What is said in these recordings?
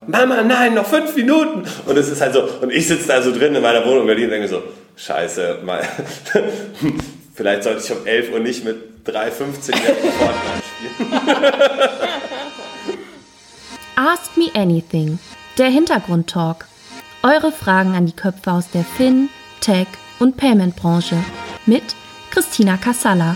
Mama, nein, noch 5 Minuten. Und es ist halt so, und ich sitze da so drin in meiner Wohnung in Berlin und denke mir so, scheiße, mal, vielleicht sollte ich um 11 Uhr nicht mit 3-15-Jährigen Fortnite spielen. Ask Me Anything, der Hintergrundtalk. Eure Fragen an die Köpfe aus der Fin-, Tech- und Payment-Branche mit Christina Kassala.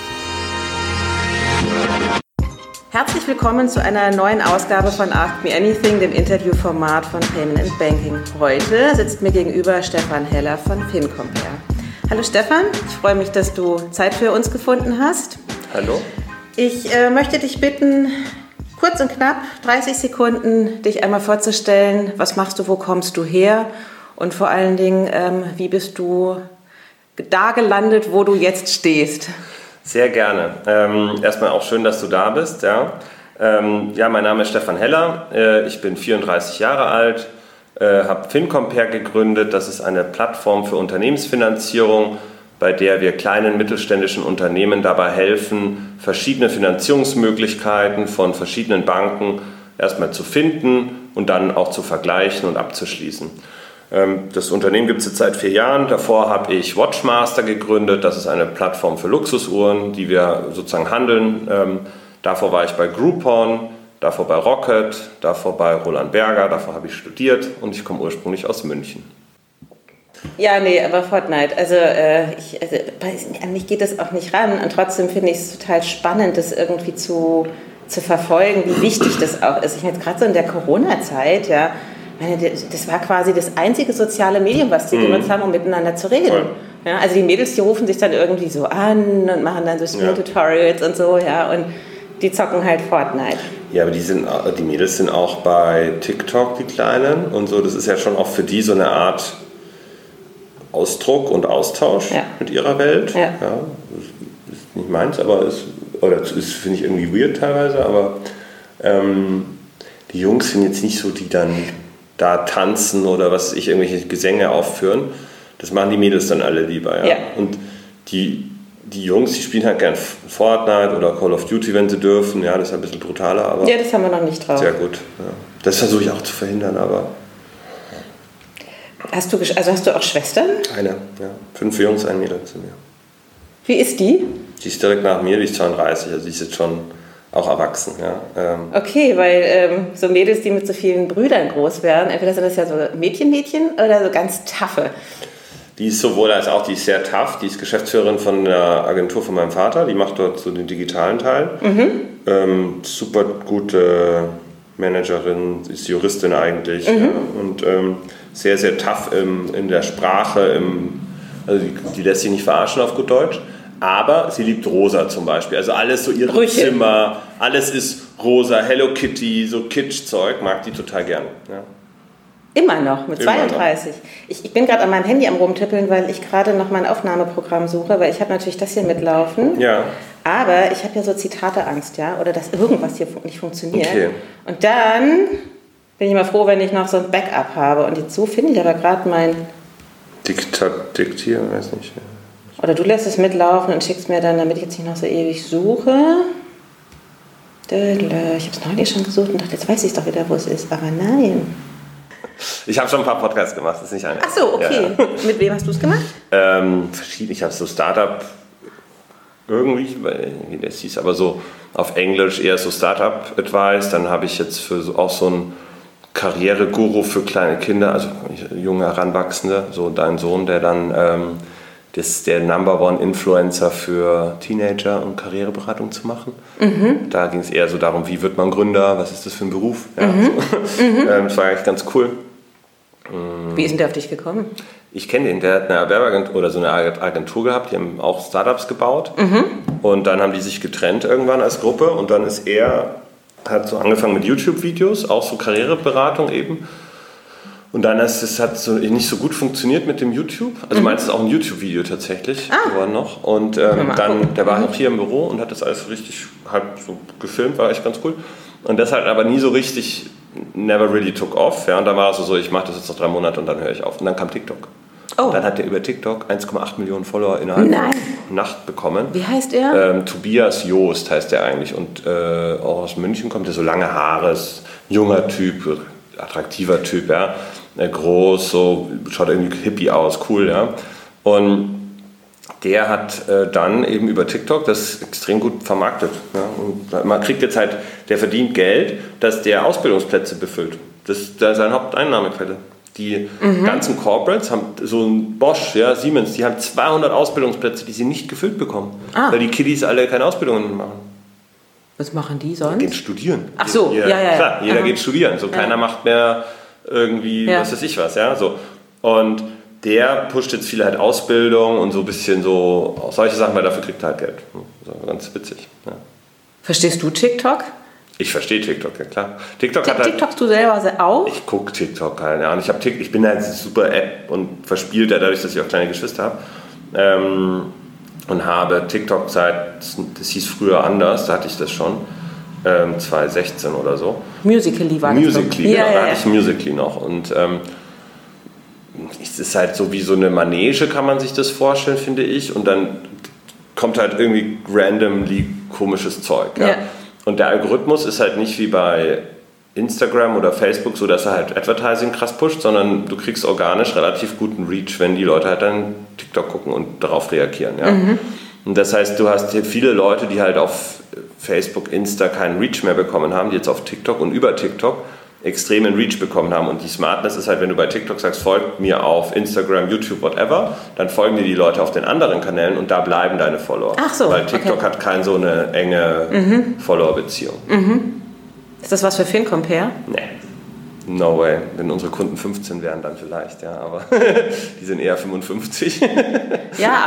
Herzlich willkommen zu einer neuen Ausgabe von Ask Me Anything, dem Interviewformat von Payment & Banking. Heute sitzt mir gegenüber Stefan Heller von FinCompare. Hallo Stefan, ich freue mich, dass du Zeit für uns gefunden hast. Hallo. Ich möchte dich bitten, kurz und knapp, 30 Sekunden, dich einmal vorzustellen. Was machst du, wo kommst du her? Und vor allen Dingen, wie bist du da gelandet, wo du jetzt stehst? Sehr gerne. Erstmal auch schön, dass du da bist. Ja, mein Name ist Stefan Heller. Ich bin 34 Jahre alt, habe FinCompare gegründet. Das ist eine Plattform für Unternehmensfinanzierung, bei der wir kleinen mittelständischen Unternehmen dabei helfen, verschiedene Finanzierungsmöglichkeiten von verschiedenen Banken erstmal zu finden und dann auch zu vergleichen und abzuschließen. Das Unternehmen gibt es jetzt seit 4 Jahren. Davor habe ich Watchmaster gegründet. Das ist eine Plattform für Luxusuhren, die wir sozusagen handeln. Davor war ich bei Groupon, davor bei Rocket, davor bei Roland Berger. Davor habe ich studiert und ich komme ursprünglich aus München. Ja, nee, aber Fortnite, an mich geht das auch nicht ran. Und trotzdem finde ich es total spannend, das irgendwie zu verfolgen, wie wichtig das auch ist. Ich meine, jetzt gerade so in der Corona-Zeit, ja, das war quasi das einzige soziale Medium, was die genutzt haben, um miteinander zu reden. Ja, also die Mädels, die rufen sich dann irgendwie so an und machen dann so Spiel-Tutorials und so, ja, und die zocken halt Fortnite. Ja, aber die Mädels sind auch bei TikTok, die Kleinen, und so. Das ist ja schon auch für die so eine Art Ausdruck und Austausch mit ihrer Welt. Ja. Ja, ist nicht meins, aber ist finde ich irgendwie weird teilweise, aber die Jungs sind jetzt nicht so, die dann da tanzen oder irgendwelche Gesänge aufführen. Das machen die Mädels dann alle lieber. Ja? Ja. Und die Jungs, die spielen halt gern Fortnite oder Call of Duty, wenn sie dürfen. Ja, das ist ein bisschen brutaler, aber... Ja, das haben wir noch nicht drauf. Sehr gut. Ja. Das versuche ich auch zu verhindern, aber... Hast du auch Schwestern? Eine, ja. 5 Jungs, 1 Mädel zu mir. Wie ist die? Die ist direkt nach mir, die ist 32, also die ist jetzt schon... auch erwachsen, ja. Okay, weil so Mädels, die mit so vielen Brüdern groß werden, entweder sind das ja so Mädchen oder so ganz taffe. Die ist sowohl als auch, die ist sehr tough, die ist Geschäftsführerin von der Agentur von meinem Vater, die macht dort so den digitalen Teil. Super gute Managerin, ist Juristin eigentlich, ja, und sehr, sehr tough in der Sprache, also die lässt sich nicht verarschen auf gut Deutsch. Aber sie liebt rosa zum Beispiel. Also alles so ihre Brüche. Zimmer, alles ist rosa, Hello Kitty, so Kitsch-Zeug, mag die total gern. Ja. Immer noch, mit 32. Ich bin gerade an meinem Handy am Rumtippeln, weil ich gerade noch mein Aufnahmeprogramm suche, weil ich habe natürlich das hier mitlaufen. Ja. Aber ich habe ja so Zitateangst, ja, oder dass irgendwas hier nicht funktioniert. Okay. Und dann bin ich mal froh, wenn ich noch so ein Backup habe. Und jetzt so finde ich aber gerade mein... Diktieren, weiß nicht, ja. Oder du lässt es mitlaufen und schickst mir dann, damit ich jetzt nicht noch so ewig suche. Ich habe es neulich schon gesucht und dachte, jetzt weiß ich doch wieder, wo es ist. Aber nein. Ich habe schon ein paar Podcasts gemacht, das ist nicht einer. Ach so, okay. Ja. Mit wem hast du es gemacht? Verschiedene. Ich habe so Startup irgendwie, das hieß aber so auf Englisch eher so Startup Advice. Dann habe ich jetzt auch so einen Karriereguru für kleine Kinder, also junge Heranwachsende, so dein Sohn, der dann... Das ist der Number-One-Influencer für Teenager und Karriereberatung zu machen. Da ging es eher so darum, wie wird man Gründer, was ist das für ein Beruf. Ja, so. Das war eigentlich ganz cool. Wie ist denn der auf dich gekommen? Ich kenne den, der hat eine Werbeagentur oder so eine Agentur gehabt, die haben auch Startups gebaut. Und dann haben die sich getrennt irgendwann als Gruppe und dann hat so angefangen mit YouTube-Videos, auch so Karriereberatung eben. Und dann hat es nicht so gut funktioniert mit dem YouTube. Also meins ist auch ein YouTube-Video tatsächlich geworden noch. Und der war auch hier im Büro und hat das alles richtig halt so gefilmt, war echt ganz cool. Und das hat aber nie so richtig, never really took off. Ja. Und dann war es so, ich mache das jetzt noch 3 Monate und dann höre ich auf. Und dann kam TikTok. Oh. Dann hat er über TikTok 1,8 Millionen Follower innerhalb der Nacht bekommen. Wie heißt er? Tobias Joost heißt er eigentlich. Und auch aus München kommt er, so lange Haare, junger Typ. attraktiver Typ, ja. Groß, so, schaut irgendwie hippie aus, cool, ja. Und der hat dann eben über TikTok das extrem gut vermarktet. Ja? Und man kriegt jetzt halt, der verdient Geld, dass der Ausbildungsplätze befüllt. Das ist seine Haupteinnahmequelle. Die ganzen Corporates haben so ein Bosch, ja, Siemens, die haben 200 Ausbildungsplätze, die sie nicht gefüllt bekommen. Weil die Kiddies alle keine Ausbildungen machen. Was machen die sonst? Die gehen studieren. Ach so, ja. Klar, jeder geht studieren. So, keiner macht mehr irgendwie, was weiß ich was, ja, so. Und der pusht jetzt viele halt Ausbildung und so ein bisschen so solche Sachen, weil dafür kriegt er halt Geld. So, ganz witzig. Ja. Verstehst du TikTok? Ich verstehe TikTok, ja klar. TikTokst du selber auch? Ich gucke TikTok, keine Ahnung. Ich bin halt eine super App und verspielt ja dadurch, dass ich auch kleine Geschwister habe. Und habe TikTok das hieß früher anders, da hatte ich das schon. 2016 oder so. Musical.ly war das. Musical.ly, genau, da hatte ich Musical.ly noch. Und es ist halt so wie so eine Manege, kann man sich das vorstellen, finde ich. Und dann kommt halt irgendwie randomly komisches Zeug. Ja? Ja. Und der Algorithmus ist halt nicht wie bei Instagram oder Facebook so, dass er halt Advertising krass pusht, sondern du kriegst organisch relativ guten Reach, wenn die Leute halt dann TikTok gucken und darauf reagieren. Ja? Und das heißt, du hast hier viele Leute, die halt auf Facebook, Insta keinen Reach mehr bekommen haben, die jetzt auf TikTok und über TikTok extremen Reach bekommen haben. Und die Smartness ist halt, wenn du bei TikTok sagst, folgt mir auf Instagram, YouTube, whatever, dann folgen dir die Leute auf den anderen Kanälen und da bleiben deine Follower. Ach so, weil TikTok hat keine so eine enge Follower-Beziehung. Ist das was für FinCompare? Nee. No way. Wenn unsere Kunden 15 wären, dann vielleicht, ja, aber die sind eher 55. Ja,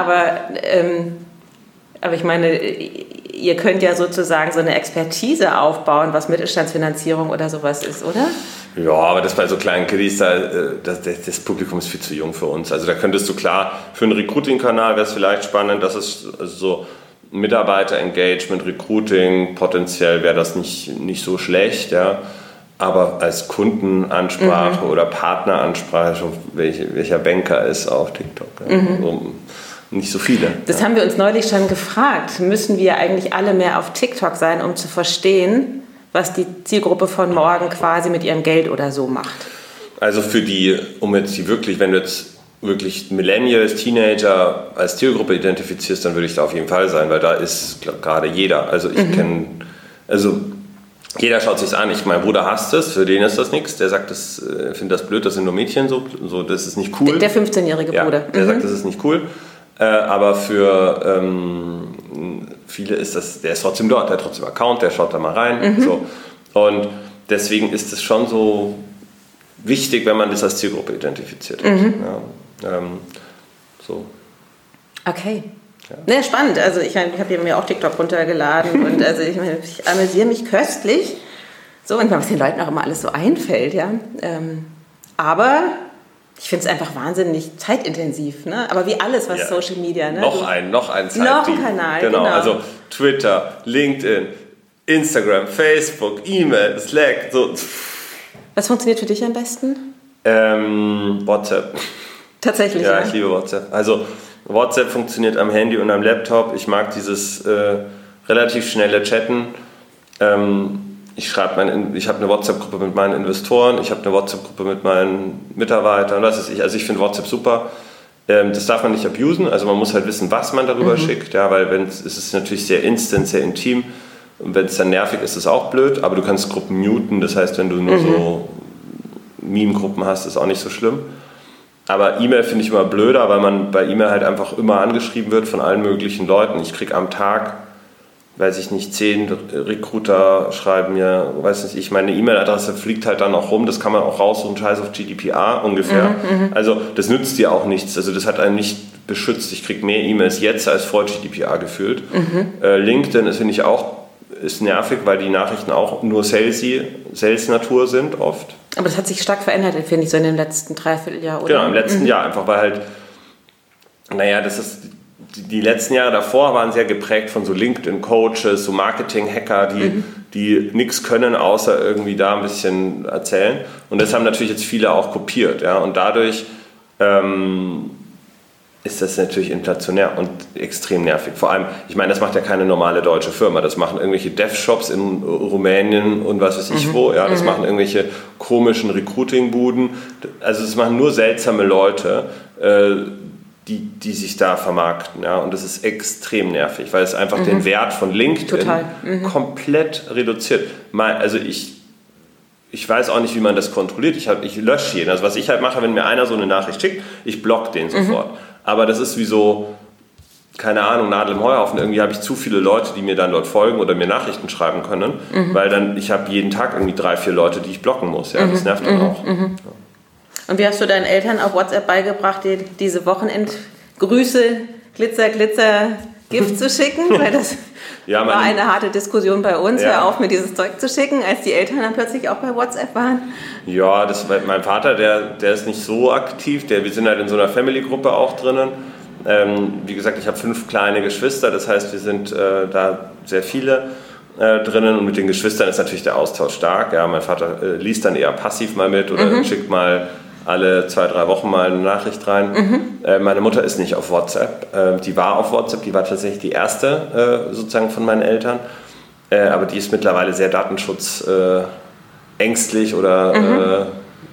aber ich meine, ihr könnt ja sozusagen so eine Expertise aufbauen, was Mittelstandsfinanzierung oder sowas ist, oder? Ja, aber das bei so kleinen Kiddies, das Publikum ist viel zu jung für uns. Also da könntest du klar, für einen Recruiting-Kanal wäre es vielleicht spannend, dass es so Mitarbeiter-Engagement, Recruiting, potenziell wäre das nicht so schlecht, ja. Aber als Kundenansprache oder Partneransprache, welcher Banker ist auf TikTok? Ja. So, nicht so viele. Das haben wir uns neulich schon gefragt. Müssen wir eigentlich alle mehr auf TikTok sein, um zu verstehen, was die Zielgruppe von morgen quasi mit ihrem Geld oder so macht? Also wenn du jetzt wirklich Millennials, Teenager als Zielgruppe identifizierst, dann würde ich da auf jeden Fall sein, weil da ist gerade jeder. Also jeder schaut sich's an. Mein Bruder hasst es, für den ist das nichts. Der sagt, findet das blöd, das sind nur Mädchen, so das ist nicht cool. Der 15-jährige Bruder. Der sagt, das ist nicht cool. Aber für viele ist der ist trotzdem dort, der hat trotzdem Account, der schaut da mal rein. So. Und deswegen ist es schon so wichtig, wenn man das als Zielgruppe identifiziert hat. Ja, so. Okay. Ja. Ne, spannend. Also ich habe mir auch TikTok runtergeladen und also ich amüsiere mich köstlich. So, und was den Leuten auch immer alles so einfällt, ja. Aber ich finde es einfach wahnsinnig zeitintensiv, ne? Aber wie alles, was Social Media, ne? Noch ein Zeitdienst. Noch ein Kanal, genau. Also Twitter, LinkedIn, Instagram, Facebook, E-Mail, Slack, so. Was funktioniert für dich am besten? WhatsApp. Tatsächlich, ja? Ich liebe WhatsApp. Also WhatsApp funktioniert am Handy und am Laptop. Ich mag dieses relativ schnelle Chatten. Ich habe eine WhatsApp-Gruppe mit meinen Investoren, ich habe eine WhatsApp-Gruppe mit meinen Mitarbeitern, was weiß ich. Also ich finde WhatsApp super. Das darf man nicht abusen, also man muss halt wissen, was man darüber schickt, ja, weil es ist natürlich sehr instant, sehr intim. Und wenn es dann nervig ist, ist es auch blöd, aber du kannst Gruppen muten, das heißt, wenn du nur so Meme-Gruppen hast, ist auch nicht so schlimm. Aber E-Mail finde ich immer blöder, weil man bei E-Mail halt einfach immer angeschrieben wird von allen möglichen Leuten. Ich kriege am Tag, weiß ich nicht, 10 Recruiter schreiben mir, weiß nicht, meine E-Mail-Adresse fliegt halt dann auch rum, das kann man auch raussuchen, scheiß auf GDPR ungefähr. Also das nützt dir auch nichts, also das hat einen nicht beschützt. Ich kriege mehr E-Mails jetzt als vor GDPR gefühlt. LinkedIn finde ich auch, ist nervig, weil die Nachrichten auch nur Sales-Natur sind oft. Aber das hat sich stark verändert, finde ich, so in dem letzten Dreivierteljahr, oder? Genau, im letzten Jahr einfach, weil halt, das ist, die letzten Jahre davor waren sehr geprägt von so LinkedIn-Coaches, so Marketing-Hacker, die nichts können, außer irgendwie da ein bisschen erzählen. Und das haben natürlich jetzt viele auch kopiert, ja, und dadurch ist das natürlich inflationär und extrem nervig. Vor allem, ich meine, das macht ja keine normale deutsche Firma. Das machen irgendwelche Dev-Shops in Rumänien und was weiß ich wo. Ja, das machen irgendwelche komischen Recruiting-Buden. Also das machen nur seltsame Leute, die sich da vermarkten. Ja, und das ist extrem nervig, weil es einfach den Wert von LinkedIn komplett reduziert. Also ich weiß auch nicht, wie man das kontrolliert. Ich lösche jeden. Also was ich halt mache, wenn mir einer so eine Nachricht schickt, ich block den sofort. Aber das ist wie so, keine Ahnung, Nadel im Heuhaufen. Irgendwie habe ich zu viele Leute, die mir dann dort folgen oder mir Nachrichten schreiben können, weil dann ich habe jeden Tag irgendwie 3-4 Leute, die ich blocken muss. Ja, das nervt dann auch. Ja. Und wie hast du deinen Eltern auf WhatsApp beigebracht, dir diese Wochenendgrüße, Glitzer, Gift zu schicken? Weil das war eine harte Diskussion bei uns. Hör auf, mir dieses Zeug zu schicken, als die Eltern dann plötzlich auch bei WhatsApp waren. Ja, mein Vater, der ist nicht so aktiv. Wir sind halt in so einer Family-Gruppe auch drinnen. Wie gesagt, ich habe 5 kleine Geschwister. Das heißt, wir sind da sehr viele drinnen. Und mit den Geschwistern ist natürlich der Austausch stark. Ja, mein Vater liest dann eher passiv mal mit oder schickt mal alle 2-3 Wochen mal eine Nachricht rein. Meine Mutter ist nicht auf WhatsApp. Die war auf WhatsApp, die war tatsächlich die erste sozusagen von meinen Eltern. Aber die ist mittlerweile sehr datenschutzängstlich oder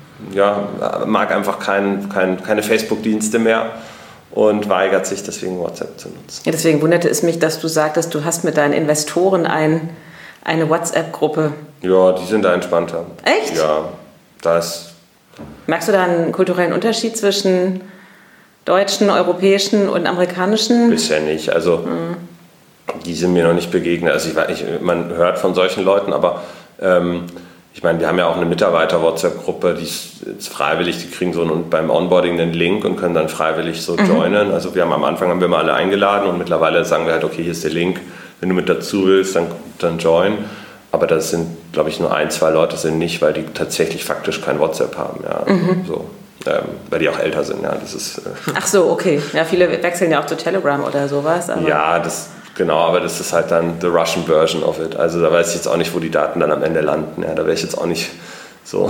mag einfach keine Facebook-Dienste mehr und weigert sich deswegen WhatsApp zu nutzen. Ja, deswegen wunderte es mich, dass du sagtest, du hast mit deinen Investoren eine WhatsApp-Gruppe. Ja, die sind da entspannter. Echt? Ja, das. Merkst du da einen kulturellen Unterschied zwischen deutschen, europäischen und amerikanischen? Bisher nicht. Also die sind mir noch nicht begegnet. Also man hört von solchen Leuten, aber ich meine, wir haben ja auch eine Mitarbeiter-WhatsApp-Gruppe, die ist freiwillig, die kriegen beim Onboarding einen Link und können dann freiwillig so joinen. Also am Anfang haben wir mal alle eingeladen und mittlerweile sagen wir halt, okay, hier ist der Link, wenn du mit dazu willst, dann join. Aber das sind, glaube ich, nur 1-2 Leute sind nicht, weil die tatsächlich faktisch kein WhatsApp haben. Ja. Weil die auch älter sind. Ja. Das ist, Ach so, okay. Ja, viele wechseln ja auch zu Telegram oder sowas. Aber ja, aber das ist halt dann the Russian version of it. Also da weiß ich jetzt auch nicht, wo die Daten dann am Ende landen. Ja. Da wäre ich jetzt auch nicht so.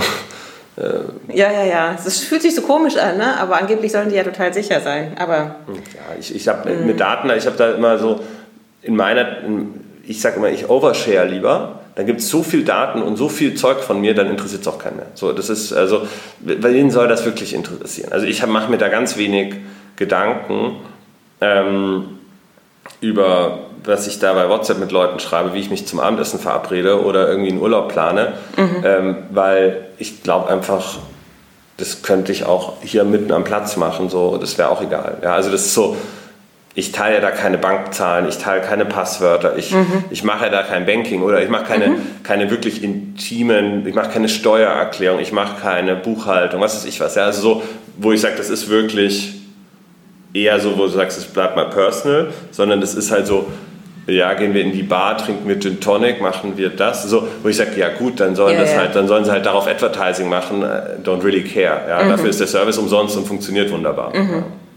Ja. Es fühlt sich so komisch an, ne? Aber angeblich sollen die ja total sicher sein. Aber ja, ich habe mit Daten, ich habe da immer so ich sage immer, ich overshare lieber. Dann gibt es so viel Daten und so viel Zeug von mir, dann interessiert es auch keinen mehr. So, das ist, also, wen soll das wirklich interessieren? Also ich mache mir da ganz wenig Gedanken über, was ich da bei WhatsApp mit Leuten schreibe, wie ich mich zum Abendessen verabrede oder irgendwie einen Urlaub plane, weil ich glaube einfach, das könnte ich auch hier mitten am Platz machen, so, das wäre auch egal. Ja, also das ist so, ich teile ja da keine Bankzahlen, ich teile keine Passwörter, ich mache ja da kein Banking oder ich mache keine wirklich intimen, ich mache keine Steuererklärung, ich mache keine Buchhaltung, was weiß ich was. Ja, also so, wo ich sage, das ist wirklich eher so, wo du sagst, es bleibt mal personal, sondern das ist halt so, ja, gehen wir in die Bar, trinken wir Gin Tonic, machen wir das, so, wo ich sage, ja gut, dann sollen sie halt darauf Advertising machen, don't really care. Ja, dafür ist der Service umsonst und funktioniert wunderbar. Ja.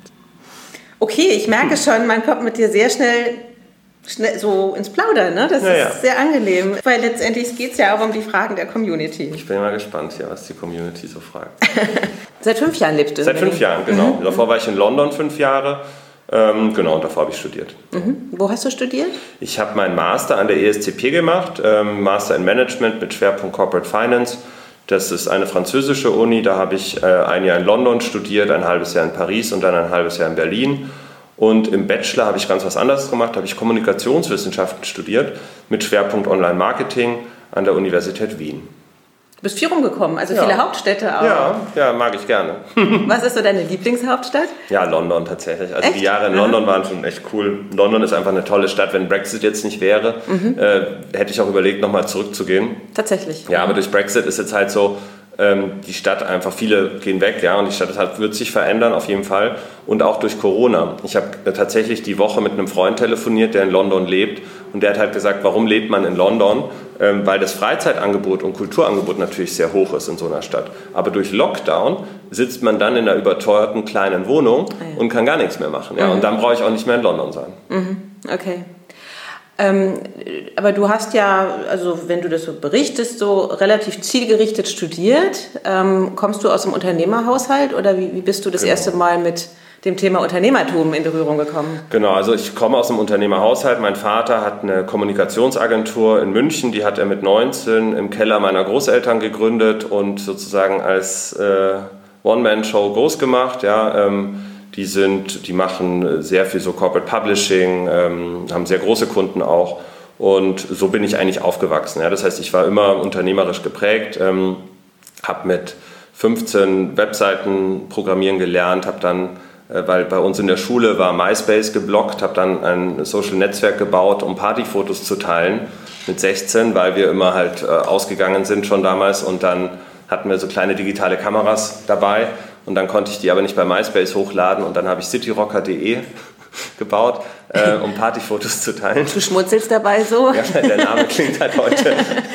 Okay, ich merke schon, man kommt mit dir sehr schnell so ins Plaudern, ne? Das ist sehr angenehm, weil letztendlich geht es ja auch um die Fragen der Community. Ich bin mal gespannt, was die Community so fragt. Seit 5 Jahren lebst du? Seit 5 Jahren, genau. Davor war ich in London 5 Jahre. Genau, und davor habe ich studiert. Wo hast du studiert? Ich habe meinen Master an der ESCP gemacht, Master in Management mit Schwerpunkt Corporate Finance. Das ist eine französische Uni, da habe ich ein Jahr in London studiert, ein halbes Jahr in Paris und dann ein halbes Jahr in Berlin. Und im Bachelor habe ich ganz was anderes gemacht, habe ich Kommunikationswissenschaften studiert mit Schwerpunkt Online-Marketing an der Universität Wien. Du bist viel rumgekommen, also viele Hauptstädte auch. Ja, mag ich gerne. Was ist so deine Lieblingshauptstadt? Ja, London tatsächlich. Also die Jahre in London waren schon echt cool. London ist einfach eine tolle Stadt. Wenn Brexit jetzt nicht wäre, hätte ich auch überlegt, nochmal zurückzugehen. Tatsächlich. Ja, aber durch Brexit ist jetzt halt so, die Stadt einfach, viele gehen weg, ja, und die Stadt wird sich verändern auf jeden Fall. Und auch durch Corona. Ich habe tatsächlich die Woche mit einem Freund telefoniert, der in London lebt. Und der hat halt gesagt, warum lebt man in London? Weil das Freizeitangebot und Kulturangebot natürlich sehr hoch ist in so einer Stadt. Aber durch Lockdown sitzt man dann in einer überteuerten kleinen Wohnung und kann gar nichts mehr machen. Ja? Und dann brauche ich auch nicht mehr in London sein. Okay. Aber du hast ja, also wenn du das so berichtest, so relativ zielgerichtet studiert. Kommst du aus einem Unternehmerhaushalt oder wie bist du das erste Mal mit dem Thema Unternehmertum in Berührung gekommen? Genau, also ich komme aus einem Unternehmerhaushalt. Mein Vater hat eine Kommunikationsagentur in München, die hat er mit 19 im Keller meiner Großeltern gegründet und sozusagen als One-Man-Show groß gemacht. Ja, die machen sehr viel so Corporate Publishing, haben sehr große Kunden auch. Und so bin ich eigentlich aufgewachsen. Ja. Das heißt, ich war immer unternehmerisch geprägt, habe mit 15 Webseiten programmieren gelernt, habe dann, weil bei uns in der Schule war MySpace geblockt, habe dann ein Social-Netzwerk gebaut, um Partyfotos zu teilen mit 16, weil wir immer halt ausgegangen sind schon damals und dann hatten wir so kleine digitale Kameras dabei und dann konnte ich die aber nicht bei MySpace hochladen und dann habe ich cityrocker.de gebaut, um Partyfotos zu teilen. Du schmunzelst dabei so? Ja, der Name klingt halt heute,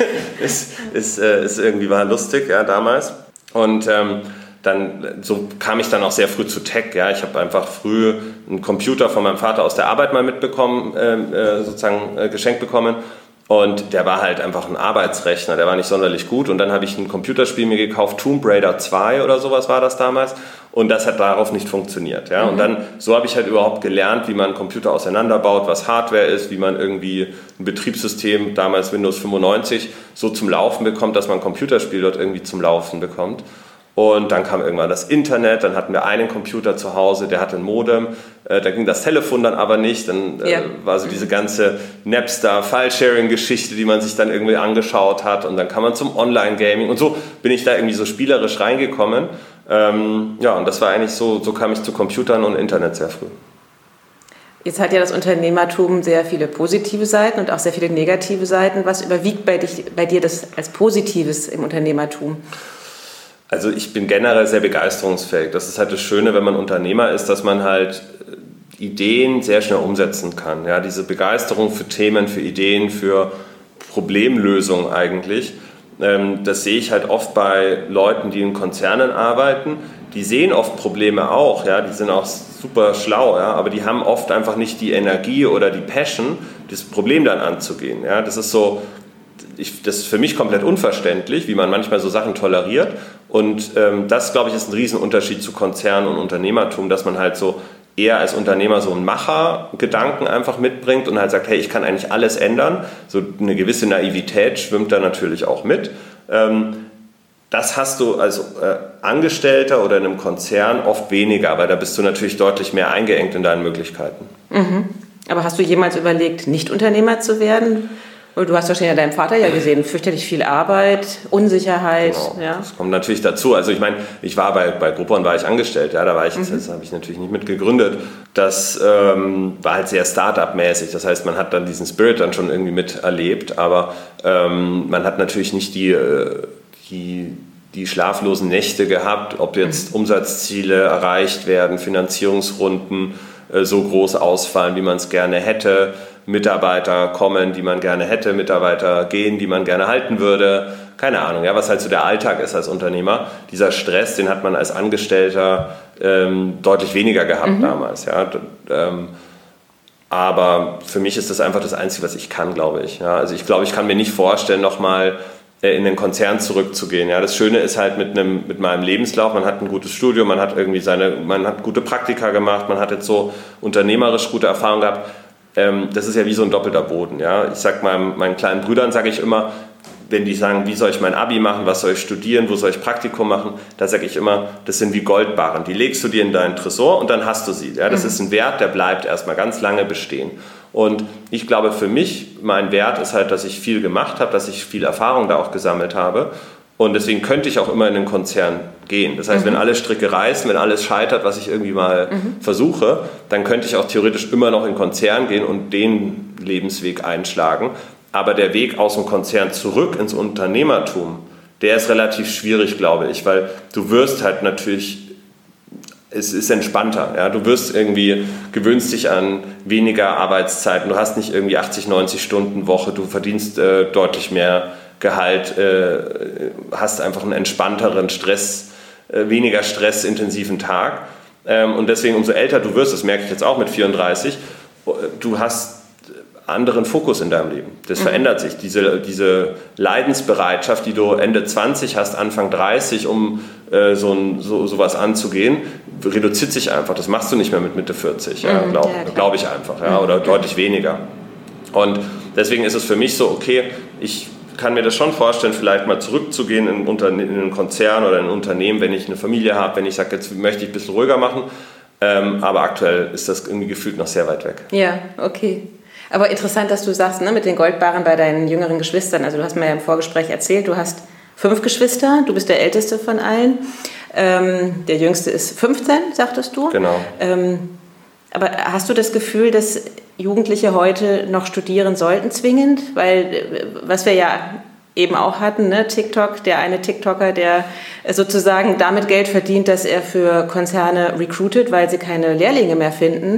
ist irgendwie war lustig, ja, damals. Und dann so kam ich dann auch sehr früh zu Tech. Ja. Ich habe einfach früh einen Computer von meinem Vater aus der Arbeit mal mitbekommen, geschenkt bekommen. Und der war halt einfach ein Arbeitsrechner, der war nicht sonderlich gut. Und dann habe ich ein Computerspiel mir gekauft, Tomb Raider 2 oder sowas war das damals. Und das hat darauf nicht funktioniert. Ja? Und dann, so habe ich halt überhaupt gelernt, wie man einen Computer auseinanderbaut, was Hardware ist, wie man irgendwie ein Betriebssystem, damals Windows 95, so zum Laufen bekommt, dass man ein Computerspiel dort irgendwie zum Laufen bekommt. Und dann kam irgendwann das Internet, dann hatten wir einen Computer zu Hause, der hatte ein Modem, da ging das Telefon dann aber nicht, dann war so diese ganze Napster-File-Sharing-Geschichte, die man sich dann irgendwie angeschaut hat und dann kam man zum Online-Gaming und so bin ich da irgendwie so spielerisch reingekommen. Und das war eigentlich so kam ich zu Computern und Internet sehr früh. Jetzt hat ja das Unternehmertum sehr viele positive Seiten und auch sehr viele negative Seiten. Was überwiegt bei dir das als Positives im Unternehmertum? Also ich bin generell sehr begeisterungsfähig. Das ist halt das Schöne, wenn man Unternehmer ist, dass man halt Ideen sehr schnell umsetzen kann. Ja, diese Begeisterung für Themen, für Ideen, für Problemlösungen eigentlich, das sehe ich halt oft bei Leuten, die in Konzernen arbeiten. Die sehen oft Probleme auch, ja, die sind auch super schlau, ja, aber die haben oft einfach nicht die Energie oder die Passion, das Problem dann anzugehen. Ja. Das ist so... Das ist für mich komplett unverständlich, wie man manchmal so Sachen toleriert. Und das, glaube ich, ist ein Riesenunterschied zu Konzernen und Unternehmertum, dass man halt so eher als Unternehmer so einen Machergedanken einfach mitbringt und halt sagt, hey, ich kann eigentlich alles ändern. So eine gewisse Naivität schwimmt da natürlich auch mit. Das hast du als Angestellter oder in einem Konzern oft weniger, aber da bist du natürlich deutlich mehr eingeengt in deinen Möglichkeiten. Mhm. Aber hast du jemals überlegt, nicht Unternehmer zu werden? Du hast wahrscheinlich deinen Vater ja gesehen, fürchterlich viel Arbeit, Unsicherheit. Genau, ja. Das kommt natürlich dazu. Also ich meine, ich war bei Groupon war ich angestellt, ja, das habe ich natürlich nicht mitgegründet. Das war halt sehr Start-up-mäßig. Das heißt, man hat dann diesen Spirit dann schon irgendwie miterlebt, aber man hat natürlich nicht die schlaflosen Nächte gehabt, ob jetzt Umsatzziele erreicht werden, Finanzierungsrunden so groß ausfallen, wie man es gerne hätte. Mitarbeiter kommen, die man gerne hätte, Mitarbeiter gehen, die man gerne halten würde. Keine Ahnung, ja, was halt so der Alltag ist als Unternehmer. Dieser Stress, den hat man als Angestellter deutlich weniger gehabt damals. Ja. Aber für mich ist das einfach das Einzige, was ich kann, glaube ich. Ja. Also ich glaube, ich kann mir nicht vorstellen, nochmal in den Konzern zurückzugehen. Ja. Das Schöne ist halt mit meinem Lebenslauf, man hat ein gutes Studium, man hat irgendwie man hat gute Praktika gemacht, man hat jetzt so unternehmerisch gute Erfahrungen gehabt. Das ist ja wie so ein doppelter Boden. Ja? Ich sage meinen kleinen Brüdern, sage ich immer, wenn die sagen, wie soll ich mein Abi machen, was soll ich studieren, wo soll ich Praktikum machen, da sage ich immer, das sind wie Goldbarren. Die legst du dir in deinen Tresor und dann hast du sie. Ja? Das ist ein Wert, der bleibt erstmal ganz lange bestehen. Und ich glaube für mich, mein Wert ist halt, dass ich viel gemacht habe, dass ich viel Erfahrung da auch gesammelt habe. Und deswegen könnte ich auch immer in den Konzern gehen. Das heißt, wenn alle Stricke reißen, wenn alles scheitert, was ich irgendwie mal versuche, dann könnte ich auch theoretisch immer noch in den Konzern gehen und den Lebensweg einschlagen. Aber der Weg aus dem Konzern zurück ins Unternehmertum, der ist relativ schwierig, glaube ich, weil du wirst halt natürlich, es ist entspannter. Ja? Du gewöhnst dich an weniger Arbeitszeiten, du hast nicht irgendwie 80, 90 Stunden Woche, du verdienst deutlich mehr Gehalt, hast einfach einen entspannteren weniger stressintensiven Tag. Und deswegen, umso älter du wirst, das merke ich jetzt auch mit 34, du hast anderen Fokus in deinem Leben. Das verändert sich. Diese Leidensbereitschaft, die du Ende 20 hast, Anfang 30, um sowas anzugehen, reduziert sich einfach. Das machst du nicht mehr mit Mitte 40, glaube ich einfach, oder deutlich weniger. Und deswegen ist es für mich so, okay, ich kann mir das schon vorstellen, vielleicht mal zurückzugehen in einen Konzern oder in ein Unternehmen, wenn ich eine Familie habe, wenn ich sage, jetzt möchte ich ein bisschen ruhiger machen. Aber aktuell ist das irgendwie gefühlt noch sehr weit weg. Ja, okay. Aber interessant, dass du sagst, ne, mit den Goldbarren bei deinen jüngeren Geschwistern. Also du hast mir ja im Vorgespräch erzählt, du hast 5 Geschwister, du bist der älteste von allen. Der jüngste ist 15, sagtest du. Genau. Aber hast du das Gefühl, dass Jugendliche heute noch studieren sollten zwingend? Weil, was wir ja eben auch hatten, ne, TikTok, der eine TikToker, der sozusagen damit Geld verdient, dass er für Konzerne recruitet, weil sie keine Lehrlinge mehr finden.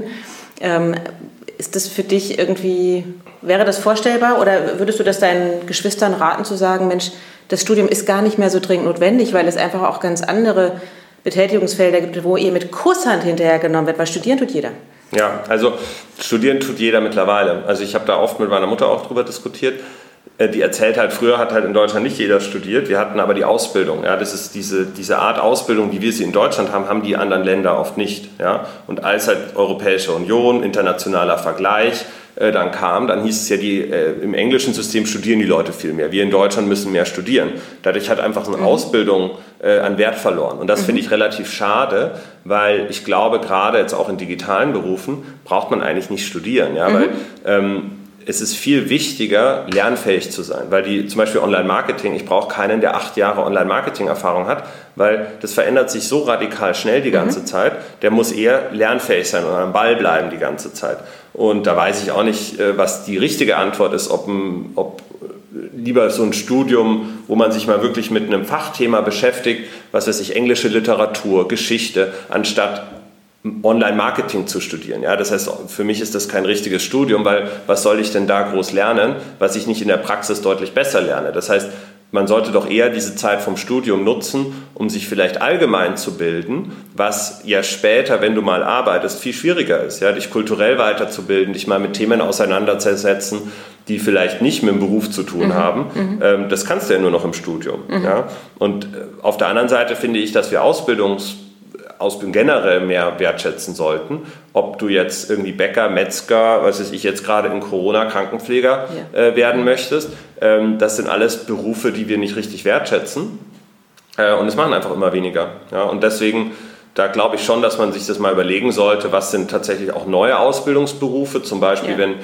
Ist das für dich irgendwie, wäre das vorstellbar oder würdest du das deinen Geschwistern raten zu sagen, Mensch, das Studium ist gar nicht mehr so dringend notwendig, weil es einfach auch ganz andere Betätigungsfelder gibt, wo ihr mit Kusshand hinterhergenommen wird, weil studieren tut jeder. Ja, also studieren tut jeder mittlerweile. Also ich habe da oft mit meiner Mutter auch drüber diskutiert. Die erzählt halt, früher hat halt in Deutschland nicht jeder studiert, wir hatten aber die Ausbildung. Ja, das ist diese Art Ausbildung, wie wir sie in Deutschland haben, haben die anderen Länder oft nicht. Ja? Und als halt Europäische Union, internationaler Vergleich dann kam, dann hieß es ja, im englischen System studieren die Leute viel mehr. Wir in Deutschland müssen mehr studieren. Dadurch hat einfach so eine Ausbildung an Wert verloren. Und das finde ich relativ schade, weil ich glaube, gerade jetzt auch in digitalen Berufen braucht man eigentlich nicht studieren. Ja? Weil es ist viel wichtiger, lernfähig zu sein, weil zum Beispiel Online-Marketing, ich brauche keinen, der 8 Jahre Online-Marketing-Erfahrung hat, weil das verändert sich so radikal schnell die ganze Zeit, der muss eher lernfähig sein und am Ball bleiben die ganze Zeit. Und da weiß ich auch nicht, was die richtige Antwort ist, ob lieber so ein Studium, wo man sich mal wirklich mit einem Fachthema beschäftigt, was weiß ich, englische Literatur, Geschichte, anstatt Online-Marketing zu studieren. Ja, das heißt, für mich ist das kein richtiges Studium, weil was soll ich denn da groß lernen, was ich nicht in der Praxis deutlich besser lerne? Das heißt, man sollte doch eher diese Zeit vom Studium nutzen, um sich vielleicht allgemein zu bilden, was ja später, wenn du mal arbeitest, viel schwieriger ist. Ja, dich kulturell weiterzubilden, dich mal mit Themen auseinanderzusetzen, die vielleicht nicht mit dem Beruf zu tun haben. Das kannst du ja nur noch im Studium. Ja? Und auf der anderen Seite finde ich, dass wir Ausbildung generell mehr wertschätzen sollten. Ob du jetzt irgendwie Bäcker, Metzger, was weiß ich, jetzt gerade in Corona Krankenpfleger werden möchtest, das sind alles Berufe, die wir nicht richtig wertschätzen. Und es machen einfach immer weniger. Ja? Und deswegen, da glaube ich schon, dass man sich das mal überlegen sollte, was sind tatsächlich auch neue Ausbildungsberufe, zum Beispiel wenn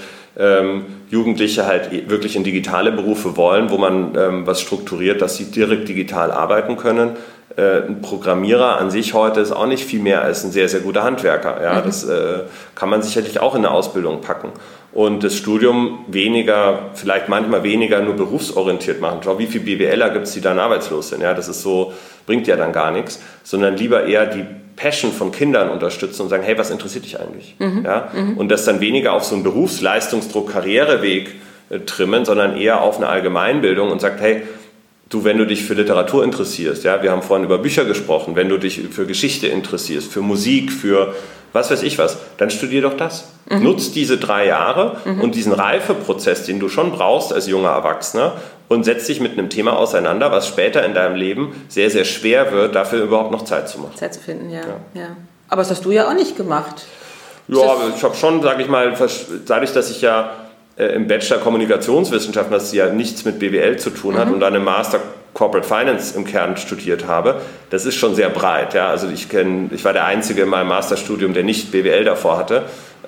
Jugendliche halt wirklich in digitale Berufe wollen, wo man was strukturiert, dass sie direkt digital arbeiten können. Ein Programmierer an sich heute ist auch nicht viel mehr als ein sehr, sehr guter Handwerker. Ja? Das kann man sicherlich auch in eine Ausbildung packen. Und das Studium vielleicht manchmal weniger nur berufsorientiert machen. Schau, wie viele BWLer gibt es, die dann arbeitslos sind? Ja? Das ist so, bringt ja dann gar nichts, sondern lieber eher die Passion von Kindern unterstützen und sagen, hey, was interessiert dich eigentlich? Ja? Und das dann weniger auf so einen Berufsleistungsdruck, Karriereweg trimmen, sondern eher auf eine Allgemeinbildung und sagt, hey, du, wenn du dich für Literatur interessierst, ja, wir haben vorhin über Bücher gesprochen, wenn du dich für Geschichte interessierst, für Musik, für was weiß ich was, dann studier doch das. Nutz diese 3 Jahre und diesen Reifeprozess, den du schon brauchst als junger Erwachsener und setz dich mit einem Thema auseinander, was später in deinem Leben sehr, sehr schwer wird, dafür überhaupt noch Zeit zu machen. Zeit zu finden, ja. Aber das hast du ja auch nicht gemacht. Ja, aber ich habe schon, sage ich mal, dadurch, dass ich ja im Bachelor Kommunikationswissenschaften, das ja nichts mit BWL zu tun hat und dann im Master Corporate Finance im Kern studiert habe, das ist schon sehr breit. Ja? Also ich war der Einzige in meinem Masterstudium, der nicht BWL davor hatte.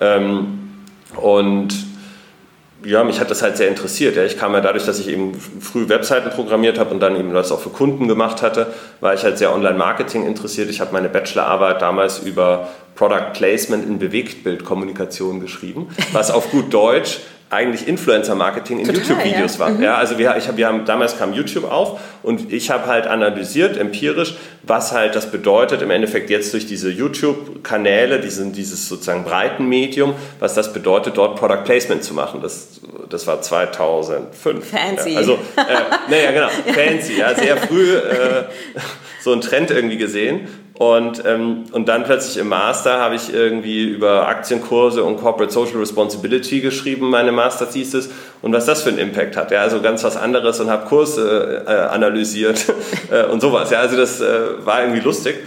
Und ja, mich hat das halt sehr interessiert. Ja? Ich kam ja dadurch, dass ich eben früh Webseiten programmiert habe und dann eben das auch für Kunden gemacht hatte, war ich halt sehr Online-Marketing interessiert. Ich habe meine Bachelorarbeit damals über Product Placement in Bewegtbildkommunikation geschrieben, was auf gut Deutsch eigentlich Influencer-Marketing in YouTube-Videos war. Ja, also damals kam YouTube auf und ich habe halt analysiert, empirisch, was halt das bedeutet, im Endeffekt jetzt durch diese YouTube-Kanäle, dieses sozusagen Breitenmedium, was das bedeutet, dort Product Placement zu machen. Das war 2005. Fancy. Ja, also, genau, fancy, ja, sehr früh so einen Trend irgendwie gesehen. Und dann plötzlich im Master habe ich irgendwie über Aktienkurse und Corporate Social Responsibility geschrieben, meine Master-Thesis, und was das für einen Impact hat. Ja, also ganz was anderes, und habe Kurse analysiert und sowas. Ja, also das war irgendwie lustig.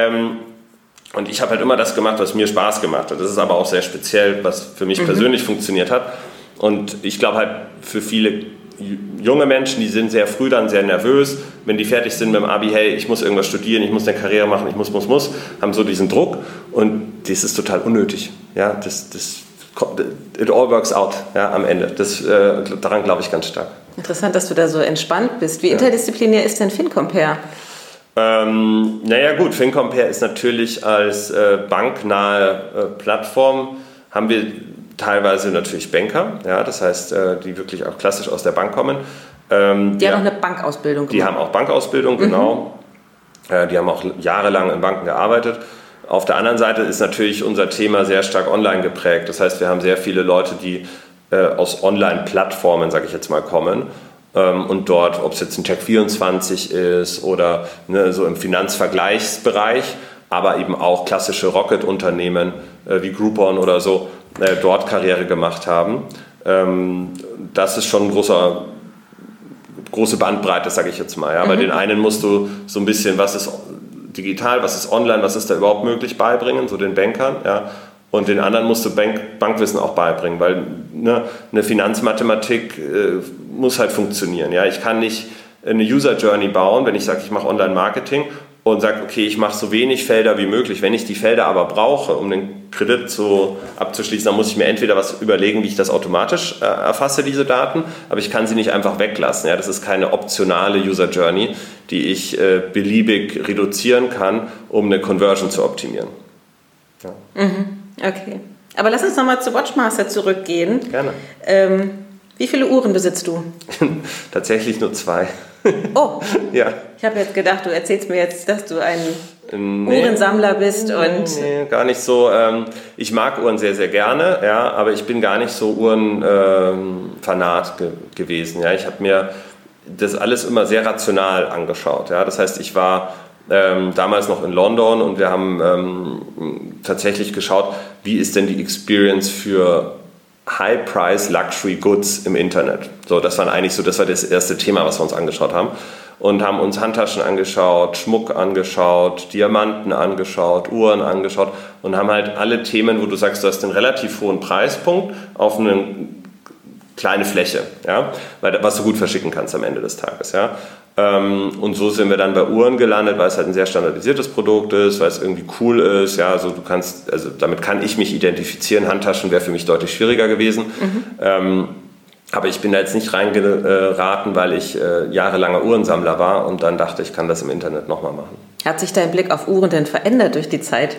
Und ich habe halt immer das gemacht, was mir Spaß gemacht hat. Das ist aber auch sehr speziell, was für mich persönlich funktioniert hat. Und ich glaube halt für viele junge Menschen, die sind sehr früh dann sehr nervös, wenn die fertig sind mit dem Abi, hey, ich muss irgendwas studieren, ich muss eine Karriere machen, ich muss, haben so diesen Druck, und das ist total unnötig. Ja, it all works out, ja, am Ende. Daran glaube ich ganz stark. Interessant, dass du da so entspannt bist. Wie interdisziplinär ist denn FinCompare? Naja gut, FinCompare ist natürlich als banknahe Plattform, haben wir teilweise natürlich Banker, ja, das heißt, die wirklich auch klassisch aus der Bank kommen. Die haben auch eine Bankausbildung gemacht. Die haben auch Bankausbildung, genau. Die haben auch jahrelang in Banken gearbeitet. Auf der anderen Seite ist natürlich unser Thema sehr stark online geprägt. Das heißt, wir haben sehr viele Leute, die aus Online-Plattformen, sage ich jetzt mal, kommen. Und dort, ob es jetzt ein Check24 ist oder so im Finanzvergleichsbereich, aber eben auch klassische Rocket-Unternehmen wie Groupon oder so, dort Karriere gemacht haben. Das ist schon eine große Bandbreite, sage ich jetzt mal. Ja? Bei den einen musst du so ein bisschen, was ist digital, was ist online, was ist da überhaupt möglich, beibringen, so den Bankern. Ja? Und den anderen musst du Bankwissen auch beibringen, weil eine Finanzmathematik muss halt funktionieren. Ja? Ich kann nicht eine User Journey bauen, wenn ich sage, ich mache Online-Marketing und sage, okay, ich mache so wenig Felder wie möglich. Wenn ich die Felder aber brauche, um den Kredit so abzuschließen, dann muss ich mir entweder was überlegen, wie ich das automatisch erfasse, diese Daten, aber ich kann sie nicht einfach weglassen. Ja? Das ist keine optionale User Journey, die ich beliebig reduzieren kann, um eine Conversion zu optimieren. Ja. Okay. Aber lass uns nochmal zu Watchmaster zurückgehen. Gerne. Wie viele Uhren besitzt du? Tatsächlich nur 2. Oh, ja. Ich habe jetzt gedacht, du erzählst mir jetzt, dass du ein Uhrensammler bist. Nee, gar nicht so. Ich mag Uhren sehr, sehr gerne, ja, aber ich bin gar nicht so Uhrenfanat gewesen. Ja. Ich habe mir das alles immer sehr rational angeschaut. Ja. Das heißt, ich war damals noch in London, und wir haben tatsächlich geschaut, wie ist denn die Experience für High-Price Luxury Goods im Internet. So, das war das erste Thema, was wir uns angeschaut haben. Und haben uns Handtaschen angeschaut, Schmuck angeschaut, Diamanten angeschaut, Uhren angeschaut, und haben halt alle Themen, wo du sagst, du hast einen relativ hohen Preispunkt auf eine kleine Fläche, ja, was du gut verschicken kannst am Ende des Tages. Ja. Und so sind wir dann bei Uhren gelandet, weil es halt ein sehr standardisiertes Produkt ist, weil es irgendwie cool ist. Ja, also damit kann ich mich identifizieren. Handtaschen wäre für mich deutlich schwieriger gewesen. Aber ich bin da jetzt nicht reingeraten, weil ich jahrelanger Uhrensammler war und dann dachte, ich kann das im Internet nochmal machen. Hat sich dein Blick auf Uhren denn verändert durch die Zeit?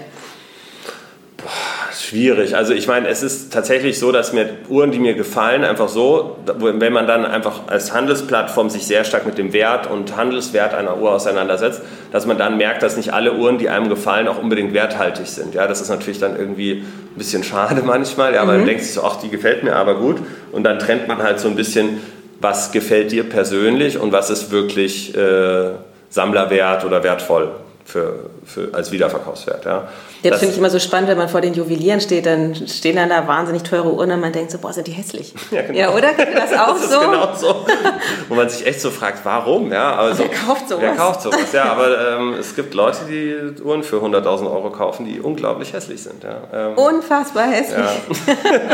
Schwierig. Also ich meine, es ist tatsächlich so, dass mir Uhren, die mir gefallen, einfach so, wenn man dann einfach als Handelsplattform sich sehr stark mit dem Wert und Handelswert einer Uhr auseinandersetzt, dass man dann merkt, dass nicht alle Uhren, die einem gefallen, auch unbedingt werthaltig sind. Ja, das ist natürlich dann irgendwie ein bisschen schade manchmal, ja, weil man denkt sich so, ach, die gefällt mir aber gut, und dann trennt man halt so ein bisschen, was gefällt dir persönlich und was ist wirklich Sammlerwert oder wertvoll als Wiederverkaufswert. Ja. Jetzt finde ich immer so spannend, wenn man vor den Juwelieren steht, dann stehen dann da wahnsinnig teure Uhren und man denkt so, boah, sind die hässlich. Ja, genau. Ja, oder? Geht das auch das ist so? Genau so. Wo man sich echt so fragt, warum? Ja, also, wer kauft sowas? Wer kauft sowas? Ja, aber es gibt Leute, die Uhren für 100.000 € kaufen, die unglaublich hässlich sind. Ja. Unfassbar hässlich. Ja.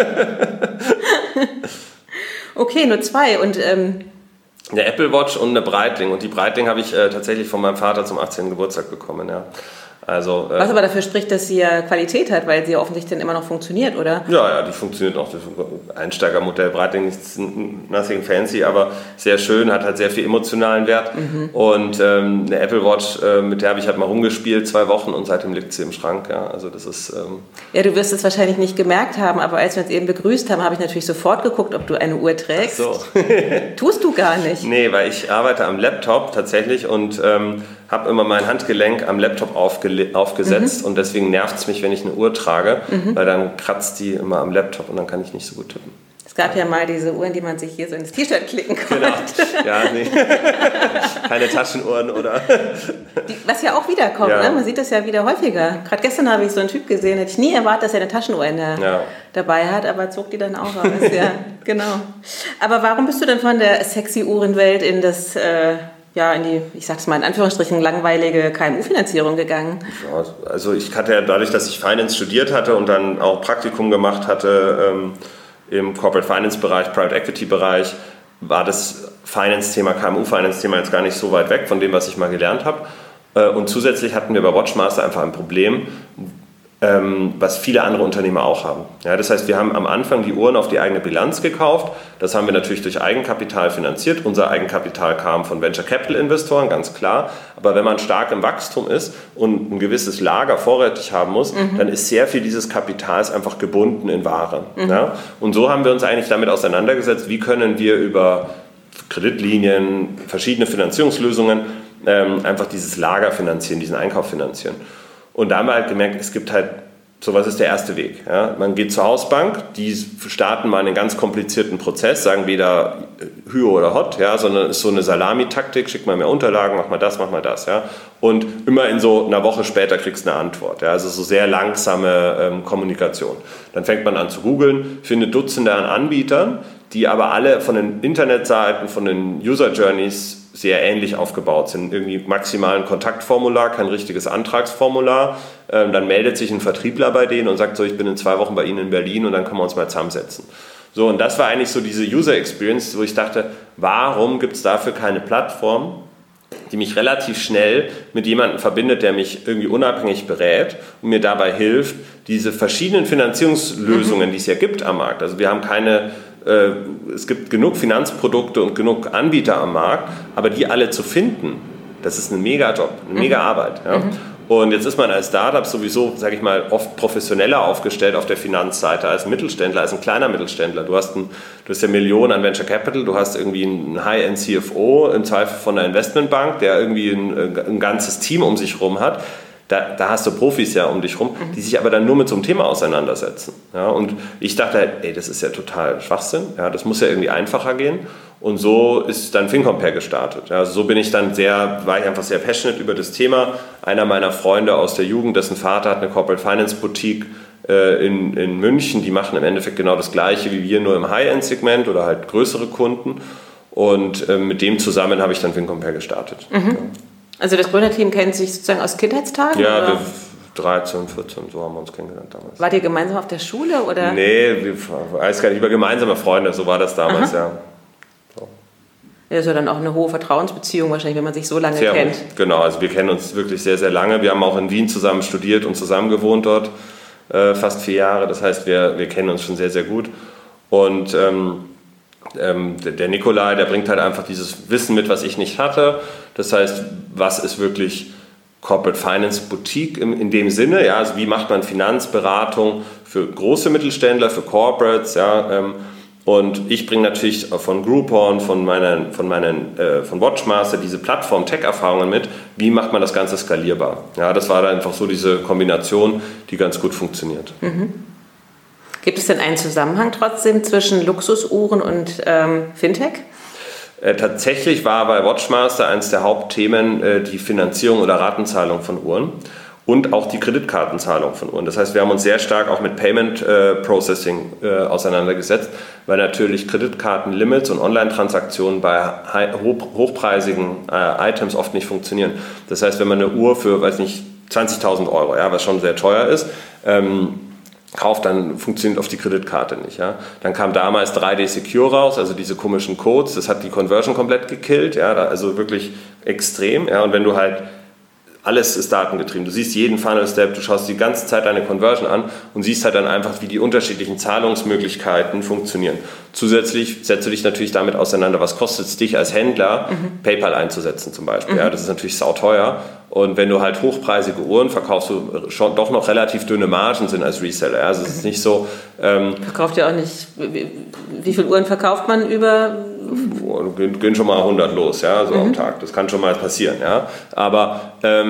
Okay, nur 2 und... Eine Apple Watch und eine Breitling. Und die Breitling habe ich tatsächlich von meinem Vater zum 18. Geburtstag bekommen. Ja. Also, was aber dafür spricht, dass sie ja Qualität hat, weil sie ja offensichtlich dann immer noch funktioniert, oder? Ja, die funktioniert noch. Das Einsteigermodell Breitling, nothing fancy, aber sehr schön, hat halt sehr viel emotionalen Wert. Und eine Apple Watch, mit der habe ich halt mal rumgespielt, 2 Wochen, und seitdem liegt sie im Schrank. Ja, also das ist... Ja, du wirst es wahrscheinlich nicht gemerkt haben, aber als wir uns eben begrüßt haben, habe ich natürlich sofort geguckt, ob du eine Uhr trägst. Ach so. Tust du gar nicht. Nee, weil ich arbeite am Laptop tatsächlich und habe immer mein Handgelenk am Laptop aufgesetzt, und deswegen nervt es mich, wenn ich eine Uhr trage, weil dann kratzt die immer am Laptop und dann kann ich nicht so gut tippen. Es gab ja mal diese Uhren, die man sich hier so ins T-Shirt klicken konnte. Genau. Ja, nee. Keine Taschenuhren oder... Was ja auch wiederkommt, ne? Man sieht das ja wieder häufiger. Gerade gestern habe ich so einen Typ gesehen, hätte ich nie erwartet, dass er eine Taschenuhr dabei hat, aber zog die dann auch aus. Ja, genau. Aber warum bist du denn von der sexy Uhrenwelt in das... in die, ich sag's mal in Anführungsstrichen, langweilige KMU-Finanzierung gegangen? Ja, also ich hatte ja dadurch, dass ich Finance studiert hatte und dann auch Praktikum gemacht hatte im Corporate Finance-Bereich, Private Equity-Bereich, war das Finance-Thema, KMU-Finance-Thema jetzt gar nicht so weit weg von dem, was ich mal gelernt habe. Und zusätzlich hatten wir bei Watchmaster einfach ein Problem, was viele andere Unternehmer auch haben. Ja, das heißt, wir haben am Anfang die Uhren auf die eigene Bilanz gekauft. Das haben wir natürlich durch Eigenkapital finanziert. Unser Eigenkapital kam von Venture Capital Investoren, ganz klar. Aber wenn man stark im Wachstum ist und ein gewisses Lager vorrätig haben muss, dann ist sehr viel dieses Kapitals einfach gebunden in Ware. Ja? Und so haben wir uns eigentlich damit auseinandergesetzt, wie können wir über Kreditlinien, verschiedene Finanzierungslösungen einfach dieses Lager finanzieren, diesen Einkauf finanzieren. Und da haben wir halt gemerkt, es gibt halt, sowas ist der erste Weg. Ja? Man geht zur Hausbank, die starten mal einen ganz komplizierten Prozess, sagen weder Hü oder Hot, ja, sondern es ist so eine Salami-Taktik, schick mal mehr Unterlagen, mach mal das. Ja? Und immer in so einer Woche später kriegst du eine Antwort. Ja? Also so sehr langsame Kommunikation. Dann fängt man an zu googeln, findet Dutzende an Anbietern, die aber alle von den Internetseiten, von den User-Journeys sehr ähnlich aufgebaut sind. Irgendwie maximal ein Kontaktformular, kein richtiges Antragsformular. Dann meldet sich ein Vertriebler bei denen und sagt so, ich bin in 2 Wochen bei Ihnen in Berlin und dann können wir uns mal zusammensetzen. So, und das war eigentlich so diese User Experience, wo ich dachte, warum gibt es dafür keine Plattform, die mich relativ schnell mit jemandem verbindet, der mich irgendwie unabhängig berät und mir dabei hilft, diese verschiedenen Finanzierungslösungen, die es ja gibt am Markt. Also wir haben es gibt genug Finanzprodukte und genug Anbieter am Markt, aber die alle zu finden, das ist ein Mega-Job, eine Mega-Arbeit. Ja? Und jetzt ist man als Startup sowieso, sage ich mal, oft professioneller aufgestellt auf der Finanzseite als Mittelständler, als ein kleiner Mittelständler. Du hast ja Millionen an Venture Capital, du hast irgendwie einen High-End CFO, im Zweifel von einer Investmentbank, der irgendwie ein ganzes Team um sich herum hat. Da hast du Profis ja um dich rum, die sich aber dann nur mit so einem Thema auseinandersetzen. Ja, und ich dachte halt, das ist ja total Schwachsinn, ja, das muss ja irgendwie einfacher gehen. Und so ist dann FinCompare gestartet. Ja, also so war ich einfach sehr passionate über das Thema. Einer meiner Freunde aus der Jugend, dessen Vater hat eine Corporate Finance Boutique in München, die machen im Endeffekt genau das Gleiche wie wir, nur im High-End-Segment oder halt größere Kunden. Und mit dem zusammen habe ich dann FinCompare gestartet. Ja. Also das Gründerteam kennt sich sozusagen aus Kindheitstagen? Ja, wir 13, 14, so haben wir uns kennengelernt damals. Wart ihr gemeinsam auf der Schule? Oder? Nee, wir weiß gar nicht, über gemeinsame Freunde, so war das damals, ja. So. Ja, ist ja dann auch eine hohe Vertrauensbeziehung wahrscheinlich, wenn man sich so lange kennt. Genau, also wir kennen uns wirklich sehr, sehr lange. Wir haben auch in Wien zusammen studiert und zusammen gewohnt dort, fast 4 Jahre. Das heißt, wir kennen uns schon sehr, sehr gut. Und der Nikolai, der bringt halt einfach dieses Wissen mit, was ich nicht hatte. Das heißt, was ist wirklich Corporate Finance Boutique in dem Sinne? Ja, also wie macht man Finanzberatung für große Mittelständler, für Corporates? Ja, und ich bringe natürlich von Groupon, von Watchmaster diese Plattform-Tech-Erfahrungen mit. Wie macht man das Ganze skalierbar? Ja, das war dann einfach so diese Kombination, die ganz gut funktioniert. Gibt es denn einen Zusammenhang trotzdem zwischen Luxusuhren und Fintech? Tatsächlich war bei Watchmaster eines der Hauptthemen die Finanzierung oder Ratenzahlung von Uhren und auch die Kreditkartenzahlung von Uhren. Das heißt, wir haben uns sehr stark auch mit Payment Processing auseinandergesetzt, weil natürlich Kreditkartenlimits und Online-Transaktionen bei hochpreisigen Items oft nicht funktionieren. Das heißt, wenn man eine Uhr für, 20.000 Euro, ja, was schon sehr teuer ist, kauft, dann funktioniert auf die Kreditkarte nicht. Ja. Dann kam damals 3D Secure raus, also diese komischen Codes, das hat die Conversion komplett gekillt, ja, also wirklich extrem. Ja. Und wenn du halt, alles ist datengetrieben, du siehst jeden Funnel-Step, du schaust die ganze Zeit deine Conversion an und siehst halt dann einfach, wie die unterschiedlichen Zahlungsmöglichkeiten funktionieren. Zusätzlich setzt du dich natürlich damit auseinander, was kostet es dich als Händler, PayPal einzusetzen zum Beispiel. Ja, das ist natürlich sauteuer. Und wenn du halt hochpreisige Uhren verkaufst, du schon doch noch relativ dünne Margen sind als Reseller. Also es ist nicht so... Verkauft ja auch nicht... Wie viele Uhren verkauft man über... Gehen schon mal 100 los, ja, so am Tag. Das kann schon mal passieren, ja. Aber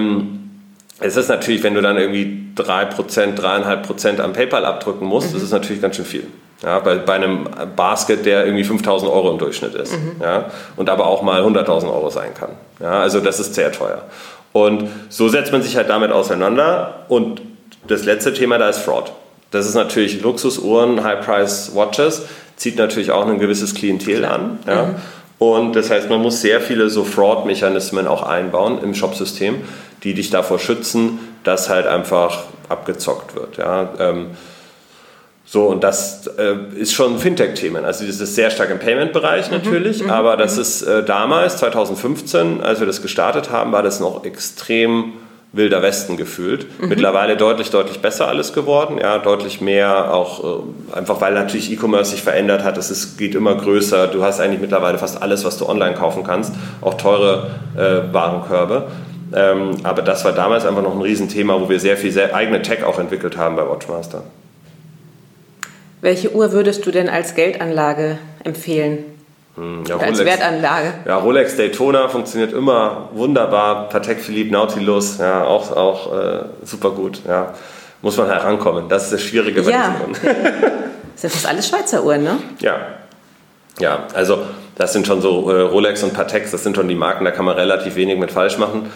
es ist natürlich, wenn du dann irgendwie 3%, 3,5% am PayPal abdrücken musst, das ist natürlich ganz schön viel. Ja, bei einem Basket, der irgendwie 5.000 Euro im Durchschnitt ist. Ja, und aber auch mal 100.000 Euro sein kann. Ja, also das ist sehr teuer. Und so setzt man sich halt damit auseinander. Und das letzte Thema da ist Fraud. Das ist natürlich Luxusuhren, High-Price-Watches, zieht natürlich auch ein gewisses Klientel an. Ja. Und das heißt, man muss sehr viele so Fraud-Mechanismen auch einbauen im Shopsystem, die dich davor schützen, dass halt einfach abgezockt wird. Ja. So, und das ist schon ein Fintech-Thema. Also das ist sehr stark im Payment-Bereich natürlich, aber das ist damals, 2015, als wir das gestartet haben, war das noch extrem wilder Westen gefühlt. Mittlerweile deutlich besser alles geworden, ja, deutlich mehr auch, einfach weil natürlich E-Commerce sich verändert hat, geht immer größer, du hast eigentlich mittlerweile fast alles, was du online kaufen kannst, auch teure Warenkörbe. Aber das war damals einfach noch ein Riesenthema, wo wir sehr viel eigene Tech auch entwickelt haben bei Watchmaster. Welche Uhr würdest du denn als Geldanlage empfehlen? Ja, als Wertanlage? Ja, Rolex Daytona funktioniert immer wunderbar. Patek Philippe, Nautilus, ja, auch super gut. Ja. Muss man herankommen. Das ist das Schwierige bei diesen Uhren. Sind das alles Schweizer Uhren, ne? Ja, also das sind schon so Rolex und Patek, das sind schon die Marken, da kann man relativ wenig mit falsch machen.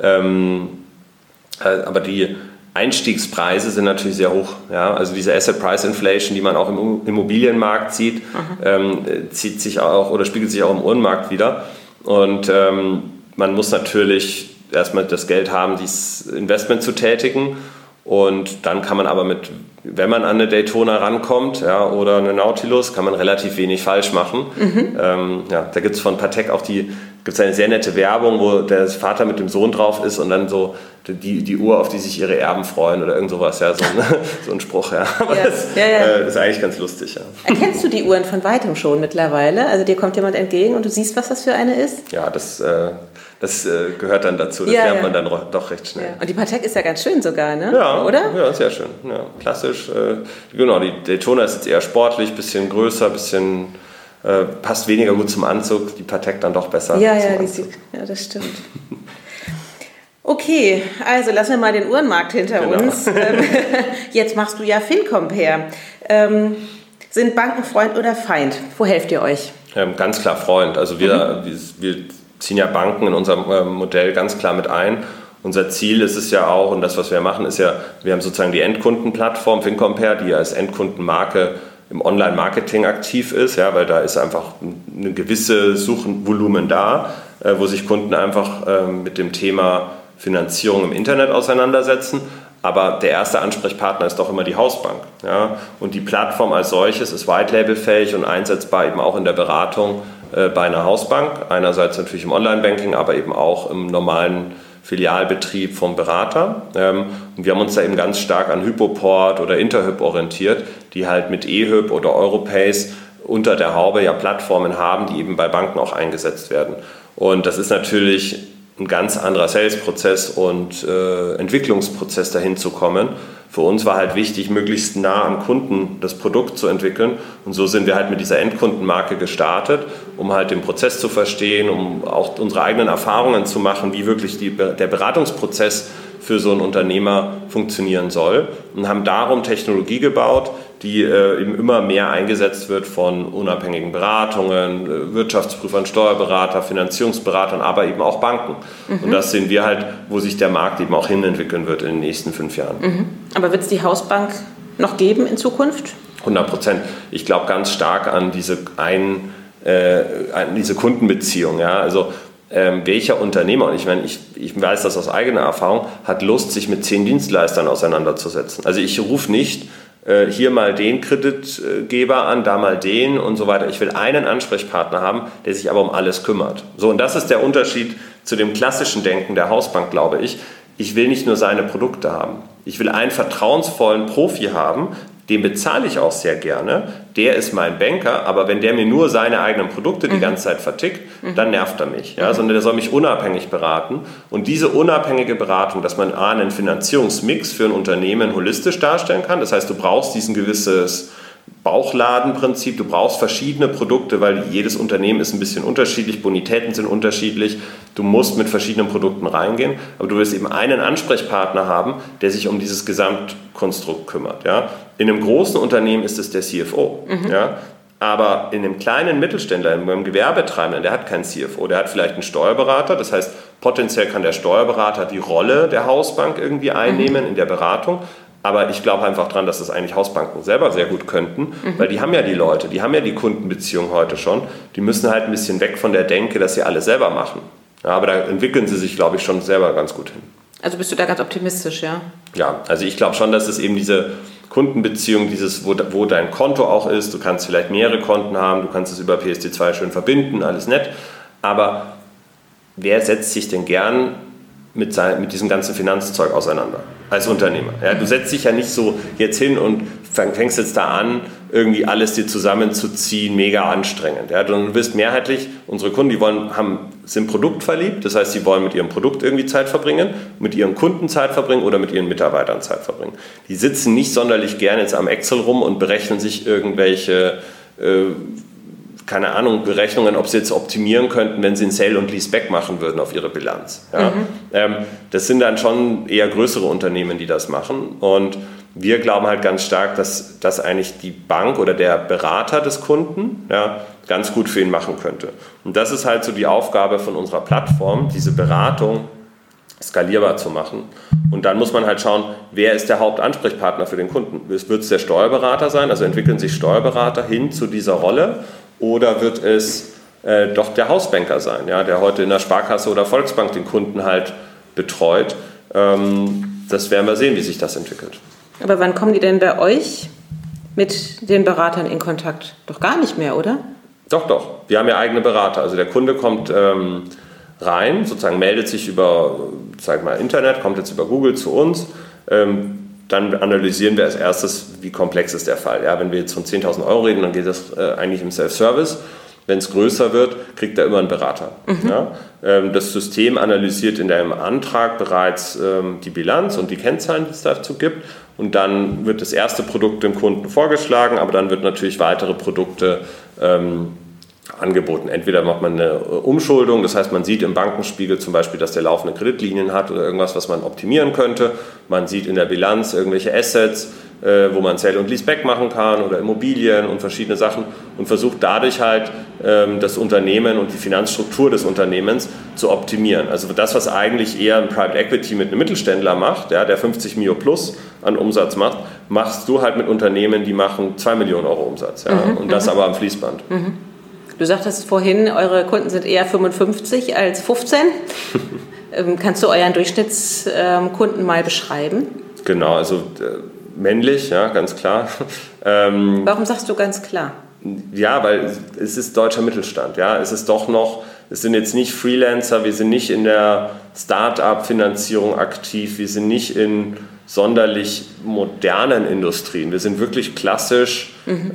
Aber die Einstiegspreise sind natürlich sehr hoch. Ja? Also diese Asset Price Inflation, die man auch im Immobilienmarkt sieht, zieht sich auch oder spiegelt sich auch im Uhrenmarkt wieder. Und man muss natürlich erstmal das Geld haben, dieses Investment zu tätigen. Und dann kann man aber wenn man an eine Daytona rankommt, ja, oder eine Nautilus, kann man relativ wenig falsch machen. Da gibt es von Patek auch gibt's eine sehr nette Werbung, wo der Vater mit dem Sohn drauf ist und dann so die Uhr, auf die sich ihre Erben freuen oder irgend sowas, ja, so ein Spruch, ja. Aber das ist eigentlich ganz lustig, ja. Erkennst du die Uhren von weitem schon mittlerweile? Also dir kommt jemand entgegen und du siehst, was das für eine ist? Ja, das gehört dann dazu, das lernt man dann doch recht schnell. Ja. Und die Patek ist ja ganz schön sogar, ne? Ja, oder? Ja, sehr schön. Ja, klassisch. Genau, die Daytona ist jetzt eher sportlich, bisschen größer, passt weniger gut zum Anzug, die Patek dann doch besser. Ja, das stimmt. Okay, also lassen wir mal den Uhrenmarkt hinter uns. Jetzt machst du ja FinCompare. Sind Banken Freund oder Feind? Wo helft ihr euch? Ganz klar Freund. Also wir ziehen ja Banken in unserem Modell ganz klar mit ein. Unser Ziel ist es ja auch, und das, was wir machen, ist ja, wir haben sozusagen die Endkundenplattform FinCompare, die als Endkundenmarke im Online-Marketing aktiv ist, ja, weil da ist einfach ein gewisses Suchvolumen da, wo sich Kunden einfach mit dem Thema Finanzierung im Internet auseinandersetzen. Aber der erste Ansprechpartner ist doch immer die Hausbank. Ja? Und die Plattform als solches ist white-label-fähig und einsetzbar eben auch in der Beratung bei einer Hausbank. Einerseits natürlich im Online-Banking, aber eben auch im normalen Filialbetrieb vom Berater. Und wir haben uns da eben ganz stark an Hypoport oder Interhyp orientiert, die halt mit eHyp oder Europace unter der Haube ja Plattformen haben, die eben bei Banken auch eingesetzt werden. Und das ist natürlich ein ganz anderer Sales-Prozess und Entwicklungsprozess dahin zu kommen. Für uns war halt wichtig, möglichst nah am Kunden das Produkt zu entwickeln. Und so sind wir halt mit dieser Endkundenmarke gestartet, um halt den Prozess zu verstehen, um auch unsere eigenen Erfahrungen zu machen, wie wirklich der Beratungsprozess für so einen Unternehmer funktionieren soll. Und haben darum Technologie gebaut, die eben immer mehr eingesetzt wird von unabhängigen Beratungen, Wirtschaftsprüfern, Steuerberater, Finanzierungsberatern, aber eben auch Banken. Und das sehen wir halt, wo sich der Markt eben auch hinentwickeln wird in den nächsten 5 Jahren. Aber wird es die Hausbank noch geben in Zukunft? 100%. Ich glaube ganz stark an diese Kundenbeziehung. Ja? Also welcher Unternehmer, und ich meine, ich weiß das aus eigener Erfahrung, hat Lust, sich mit 10 Dienstleistern auseinanderzusetzen. Also ich rufe nicht hier mal den Kreditgeber an, da mal den und so weiter. Ich will einen Ansprechpartner haben, der sich aber um alles kümmert. So, und das ist der Unterschied zu dem klassischen Denken der Hausbank, glaube ich. Ich will nicht nur seine Produkte haben. Ich will einen vertrauensvollen Profi haben, den bezahle ich auch sehr gerne. Der ist mein Banker, aber wenn der mir nur seine eigenen Produkte die ganze Zeit vertickt, dann nervt er mich. Ja? Sondern der soll mich unabhängig beraten. Und diese unabhängige Beratung, dass man einen Finanzierungsmix für ein Unternehmen holistisch darstellen kann, das heißt, du brauchst diesen gewisses Bauchladenprinzip. Du brauchst verschiedene Produkte, weil jedes Unternehmen ist ein bisschen unterschiedlich, Bonitäten sind unterschiedlich. Du musst mit verschiedenen Produkten reingehen, aber du wirst eben einen Ansprechpartner haben, der sich um dieses Gesamtkonstrukt kümmert. Ja? In einem großen Unternehmen ist es der CFO. Ja? Aber in einem kleinen Mittelständler, in einem Gewerbetreibenden, der hat keinen CFO, der hat vielleicht einen Steuerberater. Das heißt, potenziell kann der Steuerberater die Rolle der Hausbank irgendwie einnehmen in der Beratung. Aber ich glaube einfach dran, dass das eigentlich Hausbanken selber sehr gut könnten, weil die haben ja die Leute, die haben ja die Kundenbeziehung heute schon. Die müssen halt ein bisschen weg von der Denke, dass sie alles selber machen. Ja, aber da entwickeln sie sich, glaube ich, schon selber ganz gut hin. Also bist du da ganz optimistisch, ja? Ja, also ich glaube schon, dass es eben diese Kundenbeziehung, wo dein Konto auch ist, du kannst vielleicht mehrere Konten haben, du kannst es über PSD2 schön verbinden, alles nett. Aber wer setzt sich denn gern mit diesem ganzen Finanzzeug auseinander als Unternehmer? Ja, du setzt dich ja nicht so jetzt hin und fängst jetzt da an, irgendwie alles dir zusammenzuziehen, mega anstrengend. Ja, du bist mehrheitlich, unsere Kunden, sind produktverliebt, das heißt, sie wollen mit ihrem Produkt irgendwie Zeit verbringen, mit ihren Kunden Zeit verbringen oder mit ihren Mitarbeitern Zeit verbringen. Die sitzen nicht sonderlich gerne jetzt am Excel rum und berechnen sich irgendwelche keine Ahnung, Berechnungen, ob sie jetzt optimieren könnten, wenn sie einen Sale- und Leaseback machen würden auf ihre Bilanz. Ja? Das sind dann schon eher größere Unternehmen, die das machen. Und wir glauben halt ganz stark, dass eigentlich die Bank oder der Berater des Kunden ganz gut für ihn machen könnte. Und das ist halt so die Aufgabe von unserer Plattform, diese Beratung skalierbar zu machen. Und dann muss man halt schauen, wer ist der Hauptansprechpartner für den Kunden? Wird es der Steuerberater sein? Also entwickeln sich Steuerberater hin zu dieser Rolle? Oder wird es doch der Hausbanker sein, ja, der heute in der Sparkasse oder Volksbank den Kunden halt betreut? Das werden wir sehen, wie sich das entwickelt. Aber wann kommen die denn bei euch mit den Beratern in Kontakt? Doch gar nicht mehr, oder? Doch. Wir haben ja eigene Berater. Also der Kunde kommt rein, sozusagen meldet sich über, Internet, kommt jetzt über Google zu uns. Dann analysieren wir als erstes, wie komplex ist der Fall. Ja, wenn wir jetzt von 10.000 € reden, dann geht das eigentlich im Self-Service. Wenn es größer wird, kriegt er immer einen Berater. Ja? Das System analysiert in deinem Antrag bereits die Bilanz und die Kennzahlen, die es dazu gibt. Und dann wird das erste Produkt dem Kunden vorgeschlagen, aber dann wird natürlich weitere Produkte angeboten. Entweder macht man eine Umschuldung, das heißt, man sieht im Bankenspiegel zum Beispiel, dass der laufende Kreditlinien hat oder irgendwas, was man optimieren könnte. Man sieht in der Bilanz irgendwelche Assets, wo man Sale und Leaseback machen kann oder Immobilien und verschiedene Sachen und versucht dadurch halt das Unternehmen und die Finanzstruktur des Unternehmens zu optimieren. Also das, was eigentlich eher ein Private Equity mit einem Mittelständler macht, ja, der 50 Mio plus an Umsatz macht, machst du halt mit Unternehmen, die machen 2 Millionen € Umsatz. Ja, und das aber am Fließband. Du sagtest vorhin, eure Kunden sind eher 55 als 15. Kannst du euren Durchschnittskunden mal beschreiben? Genau, also männlich, ja, ganz klar. Warum sagst du ganz klar? Ja, weil es ist deutscher Mittelstand. Ja, es sind jetzt nicht Freelancer, wir sind nicht in der Start-up-Finanzierung aktiv, wir sind nicht in sonderlich modernen Industrien. Wir sind wirklich klassische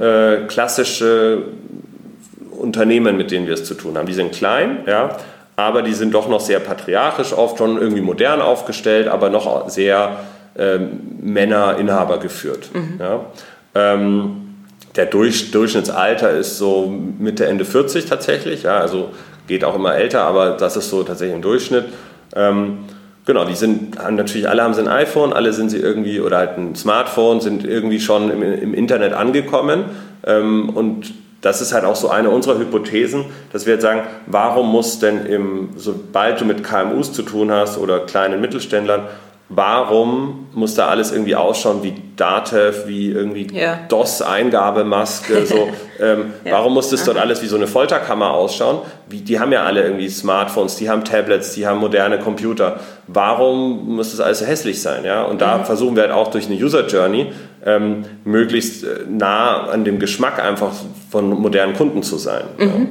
Unternehmen, mit denen wir es zu tun haben. Die sind klein, ja, aber die sind doch noch sehr patriarchisch, oft schon irgendwie modern aufgestellt, aber noch sehr Männer-Inhaber geführt. Ja. Der Durchschnittsalter ist so Mitte, Ende 40 tatsächlich, ja, also geht auch immer älter, aber das ist so tatsächlich im Durchschnitt. Genau, alle haben sie ein iPhone, alle sind sie irgendwie, oder halt ein Smartphone, sind irgendwie schon im Internet angekommen und das ist halt auch so eine unserer Hypothesen, dass wir jetzt sagen, warum muss denn sobald du mit KMUs zu tun hast oder kleinen Mittelständlern, warum muss da alles irgendwie ausschauen wie Datev, wie irgendwie DOS-Eingabemaske, so, warum muss das dort alles wie so eine Folterkammer ausschauen? Die haben ja alle irgendwie Smartphones, die haben Tablets, die haben moderne Computer. Warum muss das alles so hässlich sein? Ja? Und da versuchen wir halt auch durch eine User Journey möglichst nah an dem Geschmack einfach von modernen Kunden zu sein.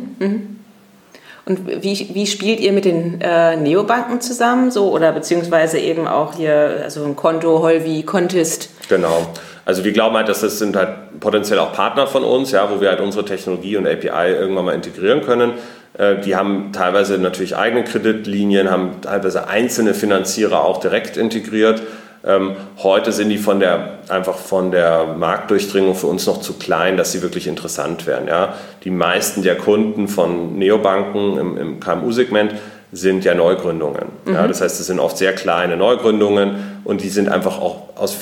Und wie spielt ihr mit den Neobanken zusammen, so, oder beziehungsweise eben auch hier, also ein Konto, Holvi, Kontist? Genau. Also wir glauben halt, dass das sind halt potenziell auch Partner von uns, ja, wo wir halt unsere Technologie und API irgendwann mal integrieren können. Die haben teilweise natürlich eigene Kreditlinien, haben teilweise einzelne Finanzierer auch direkt integriert. Heute sind die einfach von der Marktdurchdringung für uns noch zu klein, dass sie wirklich interessant werden. Ja? Die meisten der Kunden von Neobanken im KMU-Segment sind ja Neugründungen. Ja? Das heißt, es sind oft sehr kleine Neugründungen und die sind einfach auch aus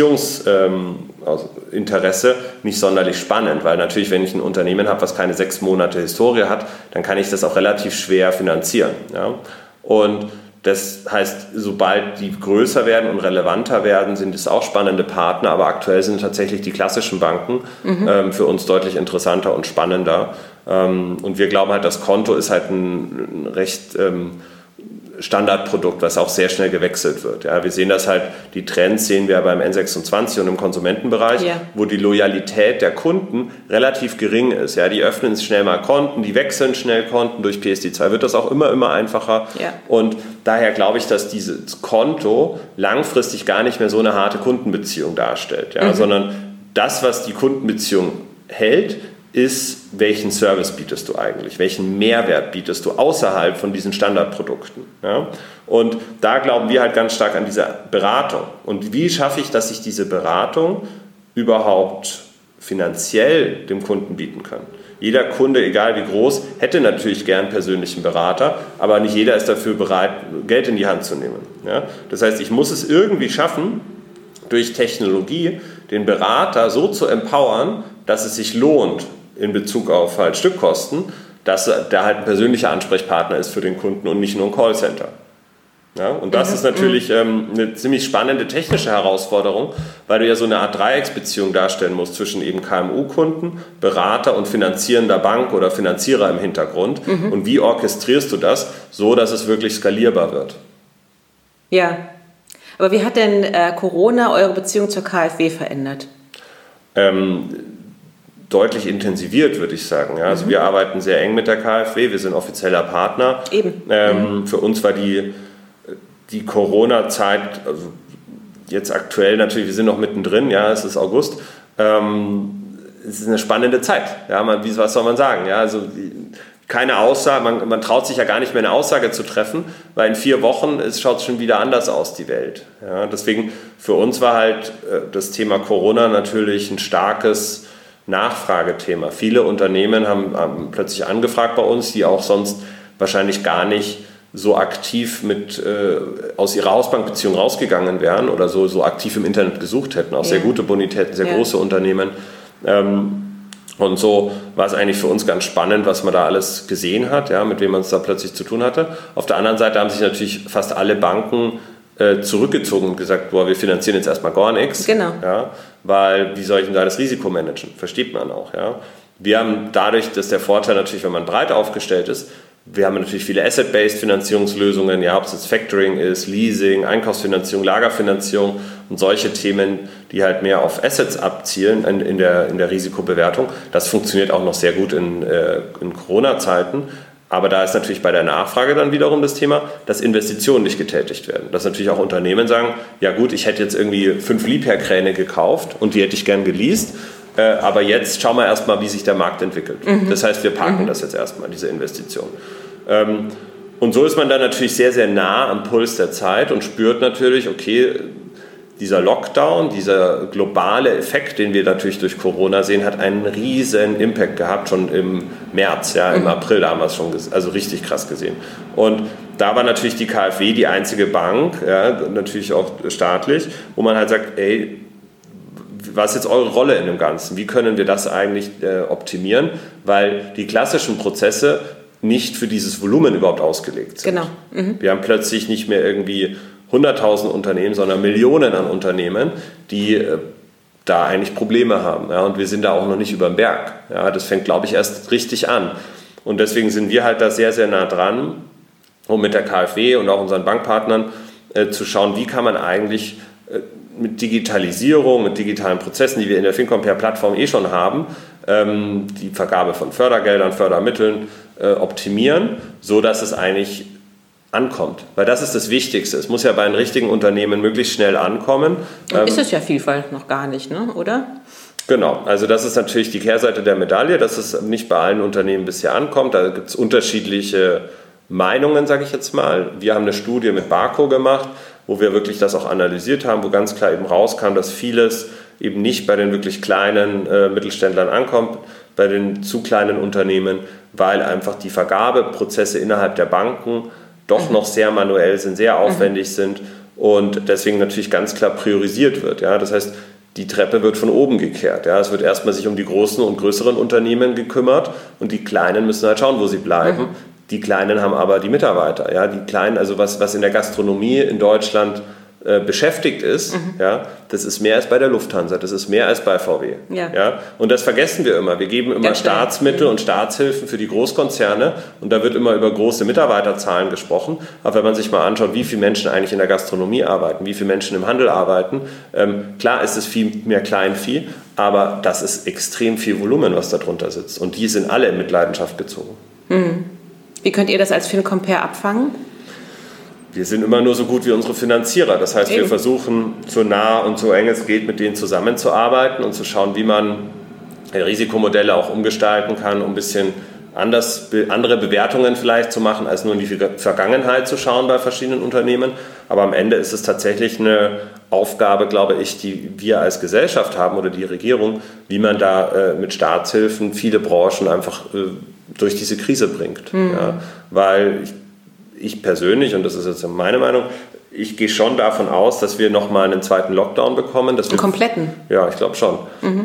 Finanzierungsinteresse nicht sonderlich spannend, weil natürlich, wenn ich ein Unternehmen habe, was keine 6 Monate Historie hat, dann kann ich das auch relativ schwer finanzieren. Ja? Und das heißt, sobald die größer werden und relevanter werden, sind es auch spannende Partner, aber aktuell sind tatsächlich die klassischen Banken für uns deutlich interessanter und spannender. Und wir glauben halt, das Konto ist halt ein recht Standardprodukt, was auch sehr schnell gewechselt wird. Ja, wir sehen das halt, die Trends sehen wir beim N26 und im Konsumentenbereich, wo die Loyalität der Kunden relativ gering ist. Ja, die öffnen schnell mal Konten, die wechseln schnell Konten. Durch PSD2 wird das auch immer einfacher. Ja. Und daher glaube ich, dass dieses Konto langfristig gar nicht mehr so eine harte Kundenbeziehung darstellt, ja, sondern das, was die Kundenbeziehung hält, ist, welchen Service bietest du eigentlich, welchen Mehrwert bietest du außerhalb von diesen Standardprodukten. Ja? Und da glauben wir halt ganz stark an diese Beratung. Und wie schaffe ich, dass ich diese Beratung überhaupt finanziell dem Kunden bieten kann? Jeder Kunde, egal wie groß, hätte natürlich gern einen persönlichen Berater, aber nicht jeder ist dafür bereit, Geld in die Hand zu nehmen. Ja? Das heißt, ich muss es irgendwie schaffen, durch Technologie den Berater so zu empowern, dass es sich lohnt, in Bezug auf halt Stückkosten, dass da halt ein persönlicher Ansprechpartner ist für den Kunden und nicht nur ein Callcenter. Ja, und das ist natürlich eine ziemlich spannende technische Herausforderung, weil du ja so eine Art Dreiecksbeziehung darstellen musst zwischen eben KMU-Kunden, Berater und finanzierender Bank oder Finanzierer im Hintergrund. Und wie orchestrierst du das so, dass es wirklich skalierbar wird? Ja, aber wie hat denn Corona eure Beziehung zur KfW verändert? Deutlich intensiviert, würde ich sagen. Ja, also wir arbeiten sehr eng mit der KfW, wir sind offizieller Partner. Eben. Für uns war die Corona-Zeit, also jetzt aktuell natürlich, wir sind noch mittendrin, ja, es ist August, es ist eine spannende Zeit. Ja, was soll man sagen? Ja, also keine Aussage, man traut sich ja gar nicht mehr eine Aussage zu treffen, weil in 4 Wochen schaut es schon wieder anders aus, die Welt. Ja, deswegen für uns war halt das Thema Corona natürlich ein starkes Nachfragethema. Viele Unternehmen haben plötzlich angefragt bei uns, die auch sonst wahrscheinlich gar nicht so aktiv aus ihrer Hausbankbeziehung rausgegangen wären oder so aktiv im Internet gesucht hätten. Auch sehr gute Bonitäten, sehr große Unternehmen. Und so war es eigentlich für uns ganz spannend, was man da alles gesehen hat, ja, mit wem man es da plötzlich zu tun hatte. Auf der anderen Seite haben sich natürlich fast alle Banken zurückgezogen und gesagt, boah, wir finanzieren jetzt erstmal gar nichts. Genau. Ja, weil wie soll ich denn da das Risiko managen? Versteht man auch. Ja. Wir haben dadurch, dass der Vorteil natürlich, wenn man breit aufgestellt ist, wir haben natürlich viele Asset-Based Finanzierungslösungen, ja, ob es jetzt Factoring ist, Leasing, Einkaufsfinanzierung, Lagerfinanzierung und solche Themen, die halt mehr auf Assets abzielen in der Risikobewertung. Das funktioniert auch noch sehr gut in Corona-Zeiten. Aber da ist natürlich bei der Nachfrage dann wiederum das Thema, dass Investitionen nicht getätigt werden. Dass natürlich auch Unternehmen sagen, ja gut, ich hätte jetzt irgendwie 5 Liebherr-Kräne gekauft und die hätte ich gern geleast, aber jetzt schauen wir erstmal, wie sich der Markt entwickelt. Das heißt, wir parken das jetzt erstmal, diese Investition. Und so ist man dann natürlich sehr, sehr nah am Puls der Zeit und spürt natürlich, okay, dieser Lockdown, dieser globale Effekt, den wir natürlich durch Corona sehen, hat einen riesen Impact gehabt, schon im März, ja, im April, da haben wir es schon also richtig krass gesehen. Und da war natürlich die KfW die einzige Bank, ja, natürlich auch staatlich, wo man halt sagt, ey, was ist jetzt eure Rolle in dem Ganzen? Wie können wir das eigentlich optimieren? Weil die klassischen Prozesse nicht für dieses Volumen überhaupt ausgelegt sind. Genau. Wir haben plötzlich nicht mehr irgendwie 100.000 Unternehmen, sondern Millionen an Unternehmen, die da eigentlich Probleme haben. Ja, und wir sind da auch noch nicht über dem Berg. Ja, das fängt, glaube ich, erst richtig an. Und deswegen sind wir halt da sehr, sehr nah dran, um mit der KfW und auch unseren Bankpartnern zu schauen, wie kann man eigentlich mit Digitalisierung, mit digitalen Prozessen, die wir in der FinCompare-Plattform schon haben, die Vergabe von Fördergeldern, Fördermitteln optimieren, sodass es eigentlich ankommt. Weil das ist das Wichtigste. Es muss ja bei einem richtigen Unternehmen möglichst schnell ankommen. Und ist es ja vielfach noch gar nicht, ne? Oder? Genau, also das ist natürlich die Kehrseite der Medaille, dass es nicht bei allen Unternehmen bisher ankommt. Da gibt es unterschiedliche Meinungen, sage ich jetzt mal. Wir haben eine Studie mit Barco gemacht, wo wir wirklich das auch analysiert haben, wo ganz klar eben rauskam, dass vieles eben nicht bei den wirklich kleinen Mittelständlern ankommt, bei den zu kleinen Unternehmen, weil einfach die Vergabeprozesse innerhalb der Banken doch noch sehr manuell sind, sehr aufwendig sind und deswegen natürlich ganz klar priorisiert wird. Ja? Das heißt, die Treppe wird von oben gekehrt. Ja? Es wird erstmal sich um die großen und größeren Unternehmen gekümmert und die Kleinen müssen halt schauen, wo sie bleiben. Die Kleinen haben aber die Mitarbeiter. Ja? Die Kleinen, also was in der Gastronomie in Deutschland beschäftigt ist, ja, das ist mehr als bei der Lufthansa, das ist mehr als bei VW. Ja. Ja? Und das vergessen wir immer. Wir geben immer Staatsmittel und Staatshilfen für die Großkonzerne und da wird immer über große Mitarbeiterzahlen gesprochen. Aber wenn man sich mal anschaut, wie viele Menschen eigentlich in der Gastronomie arbeiten, wie viele Menschen im Handel arbeiten, klar ist es viel mehr Kleinvieh, aber das ist extrem viel Volumen, was da drunter sitzt. Und die sind alle in Mitleidenschaft gezogen. Wie könnt ihr das als FinCompare abfangen? Wir sind immer nur so gut wie unsere Finanzierer. Das heißt, wir versuchen so nah und so eng es geht, mit denen zusammenzuarbeiten und zu schauen, wie man Risikomodelle auch umgestalten kann, um ein bisschen andere Bewertungen vielleicht zu machen, als nur in die Vergangenheit zu schauen bei verschiedenen Unternehmen. Aber am Ende ist es tatsächlich eine Aufgabe, glaube ich, die wir als Gesellschaft haben oder die Regierung, wie man da mit Staatshilfen viele Branchen einfach durch diese Krise bringt. Ja, weil ich persönlich, und das ist jetzt meine Meinung, ich gehe schon davon aus, dass wir nochmal einen zweiten Lockdown bekommen. Einen kompletten? Ja, ich glaube schon.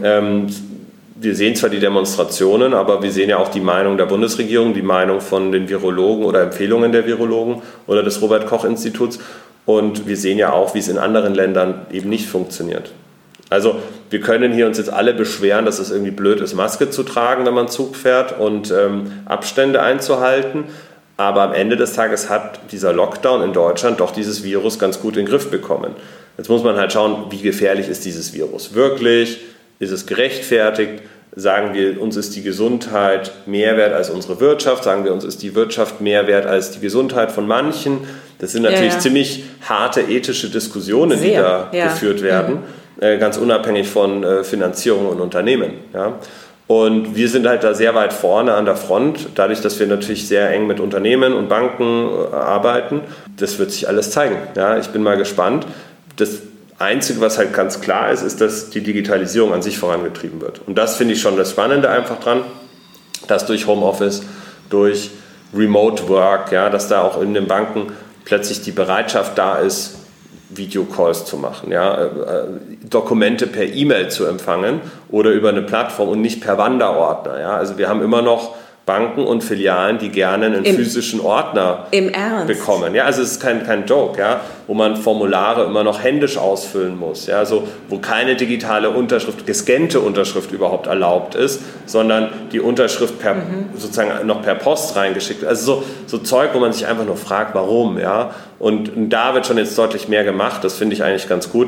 Wir sehen zwar die Demonstrationen, aber wir sehen ja auch die Meinung der Bundesregierung, die Meinung von den Virologen oder Empfehlungen der Virologen oder des Robert-Koch-Instituts. Und wir sehen ja auch, wie es in anderen Ländern eben nicht funktioniert. Also wir können hier uns jetzt alle beschweren, dass es irgendwie blöd ist, Maske zu tragen, wenn man Zug fährt und Abstände einzuhalten. Aber am Ende des Tages hat dieser Lockdown in Deutschland doch dieses Virus ganz gut in den Griff bekommen. Jetzt muss man halt schauen, wie gefährlich ist dieses Virus wirklich? Ist es gerechtfertigt? Sagen wir, uns ist die Gesundheit mehr wert als unsere Wirtschaft? Sagen wir, uns ist die Wirtschaft mehr wert als die Gesundheit von manchen? Das sind natürlich ziemlich harte ethische Diskussionen, die da geführt werden, ganz unabhängig von Finanzierung und Unternehmen. Ja? Und wir sind halt da sehr weit vorne an der Front, dadurch, dass wir natürlich sehr eng mit Unternehmen und Banken arbeiten. Das wird sich alles zeigen. Ja, ich bin mal gespannt. Das Einzige, was halt ganz klar ist, ist, dass die Digitalisierung an sich vorangetrieben wird. Und das finde ich schon das Spannende einfach dran, dass durch Homeoffice, durch Remote Work, ja, dass da auch in den Banken plötzlich die Bereitschaft da ist, Videocalls zu machen, ja, Dokumente per E-Mail zu empfangen oder über eine Plattform und nicht per Wanderordner. Ja. Also wir haben immer noch Banken und Filialen, die gerne einen physischen Ordner bekommen. Ja, also es ist kein Joke, ja, wo man Formulare immer noch händisch ausfüllen muss, ja, also wo keine digitale Unterschrift, gescannte Unterschrift überhaupt erlaubt ist, sondern die Unterschrift sozusagen noch per Post reingeschickt wird. Also so Zeug, wo man sich einfach nur fragt, warum, ja. Und da wird schon jetzt deutlich mehr gemacht, das finde ich eigentlich ganz gut.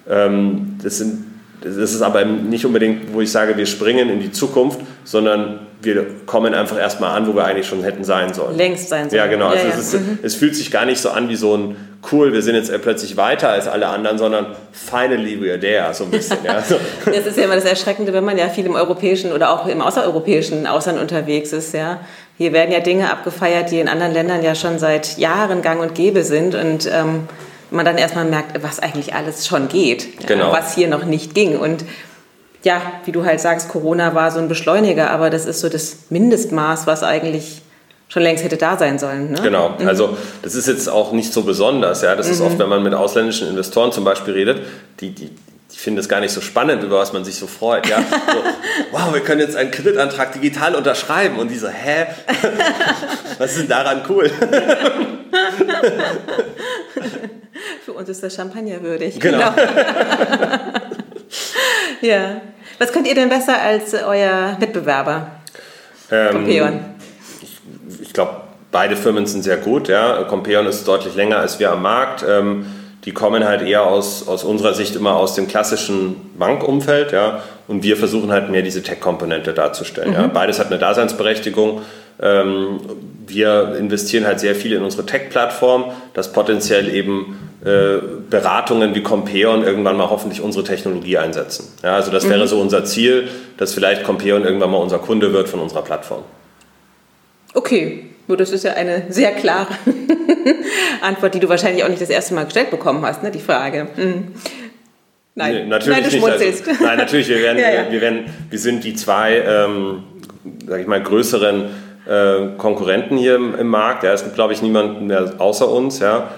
Das ist aber nicht unbedingt, wo ich sage, wir springen in die Zukunft, sondern wir kommen einfach erstmal an, wo wir eigentlich schon hätten sein sollen. Längst sein sollen. Ja, genau. Also es fühlt sich gar nicht so an wie so ein cool, wir sind jetzt plötzlich weiter als alle anderen, sondern finally we're there, so ein bisschen. Ja. Das ist ja immer das Erschreckende, wenn man ja viel im europäischen oder auch im außereuropäischen Ausland unterwegs ist. Ja. Hier werden ja Dinge abgefeiert, die in anderen Ländern ja schon seit Jahren gang und gäbe sind und man dann erstmal merkt, was eigentlich alles schon geht, genau. Was hier noch nicht ging. Und ja, wie du halt sagst, Corona war so ein Beschleuniger, aber das ist so das Mindestmaß, was eigentlich schon längst hätte da sein sollen. Ne? Genau, also das ist jetzt auch nicht so besonders. Ja? Das ist oft, wenn man mit ausländischen Investoren zum Beispiel redet, die finden es gar nicht so spannend, über was man sich so freut. Ja? So, wow, wir können jetzt einen Kreditantrag digital unterschreiben. Und die so, hä? Was ist denn daran cool? Für uns ist das Champagner würdig. Genau. Ja. Was könnt ihr denn besser als euer Mitbewerber? Compeon? Ich glaube, beide Firmen sind sehr gut. Ja. Compeon ist deutlich länger als wir am Markt. Die kommen halt eher aus unserer Sicht immer aus dem klassischen Bankumfeld. Ja. Und wir versuchen halt mehr diese Tech-Komponente darzustellen. Ja. Beides hat eine Daseinsberechtigung. Wir investieren halt sehr viel in unsere Tech-Plattform, dass potenziell eben Beratungen wie Compeon irgendwann mal hoffentlich unsere Technologie einsetzen. Ja, also das wäre so unser Ziel, dass vielleicht Compeon irgendwann mal unser Kunde wird von unserer Plattform. Okay, Nur das ist ja eine sehr klare Antwort, die du wahrscheinlich auch nicht das erste Mal gestellt bekommen hast, ne, die Frage. Nein, nee, natürlich du schmunzelst. Also, nein, natürlich, wir sind die zwei, sag ich mal, größeren Konkurrenten hier im Markt. Ja, es gibt, glaube ich, niemanden mehr außer uns. Ja.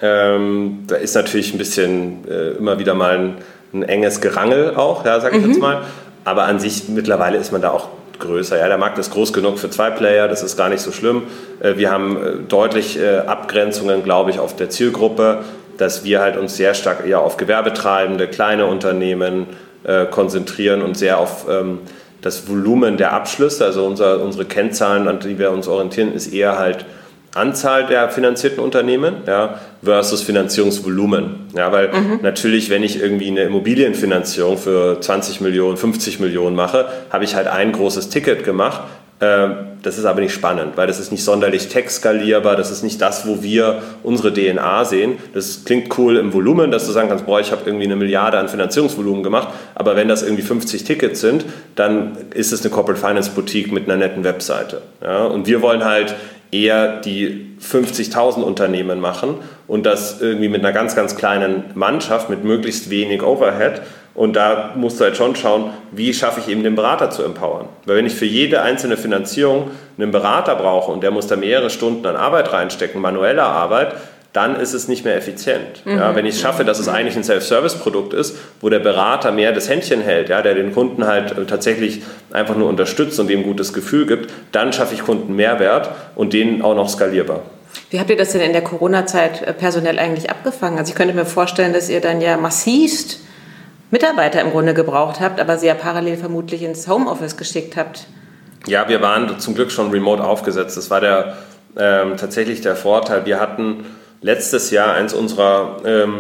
Da ist natürlich ein bisschen immer wieder mal ein enges Gerangel auch, ja, sag ich jetzt mal. Aber an sich mittlerweile ist man da auch größer. Ja, der Markt ist groß genug für 2 Player, das ist gar nicht so schlimm. Wir haben deutlich Abgrenzungen, glaube ich, auf der Zielgruppe, dass wir halt uns sehr stark eher auf Gewerbetreibende, kleine Unternehmen konzentrieren und sehr auf das Volumen der Abschlüsse, also unsere Kennzahlen, an die wir uns orientieren, ist eher halt Anzahl der finanzierten Unternehmen, ja, versus Finanzierungsvolumen. Ja, weil natürlich, wenn ich irgendwie eine Immobilienfinanzierung für 20 Millionen, 50 Millionen mache, habe ich halt ein großes Ticket gemacht. Das ist aber nicht spannend, weil das ist nicht sonderlich tech-skalierbar, das ist nicht das, wo wir unsere DNA sehen. Das klingt cool im Volumen, dass du sagen kannst, boah, ich habe irgendwie 1 Milliarde an Finanzierungsvolumen gemacht, aber wenn das irgendwie 50 Tickets sind, dann ist es eine Corporate Finance Boutique mit einer netten Webseite. Ja? Und wir wollen halt eher die 50.000 Unternehmen machen und das irgendwie mit einer ganz, ganz kleinen Mannschaft, mit möglichst wenig Overhead. Und da musst du halt schon schauen, wie schaffe ich eben den Berater zu empowern. Weil wenn ich für jede einzelne Finanzierung einen Berater brauche und der muss da mehrere Stunden an Arbeit reinstecken, manueller Arbeit, dann ist es nicht mehr effizient. Ja, wenn ich es schaffe, dass es eigentlich ein Self-Service-Produkt ist, wo der Berater mehr das Händchen hält, ja, der den Kunden halt tatsächlich einfach nur unterstützt und dem ein gutes Gefühl gibt, dann schaffe ich Kundenmehrwert und den auch noch skalierbar. Wie habt ihr das denn in der Corona-Zeit personell eigentlich abgefangen? Also ich könnte mir vorstellen, dass ihr dann ja massivst Mitarbeiter im Grunde gebraucht habt, aber sie ja parallel vermutlich ins Homeoffice geschickt habt. Ja, wir waren zum Glück schon remote aufgesetzt. Das war tatsächlich der Vorteil. Wir hatten letztes Jahr eins unserer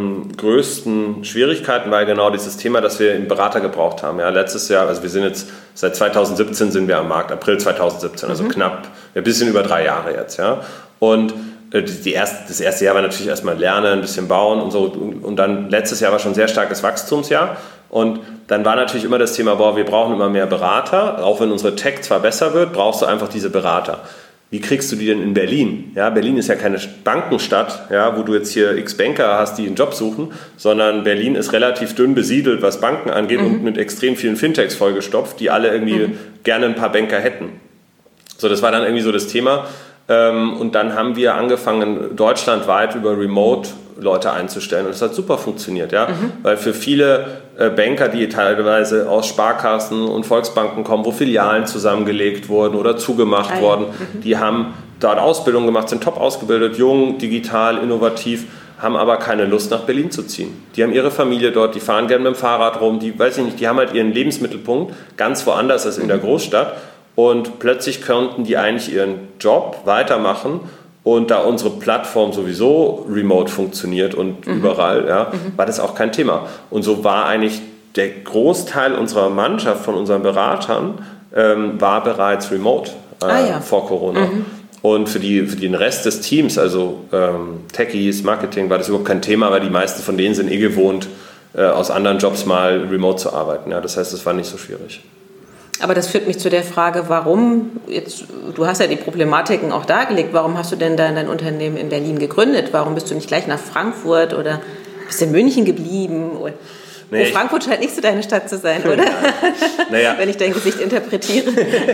größten Schwierigkeiten war genau dieses Thema, dass wir einen Berater gebraucht haben. Ja, letztes Jahr, also wir sind jetzt seit 2017 sind wir am Markt, April 2017, also knapp, ein bisschen über 3 Jahre jetzt. Ja. Und das erste Jahr war natürlich erstmal lernen, ein bisschen bauen und so. Und dann letztes Jahr war schon ein sehr starkes Wachstumsjahr. Und dann war natürlich immer das Thema, wir brauchen immer mehr Berater. Auch wenn unsere Tech zwar besser wird, brauchst du einfach diese Berater. Wie kriegst du die denn in Berlin? Ja, Berlin ist ja keine Bankenstadt, ja, wo du jetzt hier x Banker hast, die einen Job suchen, sondern Berlin ist relativ dünn besiedelt, was Banken angeht und mit extrem vielen Fintechs vollgestopft, die alle irgendwie gerne ein paar Banker hätten. So, das war dann irgendwie so das Thema. Und dann haben wir angefangen, deutschlandweit über Remote Leute einzustellen. Und das hat super funktioniert, ja? Weil für viele Banker, die teilweise aus Sparkassen und Volksbanken kommen, wo Filialen zusammengelegt wurden oder zugemacht wurden, die haben dort Ausbildung gemacht, sind top ausgebildet, jung, digital, innovativ, haben aber keine Lust nach Berlin zu ziehen. Die haben ihre Familie dort, die fahren gerne mit dem Fahrrad rum, die haben halt ihren Lebensmittelpunkt ganz woanders als in der Großstadt. Und plötzlich konnten die eigentlich ihren Job weitermachen. Und da unsere Plattform sowieso remote funktioniert und überall, ja, war das auch kein Thema. Und so war eigentlich der Großteil unserer Mannschaft, von unseren Beratern, war bereits remote vor Corona. Und für den Rest des Teams, also Techies, Marketing, war das überhaupt kein Thema, weil die meisten von denen sind gewohnt, aus anderen Jobs mal remote zu arbeiten. Ja, das heißt, es war nicht so schwierig. Aber das führt mich zu der Frage, warum, du hast ja die Problematiken auch dargelegt, warum hast du denn dein Unternehmen in Berlin gegründet? Warum bist du nicht gleich nach Frankfurt oder bist in München geblieben? Frankfurt scheint nicht so deine Stadt zu sein, oder? Naja. Wenn ich dein Gesicht interpretiere.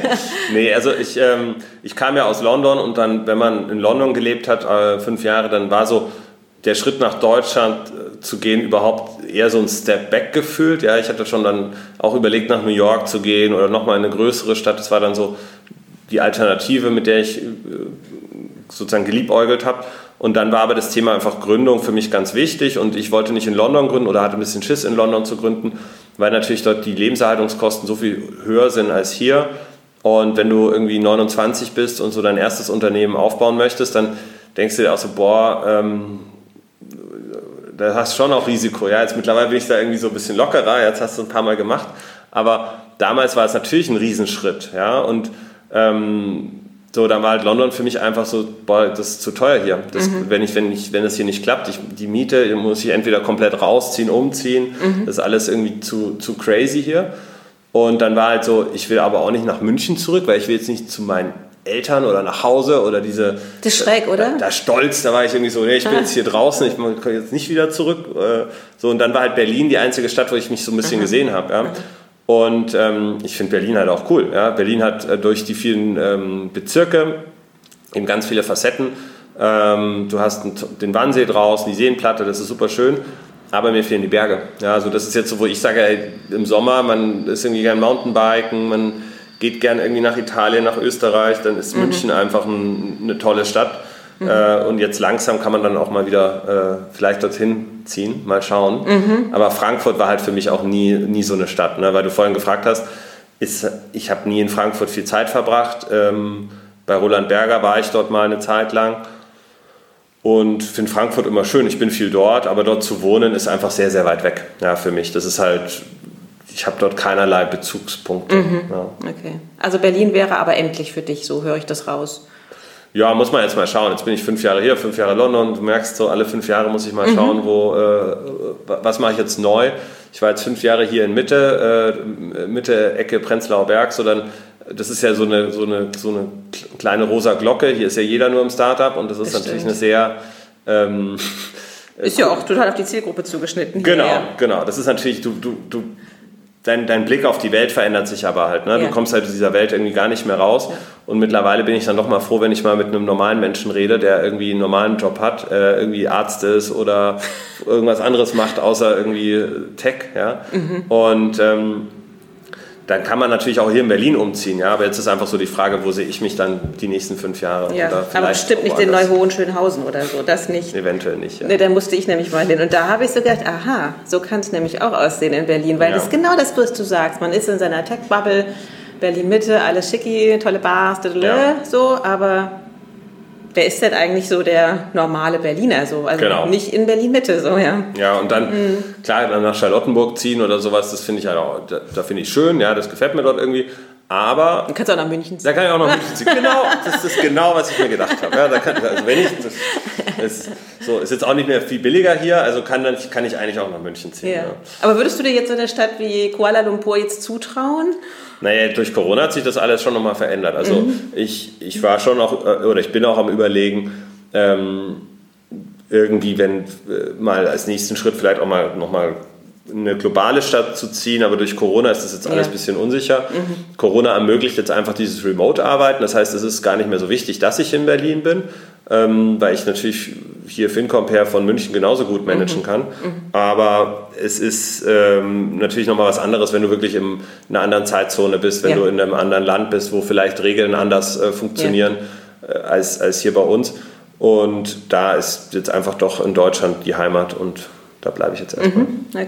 Nee, also ich kam ja aus London und dann, wenn man in London gelebt hat, 5 Jahre, dann war so der Schritt nach Deutschland zu gehen überhaupt eher so ein Step Back gefühlt. Ja, ich hatte schon dann auch überlegt, nach New York zu gehen oder nochmal in eine größere Stadt. Das war dann so die Alternative, mit der ich sozusagen geliebäugelt habe. Und dann war aber das Thema einfach Gründung für mich ganz wichtig und ich wollte nicht in London gründen oder hatte ein bisschen Schiss in London zu gründen, weil natürlich dort die Lebenserhaltungskosten so viel höher sind als hier. Und wenn du irgendwie 29 bist und so dein erstes Unternehmen aufbauen möchtest, dann denkst du dir auch so, da hast du schon auch Risiko. Ja, jetzt mittlerweile bin ich da irgendwie so ein bisschen lockerer, jetzt hast du ein paar Mal gemacht. Aber damals war es natürlich ein Riesenschritt. Ja, und dann war halt London für mich einfach so, das ist zu teuer hier. Wenn das hier nicht klappt, die Miete, muss ich entweder komplett rausziehen, umziehen. Das ist alles irgendwie zu crazy hier. Und dann war halt so, ich will aber auch nicht nach München zurück, weil ich will jetzt nicht zu meinen Eltern oder nach Hause oder diese... Das ist schräg, oder? Da Stolz, da war ich irgendwie so, nee, ich bin jetzt hier draußen, ich komme jetzt nicht wieder zurück. So, und dann war halt Berlin die einzige Stadt, wo ich mich so ein bisschen gesehen habe. Ja. Und ich finde Berlin halt auch cool. Ja. Berlin hat durch die vielen Bezirke eben ganz viele Facetten. Du hast den Wannsee draußen, die Seenplatte, das ist super schön. Aber mir fehlen die Berge. Ja, also das ist jetzt so, wo ich sage, ey, im Sommer, man ist irgendwie gern Mountainbiken, man geht gern irgendwie nach Italien, nach Österreich, dann ist München einfach eine tolle Stadt. Und jetzt langsam kann man dann auch mal wieder vielleicht dorthin ziehen, mal schauen. Aber Frankfurt war halt für mich auch nie so eine Stadt, ne? Weil du vorhin gefragt hast, ich habe nie in Frankfurt viel Zeit verbracht. Bei Roland Berger war ich dort mal eine Zeit lang. Und finde Frankfurt immer schön, ich bin viel dort, aber dort zu wohnen ist einfach sehr, sehr weit weg, ja, für mich. Das ist halt, ich habe dort keinerlei Bezugspunkte. Ja. Okay, also Berlin wäre aber endlich für dich, so höre ich das raus. Ja, muss man jetzt mal schauen. Jetzt bin ich 5 Jahre hier, 5 Jahre London. Du merkst so, alle 5 Jahre muss ich mal schauen, was mache ich jetzt neu. Ich war jetzt 5 Jahre hier in Mitte, Ecke Prenzlauer Berg, so dann... Das ist ja so eine kleine rosa Glocke. Hier ist ja jeder nur im Startup und das ist natürlich eine sehr... ist ja auch total auf die Zielgruppe zugeschnitten. Genau. Das ist natürlich... Dein Blick auf die Welt verändert sich aber halt. Ne? Ja. Du kommst halt aus dieser Welt irgendwie gar nicht mehr raus. Ja. Und mittlerweile bin ich dann doch mal froh, wenn ich mal mit einem normalen Menschen rede, der irgendwie einen normalen Job hat, irgendwie Arzt ist oder irgendwas anderes macht, außer irgendwie Tech. Ja? Und... dann kann man natürlich auch hier in Berlin umziehen, ja, aber jetzt ist einfach so die Frage, wo sehe ich mich dann die nächsten 5 Jahre? Ja, oder aber bestimmt nicht in Neu-Hohenschönhausen oder so, das nicht. Eventuell nicht, ja. Ne, da musste ich nämlich mal hin und da habe ich so gedacht, aha, so kann es nämlich auch aussehen in Berlin, weil das ist genau das, was du sagst, man ist in seiner Tech-Bubble, Berlin-Mitte, alles schicki, tolle Bars, so, aber... Wer ist denn eigentlich so der normale Berliner? So? Also nicht in Berlin-Mitte, so, ja. Ja, und dann, klar, dann nach Charlottenburg ziehen oder sowas, das finde ich halt auch, da finde ich schön, ja, das gefällt mir dort irgendwie. Aber... Du kannst auch nach München ziehen. Da kann ich auch nach München ziehen. Genau, das ist genau, was ich mir gedacht habe. Ja, also wenn ich... ist jetzt auch nicht mehr viel billiger hier, also kann ich eigentlich auch nach München ziehen. Ja. Ja. Aber würdest du dir jetzt so eine Stadt wie Kuala Lumpur jetzt zutrauen? Naja, durch Corona hat sich das alles schon nochmal verändert. Also ich war schon auch, oder ich bin auch am Überlegen, irgendwie, wenn mal als nächsten Schritt vielleicht auch mal nochmal eine globale Stadt zu ziehen, aber durch Corona ist das jetzt alles ein bisschen unsicher. Corona ermöglicht jetzt einfach dieses Remote-Arbeiten, das heißt, es ist gar nicht mehr so wichtig, dass ich in Berlin bin, weil ich natürlich hier FinCompare von München genauso gut managen kann, aber es ist natürlich nochmal was anderes, wenn du wirklich in einer anderen Zeitzone bist, wenn du in einem anderen Land bist, wo vielleicht Regeln anders funktionieren als hier bei uns, und da ist jetzt einfach doch in Deutschland die Heimat und da bleibe ich jetzt erstmal.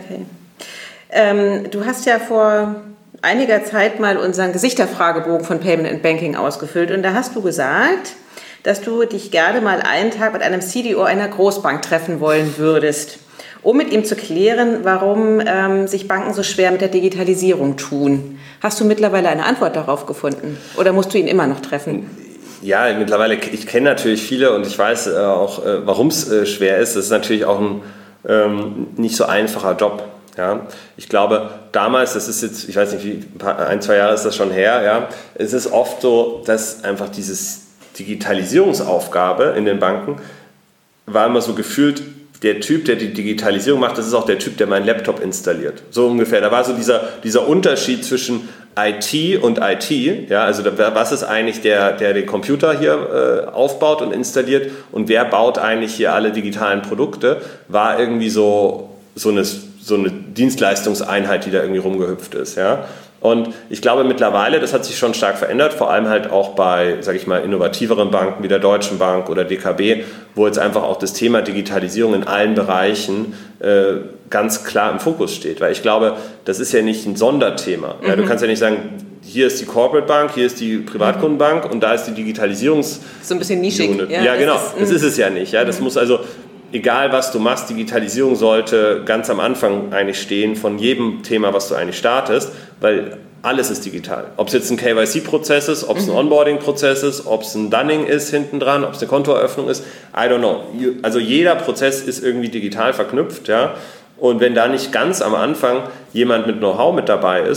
Okay. Du hast ja vor einiger Zeit mal unseren Gesichterfragebogen von Payment and Banking ausgefüllt und da hast du gesagt, dass du dich gerne mal einen Tag mit einem CDO einer Großbank treffen wollen würdest, um mit ihm zu klären, warum sich Banken so schwer mit der Digitalisierung tun. Hast du mittlerweile eine Antwort darauf gefunden oder musst du ihn immer noch treffen? Ja, mittlerweile, ich kenne natürlich viele und ich weiß auch, warum es schwer ist. Es ist natürlich auch ein nicht so einfacher Job. Ja. Ich glaube, damals, das ist jetzt, ich weiß nicht, wie 1-2 Jahre ist das schon her, ja, es ist oft so, dass einfach dieses Digitalisierungsaufgabe in den Banken war immer so gefühlt, der Typ, der die Digitalisierung macht, das ist auch der Typ, der meinen Laptop installiert. So ungefähr. Da war so dieser Unterschied zwischen IT und IT. Ja, also was ist eigentlich der den Computer hier aufbaut und installiert und wer baut eigentlich hier alle digitalen Produkte, war irgendwie so eine Dienstleistungseinheit, die da irgendwie rumgehüpft ist. Ja. Und ich glaube mittlerweile, das hat sich schon stark verändert, vor allem halt auch bei, sage ich mal, innovativeren Banken wie der Deutschen Bank oder DKB, wo jetzt einfach auch das Thema Digitalisierung in allen Bereichen ganz klar im Fokus steht. Weil ich glaube, das ist ja nicht ein Sonderthema. Ja, du kannst ja nicht sagen, hier ist die Corporate Bank, hier ist die Privatkundenbank und da ist die Digitalisierungs... So ein bisschen nischig. Ja, genau. Das ist es ja nicht. Ja, das muss also... Egal, was du machst, Digitalisierung sollte ganz am Anfang eigentlich stehen von jedem Thema, was du eigentlich startest, weil alles ist digital. Ob es jetzt ein KYC-Prozess ist, ob es ein Onboarding-Prozess ist, ob es ein Dunning ist hinten dran, ob es eine Kontoeröffnung ist, I don't know. Also jeder Prozess ist irgendwie digital verknüpft, ja. Und wenn da nicht ganz am Anfang jemand mit Know-how mit dabei ist,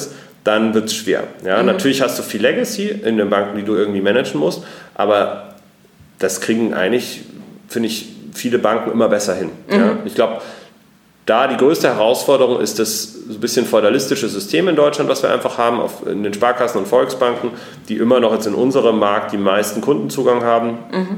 dann wird es schwer. Ja? Natürlich hast du viel Legacy in den Banken, die du irgendwie managen musst, aber das kriegen eigentlich, finde ich, viele Banken immer besser hin. Ja? Ich glaube, da die größte Herausforderung ist das ein bisschen feudalistische System in Deutschland, was wir einfach haben, in den Sparkassen und Volksbanken, die immer noch jetzt in unserem Markt die meisten Kundenzugang haben,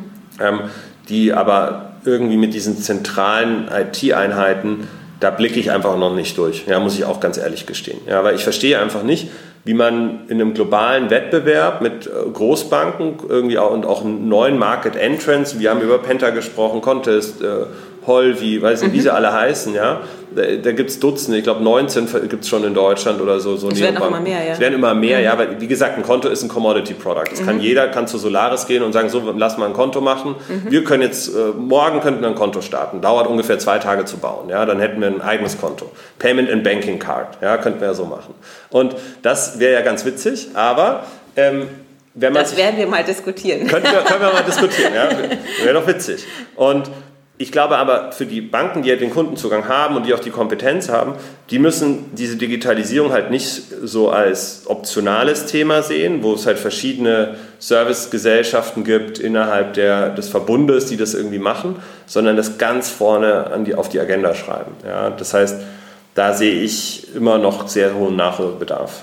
die aber irgendwie mit diesen zentralen IT-Einheiten, da blicke ich einfach noch nicht durch, ja, muss ich auch ganz ehrlich gestehen. Ja, weil ich verstehe einfach nicht, wie man in einem globalen Wettbewerb mit Großbanken irgendwie und auch neuen Market Entrants, wir haben über Penta gesprochen, Contest, Holvi, weiß nicht, wie sie alle heißen, ja. Da gibt es Dutzende, ich glaube 19 gibt es schon in Deutschland oder so. Es werden auch immer mehr, ja. Es werden immer mehr, ja, weil wie gesagt, ein Konto ist ein Commodity-Product. Das kann jeder, kann zu Solaris gehen und sagen, so, lass mal ein Konto machen. Wir können jetzt, morgen könnten wir ein Konto starten. Dauert ungefähr 2 Tage zu bauen, ja. Dann hätten wir ein eigenes Konto. Payment and Banking Card, ja, könnten wir ja so machen. Und das wäre ja ganz witzig, aber wenn man das werden wir mal diskutieren. Können wir mal diskutieren, ja. Wäre doch witzig. Und ich glaube aber, für die Banken, die ja den Kundenzugang haben und die auch die Kompetenz haben, die müssen diese Digitalisierung halt nicht so als optionales Thema sehen, wo es halt verschiedene Servicegesellschaften gibt innerhalb des Verbundes, die das irgendwie machen, sondern das ganz vorne auf die Agenda schreiben. Ja, das heißt, da sehe ich immer noch sehr hohen Nachholbedarf.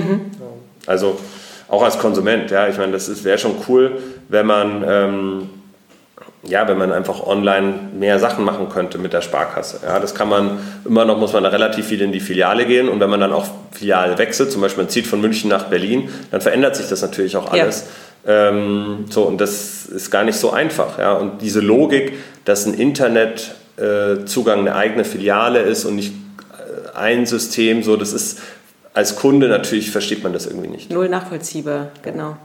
Also auch als Konsument, ja, ich meine, das wäre schon cool, wenn man wenn man einfach online mehr Sachen machen könnte mit der Sparkasse. Ja, das kann man, immer noch muss man da relativ viel in die Filiale gehen und wenn man dann auch Filiale wechselt, zum Beispiel man zieht von München nach Berlin, dann verändert sich das natürlich auch alles. Ja. Und das ist gar nicht so einfach. Ja? Und diese Logik, dass ein Internetzugang eine eigene Filiale ist und nicht ein System, so, das ist als Kunde natürlich, versteht man das irgendwie nicht. Null nachvollziehbar, genau.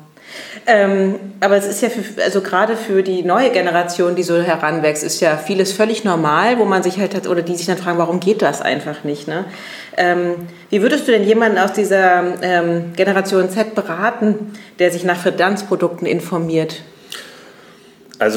Aber es ist ja gerade für die neue Generation, die so heranwächst, ist ja vieles völlig normal, wo man sich halt oder die sich dann fragen, warum geht das einfach nicht? Ne? Wie würdest du denn jemanden aus dieser Generation Z beraten, der sich nach Finanzprodukten informiert? Also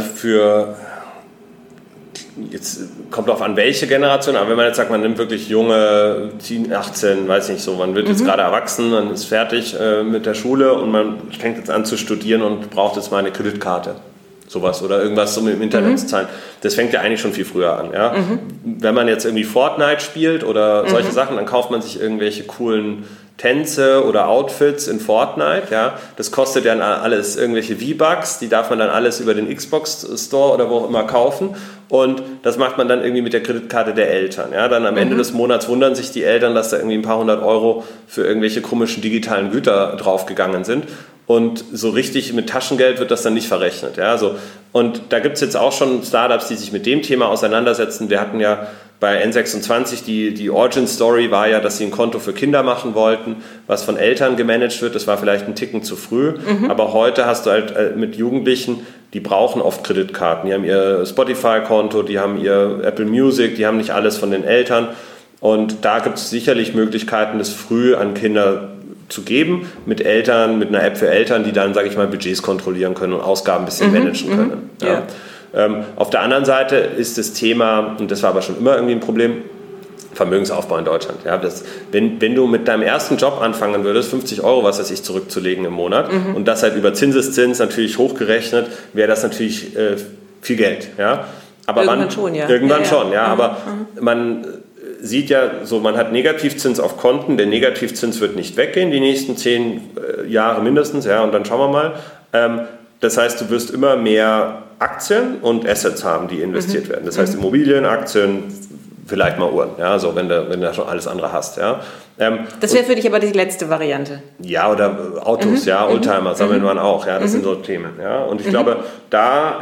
jetzt kommt darauf an, welche Generation, aber wenn man jetzt sagt, man nimmt wirklich junge, 18, weiß nicht so, man wird jetzt gerade erwachsen, man ist fertig mit der Schule und man fängt jetzt an zu studieren und braucht jetzt mal eine Kreditkarte, sowas oder irgendwas so im Internet zu zahlen. Das fängt ja eigentlich schon viel früher an. Ja? Wenn man jetzt irgendwie Fortnite spielt oder solche Sachen, dann kauft man sich irgendwelche coolen Tänze oder Outfits in Fortnite, ja, das kostet ja alles irgendwelche V-Bucks, die darf man dann alles über den Xbox Store oder wo auch immer kaufen und das macht man dann irgendwie mit der Kreditkarte der Eltern, ja, dann am Ende des Monats wundern sich die Eltern, dass da irgendwie ein paar 100 Euro für irgendwelche komischen digitalen Güter draufgegangen sind und so richtig mit Taschengeld wird das dann nicht verrechnet, ja, so. Und da gibt es jetzt auch schon Startups, die sich mit dem Thema auseinandersetzen. Wir hatten ja bei N26 die Origin-Story war ja, dass sie ein Konto für Kinder machen wollten, was von Eltern gemanagt wird. Das war vielleicht ein Ticken zu früh. Aber heute hast du halt mit Jugendlichen, die brauchen oft Kreditkarten. Die haben ihr Spotify-Konto, die haben ihr Apple Music, die haben nicht alles von den Eltern. Und da gibt es sicherlich Möglichkeiten, das früh an Kinder zu geben, mit einer App für Eltern, die dann, sage ich mal, Budgets kontrollieren können und Ausgaben ein bisschen managen können. Ja. Auf der anderen Seite ist das Thema, und das war aber schon immer irgendwie ein Problem, Vermögensaufbau in Deutschland. Ja, wenn du mit deinem ersten Job anfangen würdest, 50 Euro, was weiß ich, zurückzulegen im Monat und das halt über Zinseszins natürlich hochgerechnet, wäre das natürlich viel Geld. Ja? Aber irgendwann schon, ja. Irgendwann schon, ja. Aber man sieht ja so, man hat Negativzins auf Konten, der Negativzins wird nicht weggehen, die nächsten 10 Jahre mindestens, ja, und dann schauen wir mal. Das heißt, du wirst immer mehr Aktien und Assets haben, die investiert werden. Das heißt, Immobilien, Aktien, vielleicht mal Uhren, ja, so, wenn du schon alles andere hast. Ja. Das wäre für dich aber die letzte Variante. Ja, oder Autos, ja, Oldtimer sammeln man auch, ja, das sind so Themen. Ja. Und ich glaube, da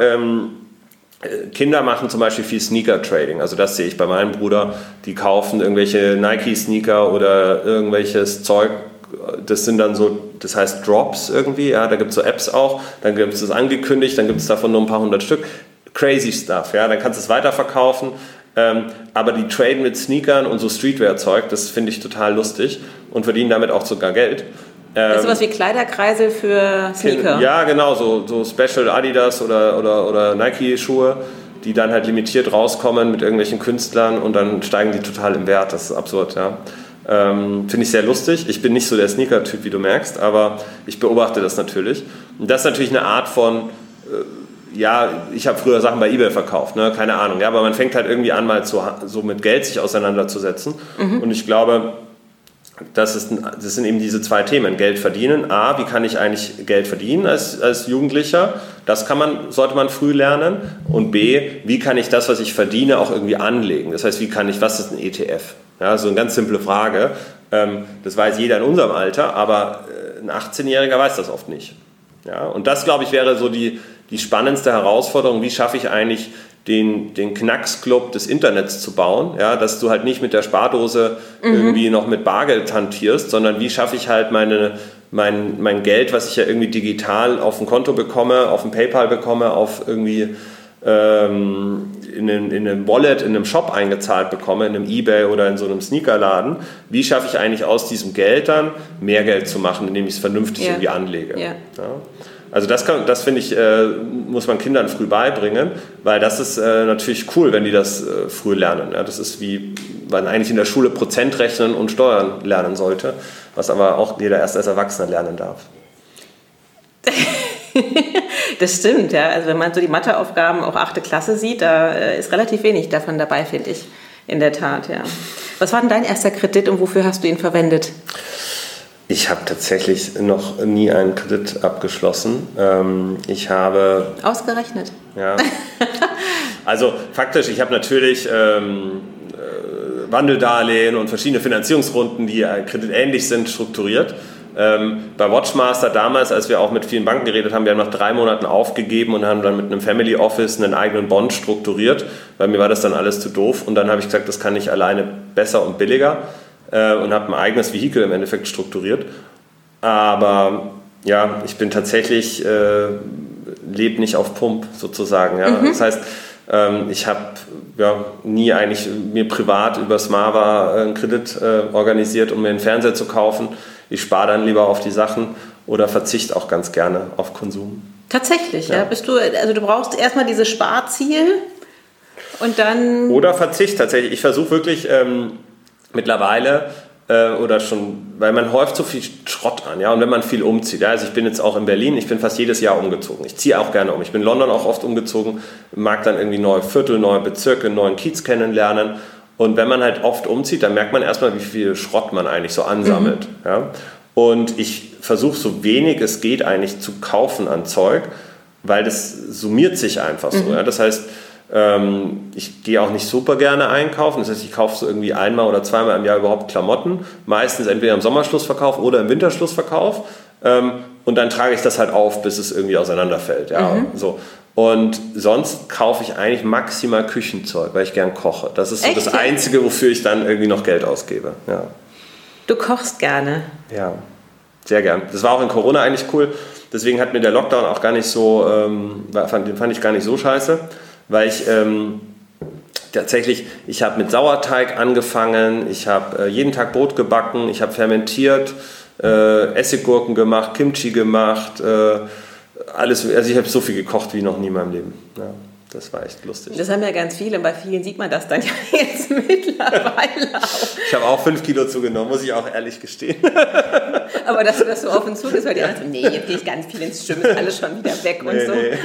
Kinder machen zum Beispiel viel Sneaker-Trading, also das sehe ich bei meinem Bruder, die kaufen irgendwelche Nike-Sneaker oder irgendwelches Zeug, das sind dann so, das heißt Drops irgendwie, ja, da gibt es so Apps auch, dann gibt es das angekündigt, dann gibt es davon nur ein paar 100 Stück, crazy stuff, ja, dann kannst du es weiterverkaufen, aber die traden mit Sneakern und so Streetwear-Zeug, das finde ich total lustig und verdienen damit auch sogar Geld. Das ist sowas wie Kleiderkreisel für Sneaker. Ja, genau, so Special Adidas oder Nike-Schuhe, die dann halt limitiert rauskommen mit irgendwelchen Künstlern und dann steigen die total im Wert, das ist absurd, ja. Finde ich sehr lustig. Ich bin nicht so der Sneaker-Typ, wie du merkst, aber ich beobachte das natürlich. Und das ist natürlich eine Art von, ich habe früher Sachen bei eBay verkauft, ne? Keine Ahnung. Ja, aber man fängt halt irgendwie an, mal so mit Geld sich auseinanderzusetzen. Und ich glaube, das sind eben diese zwei Themen. Geld verdienen. A, wie kann ich eigentlich Geld verdienen als Jugendlicher? Das sollte man früh lernen. Und B, wie kann ich das, was ich verdiene, auch irgendwie anlegen? Das heißt, was ist ein ETF? Ja, so eine ganz simple Frage. Das weiß jeder in unserem Alter, aber ein 18-Jähriger weiß das oft nicht. Ja, und das, glaube ich, wäre so die spannendste Herausforderung. Wie schaffe ich eigentlich den Knacksclub des Internets zu bauen, ja, dass du halt nicht mit der Spardose irgendwie noch mit Bargeld hantierst, sondern wie schaffe ich halt mein Geld, was ich ja irgendwie digital auf ein Konto bekomme, auf ein PayPal bekomme, auf irgendwie in einem Wallet, in einem Shop eingezahlt bekomme, in einem eBay oder in so einem Sneakerladen, wie schaffe ich eigentlich aus diesem Geld dann mehr Geld zu machen, indem ich es vernünftig irgendwie anlege. Ja. Also das finde ich, muss man Kindern früh beibringen, weil das ist natürlich cool, wenn die das früh lernen. Ja, das ist wie man eigentlich in der Schule Prozent rechnen und Steuern lernen sollte, was aber auch jeder erst als Erwachsener lernen darf. Das stimmt, ja. Also wenn man so die Matheaufgaben auch 8. Klasse sieht, da ist relativ wenig davon dabei, finde ich. In der Tat, ja. Was war denn dein erster Kredit und wofür hast du ihn verwendet? Ich habe tatsächlich noch nie einen Kredit abgeschlossen. Ich habe... Ausgerechnet? Ja. Also faktisch, ich habe natürlich Wandeldarlehen und verschiedene Finanzierungsrunden, die kreditähnlich sind, strukturiert. Bei Watchmaster damals, als wir auch mit vielen Banken geredet haben, wir haben nach 3 Monaten aufgegeben und haben dann mit einem Family Office einen eigenen Bond strukturiert, weil mir war das dann alles zu doof. Und dann habe ich gesagt, das kann ich alleine besser und billiger. Und habe ein eigenes Vehikel im Endeffekt strukturiert. Aber ja, ich bin tatsächlich, lebe nicht auf Pump sozusagen. Ja. Das heißt, ich habe nie eigentlich mir privat über Smava einen Kredit organisiert, um mir einen Fernseher zu kaufen. Ich spare dann lieber auf die Sachen oder verzichte auch ganz gerne auf Konsum. Tatsächlich, ja. Du brauchst erstmal dieses Sparziel und dann... Oder Verzicht tatsächlich. Ich versuche wirklich... mittlerweile oder schon, weil man häuft so viel Schrott an, ja, und wenn man viel umzieht, ja, also ich bin jetzt auch in Berlin, ich bin fast jedes Jahr umgezogen, ich ziehe auch gerne um, ich bin in London auch oft umgezogen, mag dann irgendwie neue Viertel, neue Bezirke, neuen Kiez kennenlernen und wenn man halt oft umzieht, dann merkt man erstmal, wie viel Schrott man eigentlich so ansammelt, ja, und ich versuche so wenig es geht eigentlich zu kaufen an Zeug, weil das summiert sich einfach so, ja, das heißt, ich gehe auch nicht super gerne einkaufen, das heißt, ich kaufe so irgendwie einmal oder zweimal im Jahr überhaupt Klamotten, meistens entweder im Sommerschlussverkauf oder im Winterschlussverkauf und dann trage ich das halt auf, bis es irgendwie auseinanderfällt. Ja, so. Und sonst kaufe ich eigentlich maximal Küchenzeug, weil ich gern koche. Das ist so das Einzige, wofür ich dann irgendwie noch Geld ausgebe. Ja. Du kochst gerne? Ja, sehr gern. Das war auch in Corona eigentlich cool, deswegen hat mir der Lockdown auch gar nicht so, den fand ich gar nicht so scheiße. Weil ich ich habe mit Sauerteig angefangen, ich habe jeden Tag Brot gebacken, ich habe fermentiert, Essiggurken gemacht, Kimchi gemacht, alles, also ich habe so viel gekocht wie noch nie in meinem Leben. Ja, das war echt lustig. Das haben ja ganz viele und bei vielen sieht man das dann ja jetzt mittlerweile auch. Ich habe auch 5 Kilo zugenommen, muss ich auch ehrlich gestehen. Aber dass du das so offen zugibst, weil die anderen so, nee, jetzt gehe ich ganz viel ins Schwimmen, ist alles schon wieder weg und so. Nee.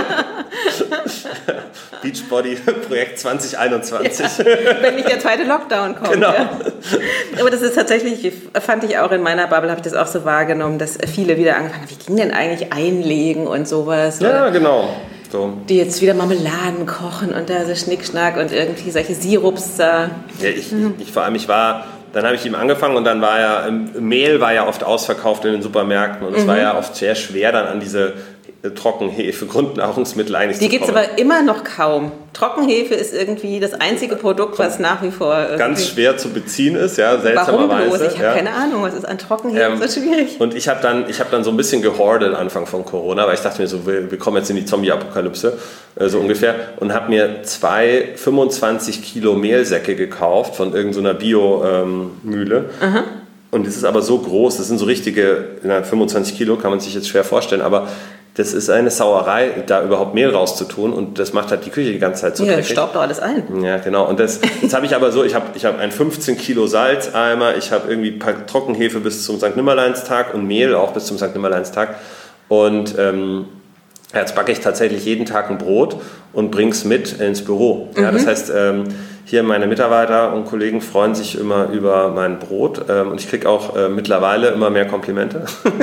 Beachbody-Projekt 2021. Ja, wenn nicht der zweite Lockdown kommt. Genau. Ja. Aber das ist tatsächlich, fand ich auch in meiner Bubble, habe ich das auch so wahrgenommen, dass viele wieder angefangen haben, wie ging denn eigentlich einlegen und sowas. Ja, oder? Genau. So. Die jetzt wieder Marmeladen kochen und da so Schnickschnack und irgendwie solche Sirups da. Ja, dann habe ich ihm angefangen und dann Mehl war ja oft ausverkauft in den Supermärkten und es war ja oft sehr schwer dann an diese Trockenhefe, Grundnahrungsmittel eigentlich die gibt es aber immer noch kaum. Trockenhefe ist irgendwie das einzige Produkt, was nach wie vor ganz schwer zu beziehen ist, ja, seltsamerweise. Warum bloß? Ich habe keine Ahnung, was ist an Trockenhefe so schwierig? Und ich habe dann so ein bisschen gehordet Anfang von Corona, weil ich dachte mir so, wir kommen jetzt in die Zombie-Apokalypse, so ungefähr, und habe mir 2 25 Kilo Mehlsäcke gekauft von irgendeiner Bio-Mühle. Und es ist aber so groß, das sind so richtige 25 Kilo, kann man sich jetzt schwer vorstellen, aber Das ist eine Sauerei, da überhaupt Mehl rauszutun und das macht halt die Küche die ganze Zeit so dreckig. Staubt doch alles ein. Ja, genau. Und jetzt habe ich aber so, ich habe einen 15 Kilo Salzeimer, ich habe irgendwie ein paar Trockenhefe bis zum St. Nimmerleinstag und Mehl auch bis zum St. Nimmerleinstag. Und jetzt backe ich tatsächlich jeden Tag ein Brot und bringe es mit ins Büro. Ja, das heißt, hier meine Mitarbeiter und Kollegen freuen sich immer über mein Brot und ich kriege auch mittlerweile immer mehr Komplimente.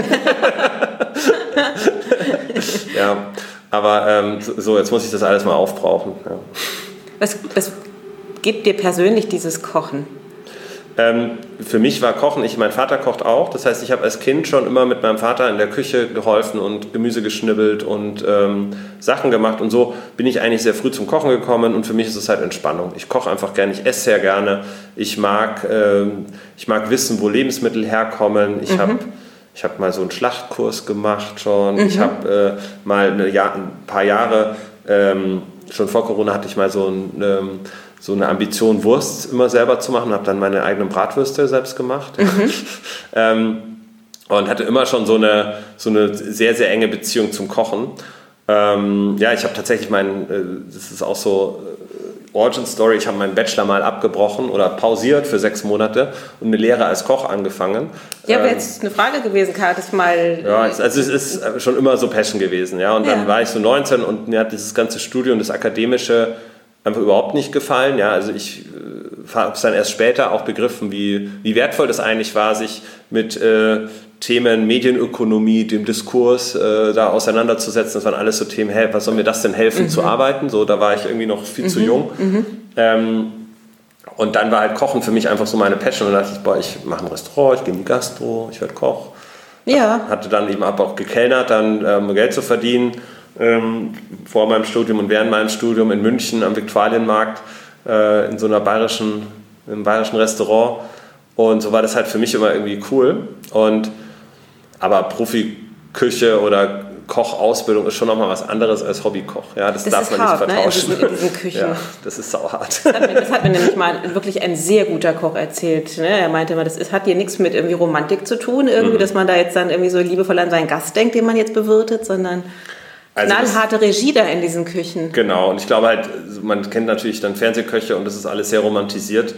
Ja, aber so, jetzt muss ich das alles mal aufbrauchen. Ja. Was gibt dir persönlich dieses Kochen? Für mich war Kochen, mein Vater kocht auch, das heißt, ich habe als Kind schon immer mit meinem Vater in der Küche geholfen und Gemüse geschnibbelt und Sachen gemacht und so bin ich eigentlich sehr früh zum Kochen gekommen und für mich ist es halt Entspannung. Ich koche einfach gerne, ich esse sehr gerne, ich mag wissen, wo Lebensmittel herkommen, ich habe mal so einen Schlachtkurs gemacht schon, ich habe mal ein paar Jahre, schon vor Corona hatte ich mal so eine Ambition, Wurst immer selber zu machen, habe dann meine eigenen Bratwürste selbst gemacht. Und hatte immer schon so eine sehr, sehr enge Beziehung zum Kochen. Ich habe tatsächlich das ist auch so Origin Story, ich habe meinen Bachelor mal abgebrochen oder pausiert für 6 Monate und eine Lehre als Koch angefangen. Ja, aber jetzt eine Frage gewesen, Karl, das mal... Ja, also es ist schon immer so Passion gewesen. Ja? Und dann war ich so 19 und mir hat dieses ganze Studium, das Akademische einfach überhaupt nicht gefallen. Ja? Also ich habe es dann erst später auch begriffen, wie wertvoll das eigentlich war, sich mit Themen Medienökonomie, dem Diskurs da auseinanderzusetzen. Das waren alles so Themen, hey, was soll mir das denn helfen zu arbeiten? So, da war ich irgendwie noch viel zu jung. Und dann war halt Kochen für mich einfach so meine Passion. Und dann dachte ich, mache ein Restaurant, ich gehe in die Gastro, ich werde Koch. Ja. Hatte dann eben auch gekellnert, dann Geld zu verdienen vor meinem Studium und während meinem Studium in München am Viktualienmarkt in so einem bayerischen Restaurant. Und so war das halt für mich immer irgendwie cool. Aber Profiküche oder Kochausbildung ist schon nochmal was anderes als Hobbykoch. Ja, das darf man nicht vertauschen. In diesen Küchen. Ja, das ist sauhart. Das hat mir nämlich mal wirklich ein sehr guter Koch erzählt. Ne? Er meinte immer, das hat hier nichts mit irgendwie Romantik zu tun, irgendwie, dass man da jetzt dann irgendwie so liebevoll an seinen Gast denkt, den man jetzt bewirtet, sondern knallharte Regie da in diesen Küchen. Genau, und ich glaube halt, man kennt natürlich dann Fernsehköche und das ist alles sehr romantisiert.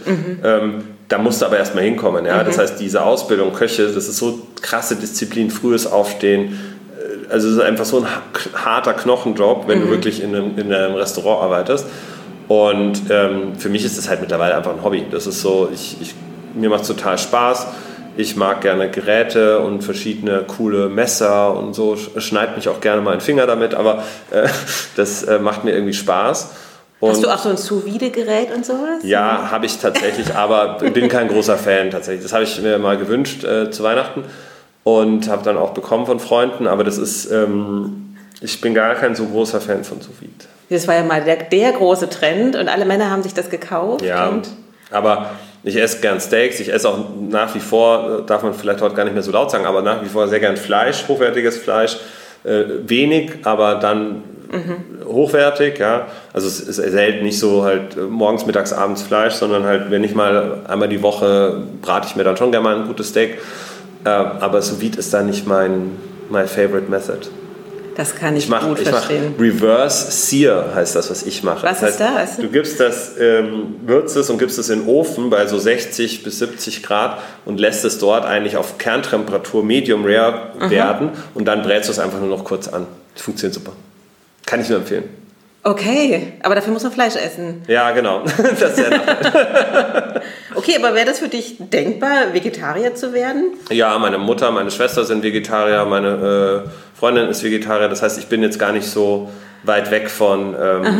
Da musst du aber erstmal hinkommen. Ja? Das heißt, diese Ausbildung, Köche, das ist so krasse Disziplin, frühes Aufstehen. Also es ist einfach so ein harter Knochenjob, wenn du wirklich in einem Restaurant arbeitest. Und für mich ist das halt mittlerweile einfach ein Hobby. Das ist so, mir macht es total Spaß. Ich mag gerne Geräte und verschiedene coole Messer und so. Schneide mich auch gerne mal einen Finger damit, aber das macht mir irgendwie Spaß. Und hast du auch so ein Sous-Vide-Gerät und sowas? Ja, habe ich tatsächlich, aber bin kein großer Fan tatsächlich. Das habe ich mir mal gewünscht zu Weihnachten und habe dann auch bekommen von Freunden, aber das ist, ich bin gar kein so großer Fan von Sous-Vide. Das war ja mal der große Trend und alle Männer haben sich das gekauft. Ja, aber ich esse gern Steaks, ich esse auch nach wie vor, darf man vielleicht heute gar nicht mehr so laut sagen, aber nach wie vor sehr gern Fleisch, hochwertiges Fleisch, wenig, aber dann hochwertig, ja. Also es ist selten nicht so halt morgens, mittags, abends Fleisch, sondern halt, wenn ich mal einmal die Woche brate ich mir dann schon gerne mal ein gutes Steak, aber Sous-Vide ist da nicht my favorite method. Das kann ich gut verstehen. Ich mache Reverse Sear, heißt das, was ich mache. Was ist das? Du gibst das, würzt es und gibst es in den Ofen bei so 60 bis 70 Grad und lässt es dort eigentlich auf Kerntemperatur Medium Rare werden und dann brätst du es einfach nur noch kurz an. Das funktioniert super. Kann ich nur empfehlen. Okay, aber dafür muss man Fleisch essen. Ja, genau. Das ist ja okay, aber wäre das für dich denkbar, Vegetarier zu werden? Ja, meine Mutter, meine Schwester sind Vegetarier, meine Freundin ist Vegetarier. Das heißt, ich bin jetzt gar nicht so weit weg von...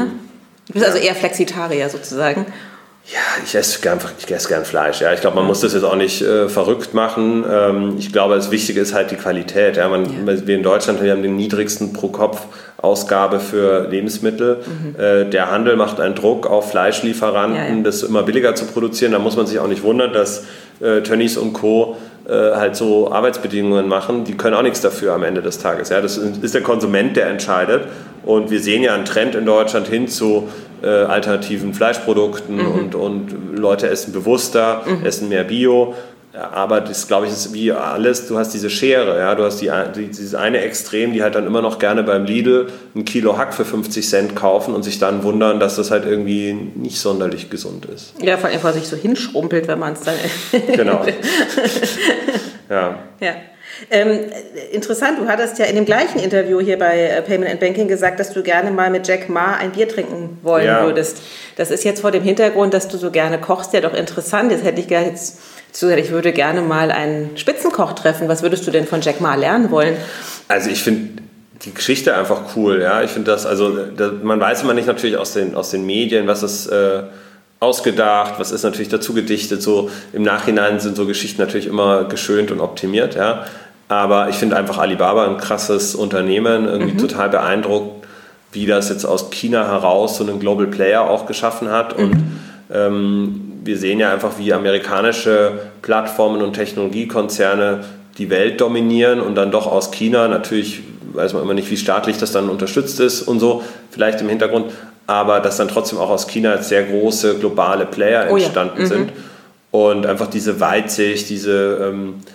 Du bist also eher Flexitarier sozusagen? Ja, ich esse gern Fleisch. Ja. Ich glaube, man muss das jetzt auch nicht verrückt machen. Ich glaube, das Wichtige ist halt die Qualität. Ja. Wir in Deutschland wir haben den niedrigsten Pro-Kopf-Ausgabe für Lebensmittel. Der Handel macht einen Druck auf Fleischlieferanten, das immer billiger zu produzieren. Da muss man sich auch nicht wundern, dass Tönnies und Co. Halt so Arbeitsbedingungen machen. Die können auch nichts dafür am Ende des Tages. Ja. Das ist der Konsument, der entscheidet. Und wir sehen ja einen Trend in Deutschland hin zu alternativen Fleischprodukten und Leute essen bewusster, essen mehr Bio. aber das, glaube ich, ist wie alles, du hast diese Schere, ja, du hast dieses eine Extrem, die halt dann immer noch gerne beim Lidl ein Kilo Hack für 50 Cent kaufen und sich dann wundern, dass das halt irgendwie nicht sonderlich gesund ist. Ja, vor allem, weil sich so hinschrumpelt, wenn man es dann... Genau. Ja. Interessant, du hattest ja in dem gleichen Interview hier bei Payment and Banking gesagt, dass du gerne mal mit Jack Ma ein Bier trinken wollen würdest. Das ist jetzt vor dem Hintergrund, dass du so gerne kochst, ja doch interessant. Jetzt hätte ich gesagt, ich würde gerne mal einen Spitzenkoch treffen. Was würdest du denn von Jack Ma lernen wollen? Also ich finde die Geschichte einfach cool. Ja? Ich finde man weiß immer nicht natürlich aus den Medien, was ist ausgedacht, was ist natürlich dazu gedichtet. So im Nachhinein sind so Geschichten natürlich immer geschönt und optimiert. Ja? Aber ich finde einfach Alibaba ein krasses Unternehmen, irgendwie total beeindruckt, wie das jetzt aus China heraus so einen Global Player auch geschaffen hat. Und wir sehen ja einfach, wie amerikanische Plattformen und Technologiekonzerne die Welt dominieren und dann doch aus China, natürlich weiß man immer nicht, wie staatlich das dann unterstützt ist und so, vielleicht im Hintergrund, aber dass dann trotzdem auch aus China sehr große globale Player entstanden sind und einfach diese Weitsicht, diese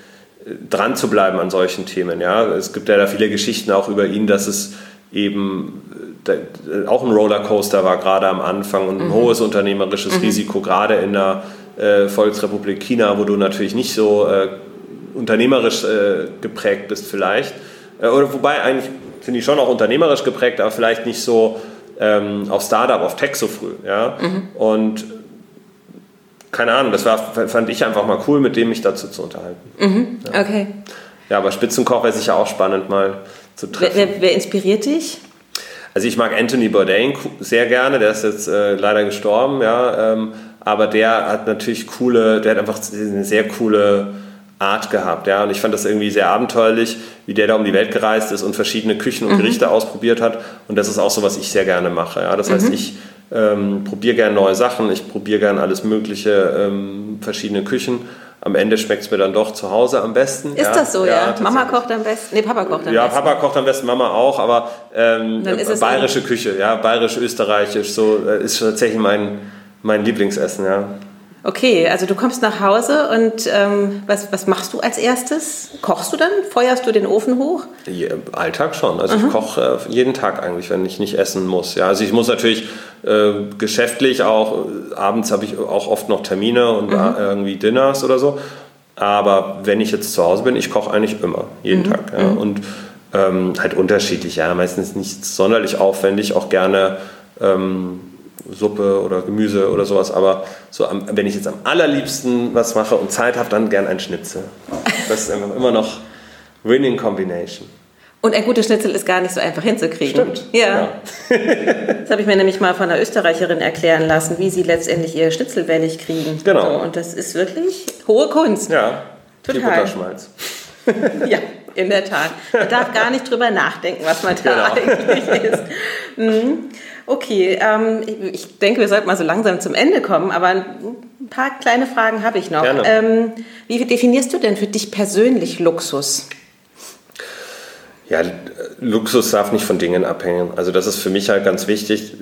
dran zu bleiben an solchen Themen. Ja? Es gibt ja da viele Geschichten auch über ihn, dass es eben auch ein Rollercoaster war, gerade am Anfang und ein hohes unternehmerisches Risiko, gerade in der Volksrepublik China, wo du natürlich nicht so unternehmerisch geprägt bist vielleicht. Oder wobei eigentlich finde ich schon auch unternehmerisch geprägt, aber vielleicht nicht so auf Startup, auf Tech so früh. Ja? Und keine Ahnung, das fand ich einfach mal cool, mit dem mich dazu zu unterhalten. Ja. Okay. Ja, aber Spitzenkoch wäre sicher auch spannend mal zu treffen. Wer inspiriert dich? Also ich mag Anthony Bourdain sehr gerne, der ist jetzt leider gestorben, ja, aber der hat natürlich der hat einfach eine sehr coole Art gehabt, ja, und ich fand das irgendwie sehr abenteuerlich, wie der da um die Welt gereist ist und verschiedene Küchen und Gerichte ausprobiert hat, und das ist auch so, was ich sehr gerne mache, ja, das heißt, ich probiere gerne neue Sachen, ich probiere gerne alles mögliche, verschiedene Küchen. Am Ende schmeckt es mir dann doch zu Hause am besten. Ist das so, ja? Mama kocht am besten? Nee, Papa kocht am besten. Ja, Papa kocht am besten, Mama auch, aber bayerische Küche, ja, bayerisch-österreichisch, so ist tatsächlich mein Lieblingsessen, ja. Okay, also du kommst nach Hause und was machst du als erstes? Kochst du dann? Feuerst du den Ofen hoch? Ja, Alltag schon. Also ich koche jeden Tag eigentlich, wenn ich nicht essen muss. Ja, also ich muss natürlich geschäftlich auch, abends habe ich auch oft noch Termine und irgendwie Dinners oder so. Aber wenn ich jetzt zu Hause bin, ich koche eigentlich immer, jeden Tag. Ja. Und halt unterschiedlich, ja, meistens nicht sonderlich aufwendig, auch gerne Suppe oder Gemüse oder sowas, aber so wenn ich jetzt am allerliebsten was mache und Zeit habe, dann gern ein Schnitzel. Das ist einfach immer noch Winning Combination. Und ein gutes Schnitzel ist gar nicht so einfach hinzukriegen. Stimmt. Ja. Das habe ich mir nämlich mal von einer Österreicherin erklären lassen, wie sie letztendlich ihr Schnitzel wellig kriegen. Genau. So, und das ist wirklich hohe Kunst. Ja, total. Viel Butterschmalz. Ja, in der Tat. Man darf gar nicht drüber nachdenken, was man da eigentlich ist. Okay, ich denke, wir sollten mal so langsam zum Ende kommen, aber ein paar kleine Fragen habe ich noch. Gerne. Wie definierst du denn für dich persönlich Luxus? Ja, Luxus darf nicht von Dingen abhängen. Also das ist für mich halt ganz wichtig.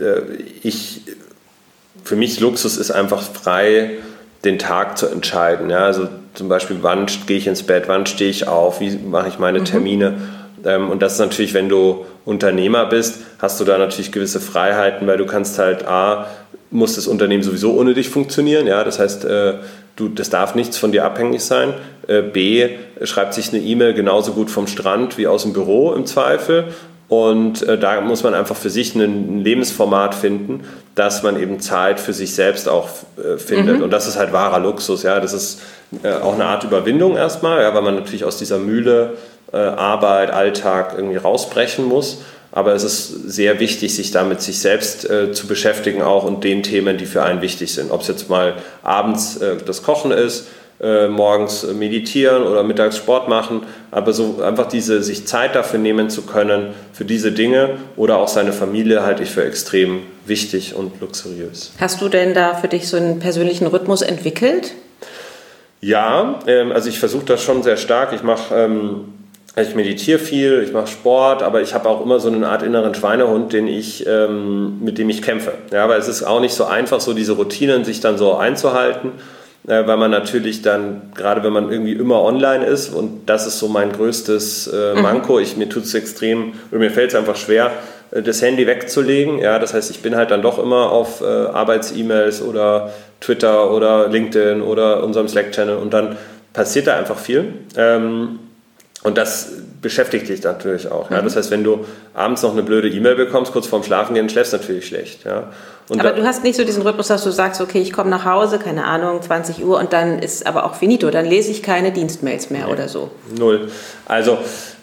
Für mich Luxus ist einfach frei, den Tag zu entscheiden. Ja, also zum Beispiel, wann gehe ich ins Bett, wann stehe ich auf, wie mache ich meine Termine. Und das ist natürlich, wenn du Unternehmer bist, hast du da natürlich gewisse Freiheiten, weil du kannst halt muss das Unternehmen sowieso ohne dich funktionieren. Ja, das heißt, das darf nichts von dir abhängig sein. B, schreibt sich eine E-Mail genauso gut vom Strand wie aus dem Büro im Zweifel. Und da muss man einfach für sich ein Lebensformat finden, dass man eben Zeit für sich selbst auch findet. Und das ist halt wahrer Luxus. Ja? Das ist auch eine Art Überwindung erstmal, ja, weil man natürlich aus dieser Mühle Arbeit, Alltag irgendwie rausbrechen muss. Aber es ist sehr wichtig, sich damit sich selbst zu beschäftigen auch und den Themen, die für einen wichtig sind. Ob es jetzt mal abends das Kochen ist, morgens meditieren oder mittags Sport machen, aber so einfach sich Zeit dafür nehmen zu können für diese Dinge oder auch seine Familie halte ich für extrem wichtig und luxuriös. Hast du denn da für dich so einen persönlichen Rhythmus entwickelt? Ja, also ich versuche das schon sehr stark. Ich meditiere viel, ich mache Sport, aber ich habe auch immer so eine Art inneren Schweinehund, mit dem ich kämpfe. Ja, weil es ist auch nicht so einfach, so diese Routinen sich dann so einzuhalten. weil man natürlich dann, gerade wenn man irgendwie immer online ist, und das ist so mein größtes Manko, mir fällt es einfach schwer, das Handy wegzulegen. Ja, das heißt, ich bin halt dann doch immer auf Arbeits-E-Mails oder Twitter oder LinkedIn oder unserem Slack-Channel und dann passiert da einfach viel. Und das beschäftigt dich natürlich auch. Ja? Das heißt, wenn du abends noch eine blöde E-Mail bekommst, kurz vorm Schlafengehen, schläfst du natürlich schlecht. Ja? Aber du hast nicht so diesen Rhythmus, dass du sagst, okay, ich komme nach Hause, keine Ahnung, 20 Uhr und dann ist aber auch finito, dann lese ich keine Dienstmails mehr oder so. Null. Also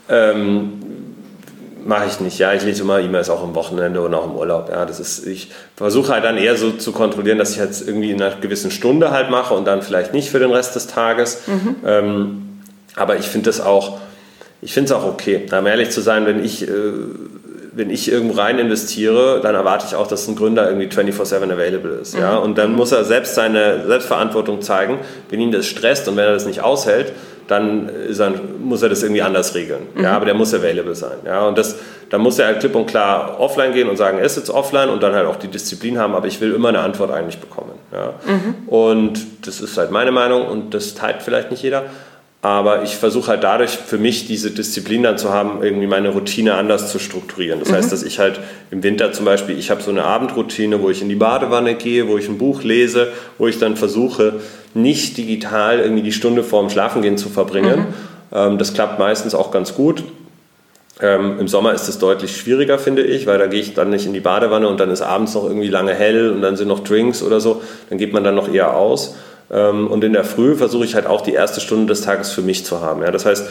mache ich nicht. Ja, ich lese immer E-Mails auch am Wochenende und auch im Urlaub. Ja, ich versuche halt dann eher so zu kontrollieren, dass ich jetzt irgendwie in einer gewissen Stunde halt mache und dann vielleicht nicht für den Rest des Tages. Aber ich finde es auch okay. Um ehrlich zu sein, wenn ich irgendwo rein investiere, dann erwarte ich auch, dass ein Gründer irgendwie 24/7 available ist. Ja? Und dann muss er selbst seine Selbstverantwortung zeigen. Wenn ihn das stresst und wenn er das nicht aushält, dann muss er das irgendwie anders regeln. Ja? Aber der muss available sein. Ja? Und dann muss er halt klipp und klar offline gehen und sagen, er ist jetzt offline und dann halt auch die Disziplin haben, aber ich will immer eine Antwort eigentlich bekommen. Ja? Und das ist halt meine Meinung und das teilt vielleicht nicht jeder. Aber ich versuche halt dadurch für mich diese Disziplin dann zu haben, irgendwie meine Routine anders zu strukturieren. Das heißt, dass ich halt im Winter zum Beispiel, ich habe so eine Abendroutine, wo ich in die Badewanne gehe, wo ich ein Buch lese, wo ich dann versuche, nicht digital irgendwie die Stunde vorm Schlafengehen zu verbringen. Das klappt meistens auch ganz gut. Im Sommer ist es deutlich schwieriger, finde ich, weil da gehe ich dann nicht in die Badewanne und dann ist abends noch irgendwie lange hell und dann sind noch Drinks oder so. Dann geht man dann noch eher aus. Und in der Früh versuche ich halt auch die erste Stunde des Tages für mich zu haben. Ja? Das heißt,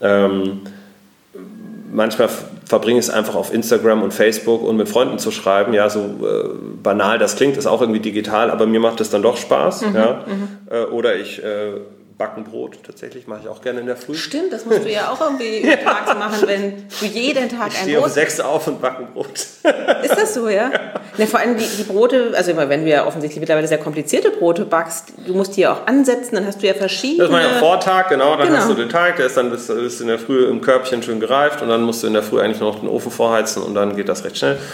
manchmal verbringe ich es einfach auf Instagram und Facebook und mit Freunden zu schreiben. Ja, so banal das klingt, ist auch irgendwie digital, aber mir macht es dann doch Spaß. Oder ich backen Brot, tatsächlich mache ich auch gerne in der Früh. Stimmt, das musst du ja auch irgendwie tags machen, wenn du jeden Tag ein Brot... Ich stehe um 6 auf und backen Brot. Ist das so, ja? Ja, vor allem die Brote, also wenn du ja offensichtlich mittlerweile sehr komplizierte Brote backst, du musst die ja auch ansetzen, dann hast du ja verschiedene... Das mache ich am Vortag, genau, dann hast du den Teig, der ist dann bis in der Früh im Körbchen schön gereift und dann musst du in der Früh eigentlich noch den Ofen vorheizen und dann geht das recht schnell.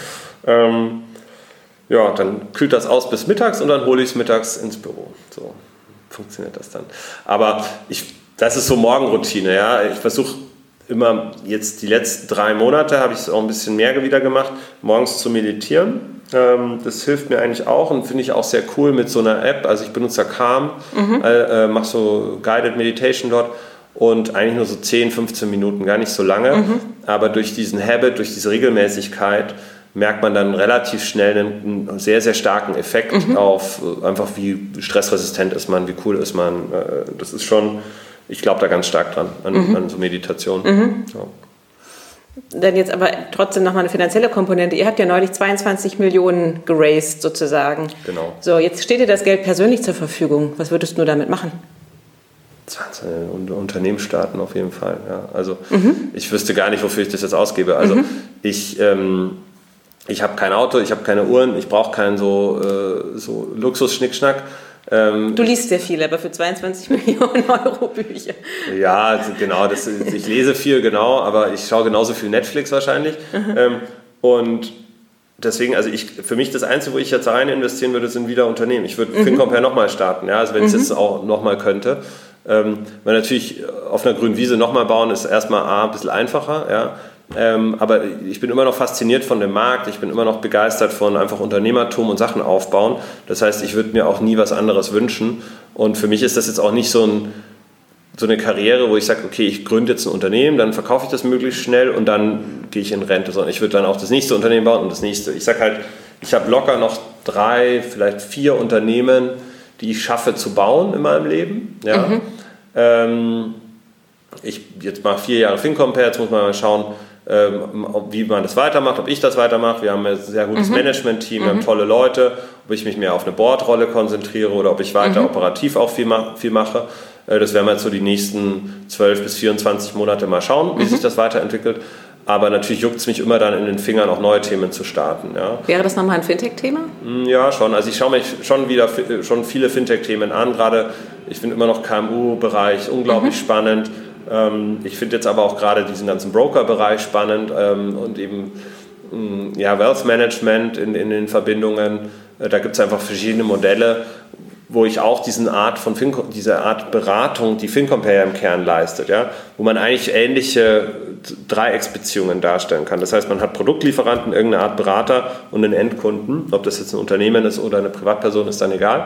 Ja, dann kühlt das aus bis mittags und dann hole ich es mittags ins Büro. So funktioniert das dann. Aber das ist so Morgenroutine, ja. Ich versuche immer, jetzt die letzten 3 Monate habe ich es auch ein bisschen mehr wieder gemacht, morgens zu meditieren. Das hilft mir eigentlich auch und finde ich auch sehr cool mit so einer App. Also ich benutze da Calm, mache so Guided Meditation dort und eigentlich nur so 10, 15 Minuten, gar nicht so lange. Aber durch diesen Habit, durch diese Regelmäßigkeit merkt man dann relativ schnell einen sehr, sehr starken Effekt auf einfach wie stressresistent ist man, wie cool ist man. Das ist schon, ich glaube da ganz stark dran, an so Meditation. So. Dann jetzt aber trotzdem nochmal eine finanzielle Komponente. Ihr habt ja neulich 22 Millionen geraced sozusagen. Genau. So, jetzt steht dir das Geld persönlich zur Verfügung. Was würdest du damit machen? Unternehmen starten auf jeden Fall. Ja. Also ich wüsste gar nicht, wofür ich das jetzt ausgebe. Also ich habe kein Auto, ich habe keine Uhren, ich brauche keinen so Luxus-Schnickschnack. Du liest sehr viel, aber für 22 Millionen Euro Bücher. Ja, genau. Ich lese viel, genau, aber ich schaue genauso viel Netflix wahrscheinlich. Und deswegen, also für mich das Einzige, wo ich jetzt rein investieren würde, sind wieder Unternehmen. Ich würde FinCompare nochmal starten, ja, also wenn ich es jetzt auch nochmal könnte. Weil natürlich auf einer grünen Wiese nochmal bauen ist erstmal ein bisschen einfacher, ja. Aber ich bin immer noch fasziniert von dem Markt, ich bin immer noch begeistert von einfach Unternehmertum und Sachen aufbauen. Das heißt, ich würde mir auch nie was anderes wünschen. Und für mich ist das jetzt auch nicht so eine Karriere, wo ich sage, okay, ich gründe jetzt ein Unternehmen, dann verkaufe ich das möglichst schnell und dann gehe ich in Rente. Sondern ich würde dann auch das nächste Unternehmen bauen und das nächste. Ich sage halt, ich habe locker noch 3, vielleicht 4 Unternehmen, die ich schaffe zu bauen in meinem Leben. Ja. Ich jetzt mal 4 Jahre FinCompare, jetzt muss man mal schauen, wie man das weitermacht, ob ich das weitermache. Wir haben ein sehr gutes Management-Team, wir haben tolle Leute, ob ich mich mehr auf eine Boardrolle konzentriere oder ob ich weiter operativ auch viel mache. Das werden wir jetzt so die nächsten 12 bis 24 Monate mal schauen, wie sich das weiterentwickelt. Aber natürlich juckt es mich immer dann in den Fingern, auch neue Themen zu starten. Ja. Wäre das nochmal ein Fintech-Thema? Ja, schon. Also ich schaue mich schon viele Fintech-Themen an. Gerade, ich finde immer noch KMU-Bereich unglaublich spannend. Ich finde jetzt aber auch gerade diesen ganzen Broker-Bereich spannend und eben Wealth Management in den Verbindungen. Da gibt es einfach verschiedene Modelle, wo ich auch diese Art Beratung, die FinCompare im Kern leistet, ja, wo man eigentlich ähnliche Dreiecksbeziehungen darstellen kann. Das heißt, man hat Produktlieferanten, irgendeine Art Berater und einen Endkunden, ob das jetzt ein Unternehmen ist oder eine Privatperson, ist dann egal.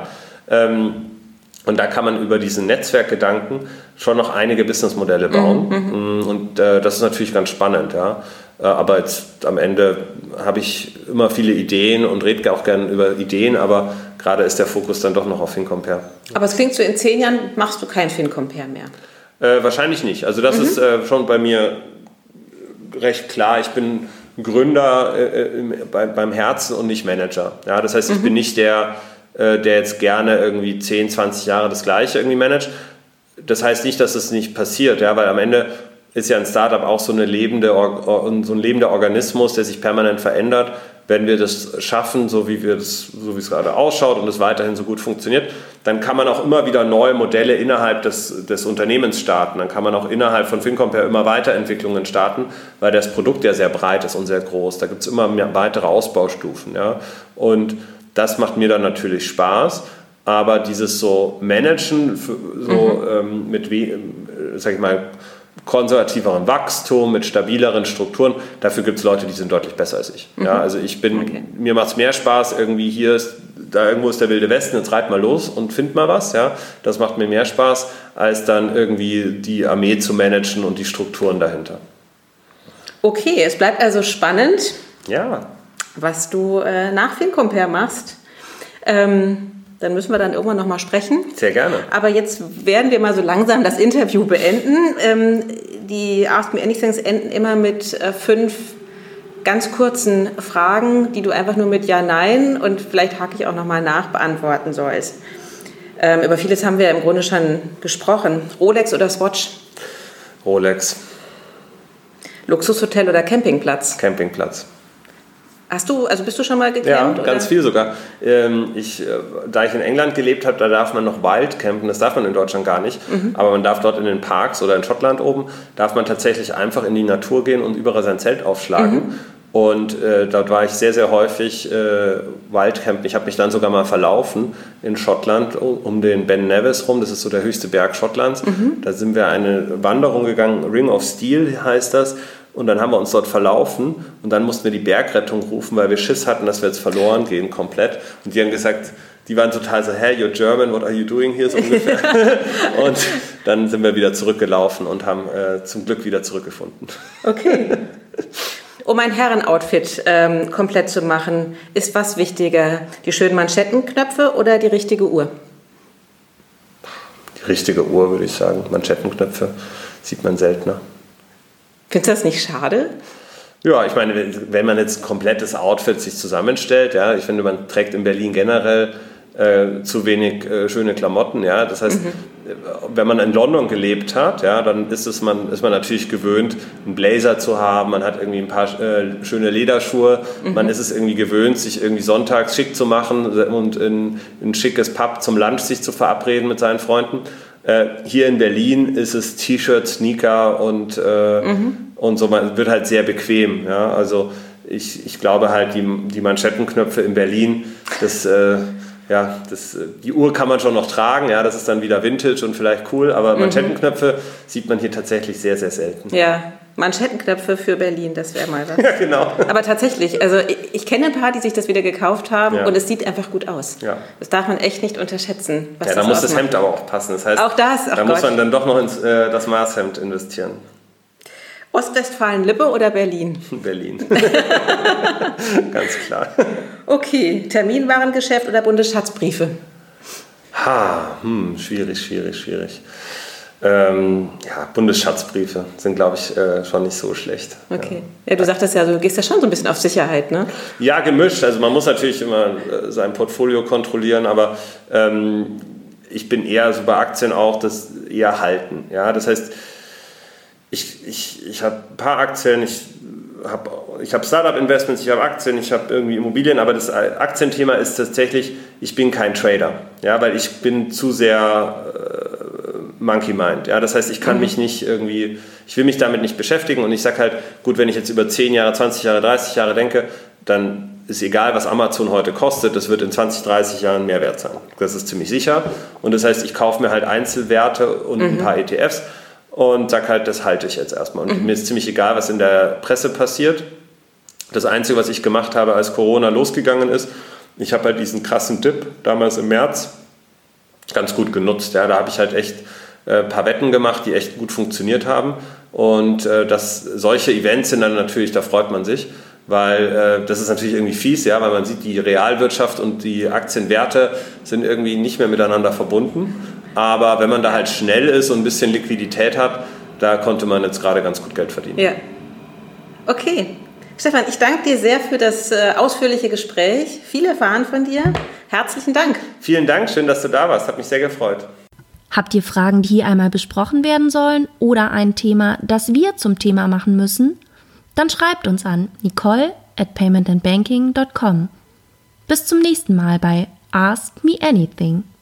Und da kann man über diesen Netzwerkgedanken schon noch einige Businessmodelle bauen. Und das ist natürlich ganz spannend. Ja. Aber jetzt am Ende habe ich immer viele Ideen und rede auch gerne über Ideen, aber gerade ist der Fokus dann doch noch auf FinCompare. Aber es klingt so, in 10 Jahren machst du kein FinCompare mehr? Wahrscheinlich nicht. Also das ist schon bei mir recht klar. Ich bin Gründer beim Herzen und nicht Manager. Ja, das heißt, ich bin nicht der jetzt gerne irgendwie 10, 20 Jahre das Gleiche irgendwie managt. Das heißt nicht, dass es nicht passiert, ja, weil am Ende ist ja ein Startup auch so ein lebender Organismus, der sich permanent verändert. Wenn wir das schaffen, so wie es gerade ausschaut und es weiterhin so gut funktioniert, dann kann man auch immer wieder neue Modelle innerhalb des Unternehmens starten. Dann kann man auch innerhalb von FinCompare immer Weiterentwicklungen starten, weil das Produkt ja sehr breit ist und sehr groß. Da gibt es immer mehr weitere Ausbaustufen. Ja? Und das macht mir dann natürlich Spaß. Aber dieses so Managen, mit sag ich mal, konservativeren Wachstum, mit stabileren Strukturen, dafür gibt es Leute, die sind deutlich besser als ich. Ja, also mir macht es mehr Spaß, irgendwie irgendwo ist der Wilde Westen, jetzt reit mal los und find mal was. Ja, das macht mir mehr Spaß, als dann irgendwie die Armee zu managen und die Strukturen dahinter. Okay, es bleibt also spannend, ja, was du nach FinCompare machst. Dann müssen wir dann irgendwann nochmal sprechen. Sehr gerne. Aber jetzt werden wir mal so langsam das Interview beenden. Die Ask Me Anythings enden immer mit 5 ganz kurzen Fragen, die du einfach nur mit Ja, Nein und vielleicht hake ich auch nochmal nach beantworten sollst. Über vieles haben wir im Grunde schon gesprochen. Rolex oder Swatch? Rolex. Luxushotel oder Campingplatz? Campingplatz. Bist du schon mal gecampt? Ja, ganz viel sogar. Da ich in England gelebt habe, da darf man noch wild campen, das darf man in Deutschland gar nicht. Aber man darf dort in den Parks oder in Schottland oben, darf man tatsächlich einfach in die Natur gehen und überall sein Zelt aufschlagen. Und dort war ich sehr, sehr häufig Wildcampen. Ich habe mich dann sogar mal verlaufen in Schottland um den Ben Nevis rum. Das ist so der höchste Berg Schottlands. Da sind wir eine Wanderung gegangen, Ring of Steel heißt das. Und dann haben wir uns dort verlaufen und dann mussten wir die Bergrettung rufen, weil wir Schiss hatten, dass wir jetzt verloren gehen komplett. Und die haben gesagt, die waren total so, hey, you're German, what are you doing here, so ungefähr. Und dann sind wir wieder zurückgelaufen und haben zum Glück wieder zurückgefunden. Okay. Um ein Herrenoutfit komplett zu machen, ist was wichtiger? Die schönen Manschettenknöpfe oder die richtige Uhr? Die richtige Uhr, würde ich sagen. Manschettenknöpfe sieht man seltener. Findest du das nicht schade? Ja, ich meine, wenn man jetzt ein komplettes Outfit sich zusammenstellt, ja, ich finde, man trägt in Berlin generell zu wenig schöne Klamotten, ja, das heißt, wenn man in London gelebt hat, ja, dann ist man natürlich gewöhnt, einen Blazer zu haben, man hat irgendwie ein paar schöne Lederschuhe, man ist es irgendwie gewöhnt, sich irgendwie sonntags schick zu machen und in ein schickes Pub zum Lunch sich zu verabreden mit seinen Freunden. Hier in Berlin ist es T-Shirt, Sneaker und so, man wird halt sehr bequem. Ja? Also ich glaube halt, die Manschettenknöpfe in Berlin, die Uhr kann man schon noch tragen, ja, das ist dann wieder Vintage und vielleicht cool, aber Manschettenknöpfe sieht man hier tatsächlich sehr, sehr selten. Ja, Manschettenknöpfe für Berlin, das wäre mal was. Ja, genau. Aber tatsächlich, also ich kenne ein paar, die sich das wieder gekauft haben und es sieht einfach gut aus. Ja. Das darf man echt nicht unterschätzen. Was ja, da muss das Hemd aber auch passen. Das heißt, auch das, da muss man dann doch noch ins das Maßhemd investieren. Ostwestfalen-Lippe oder Berlin? Berlin. Ganz klar. Okay, Terminwarengeschäft oder Bundesschatzbriefe? Schwierig. Bundesschatzbriefe sind, glaube ich, schon nicht so schlecht. Okay. Ja, du sagtest ja, du gehst ja schon so ein bisschen auf Sicherheit, ne? Ja, gemischt. Also man muss natürlich immer sein Portfolio kontrollieren, aber ich bin eher so bei Aktien auch das eher halten. Ja, das heißt, ich habe ein paar Aktien, ich habe Startup-Investments, ich habe Aktien, ich habe irgendwie Immobilien, aber das Aktienthema ist tatsächlich, ich bin kein Trader, ja, weil ich bin zu sehr Monkey Mind. Ja, das heißt, ich kann mich nicht irgendwie, ich will mich damit nicht beschäftigen und ich sage halt, gut, wenn ich jetzt über 10 Jahre, 20 Jahre, 30 Jahre denke, dann ist egal, was Amazon heute kostet, das wird in 20, 30 Jahren mehr wert sein. Das ist ziemlich sicher. Und das heißt, ich kaufe mir halt Einzelwerte und ein paar ETFs und sage halt, das halte ich jetzt erstmal. Und mir ist ziemlich egal, was in der Presse passiert. Das Einzige, was ich gemacht habe, als Corona losgegangen ist, ich habe halt diesen krassen Dip damals im März ganz gut genutzt. Ja, da habe ich halt echt ein paar Wetten gemacht, die echt gut funktioniert haben. Und solche Events sind dann natürlich, da freut man sich, weil das ist natürlich irgendwie fies, ja, weil man sieht, die Realwirtschaft und die Aktienwerte sind irgendwie nicht mehr miteinander verbunden. Aber wenn man da halt schnell ist und ein bisschen Liquidität hat, da konnte man jetzt gerade ganz gut Geld verdienen. Ja. Okay. Stefan, ich danke dir sehr für das ausführliche Gespräch. Viel erfahren von dir. Herzlichen Dank. Vielen Dank, schön, dass du da warst. Hat mich sehr gefreut. Habt ihr Fragen, die hier einmal besprochen werden sollen oder ein Thema, das wir zum Thema machen müssen? Dann schreibt uns an nicole@paymentandbanking.com. Bis zum nächsten Mal bei Ask Me Anything.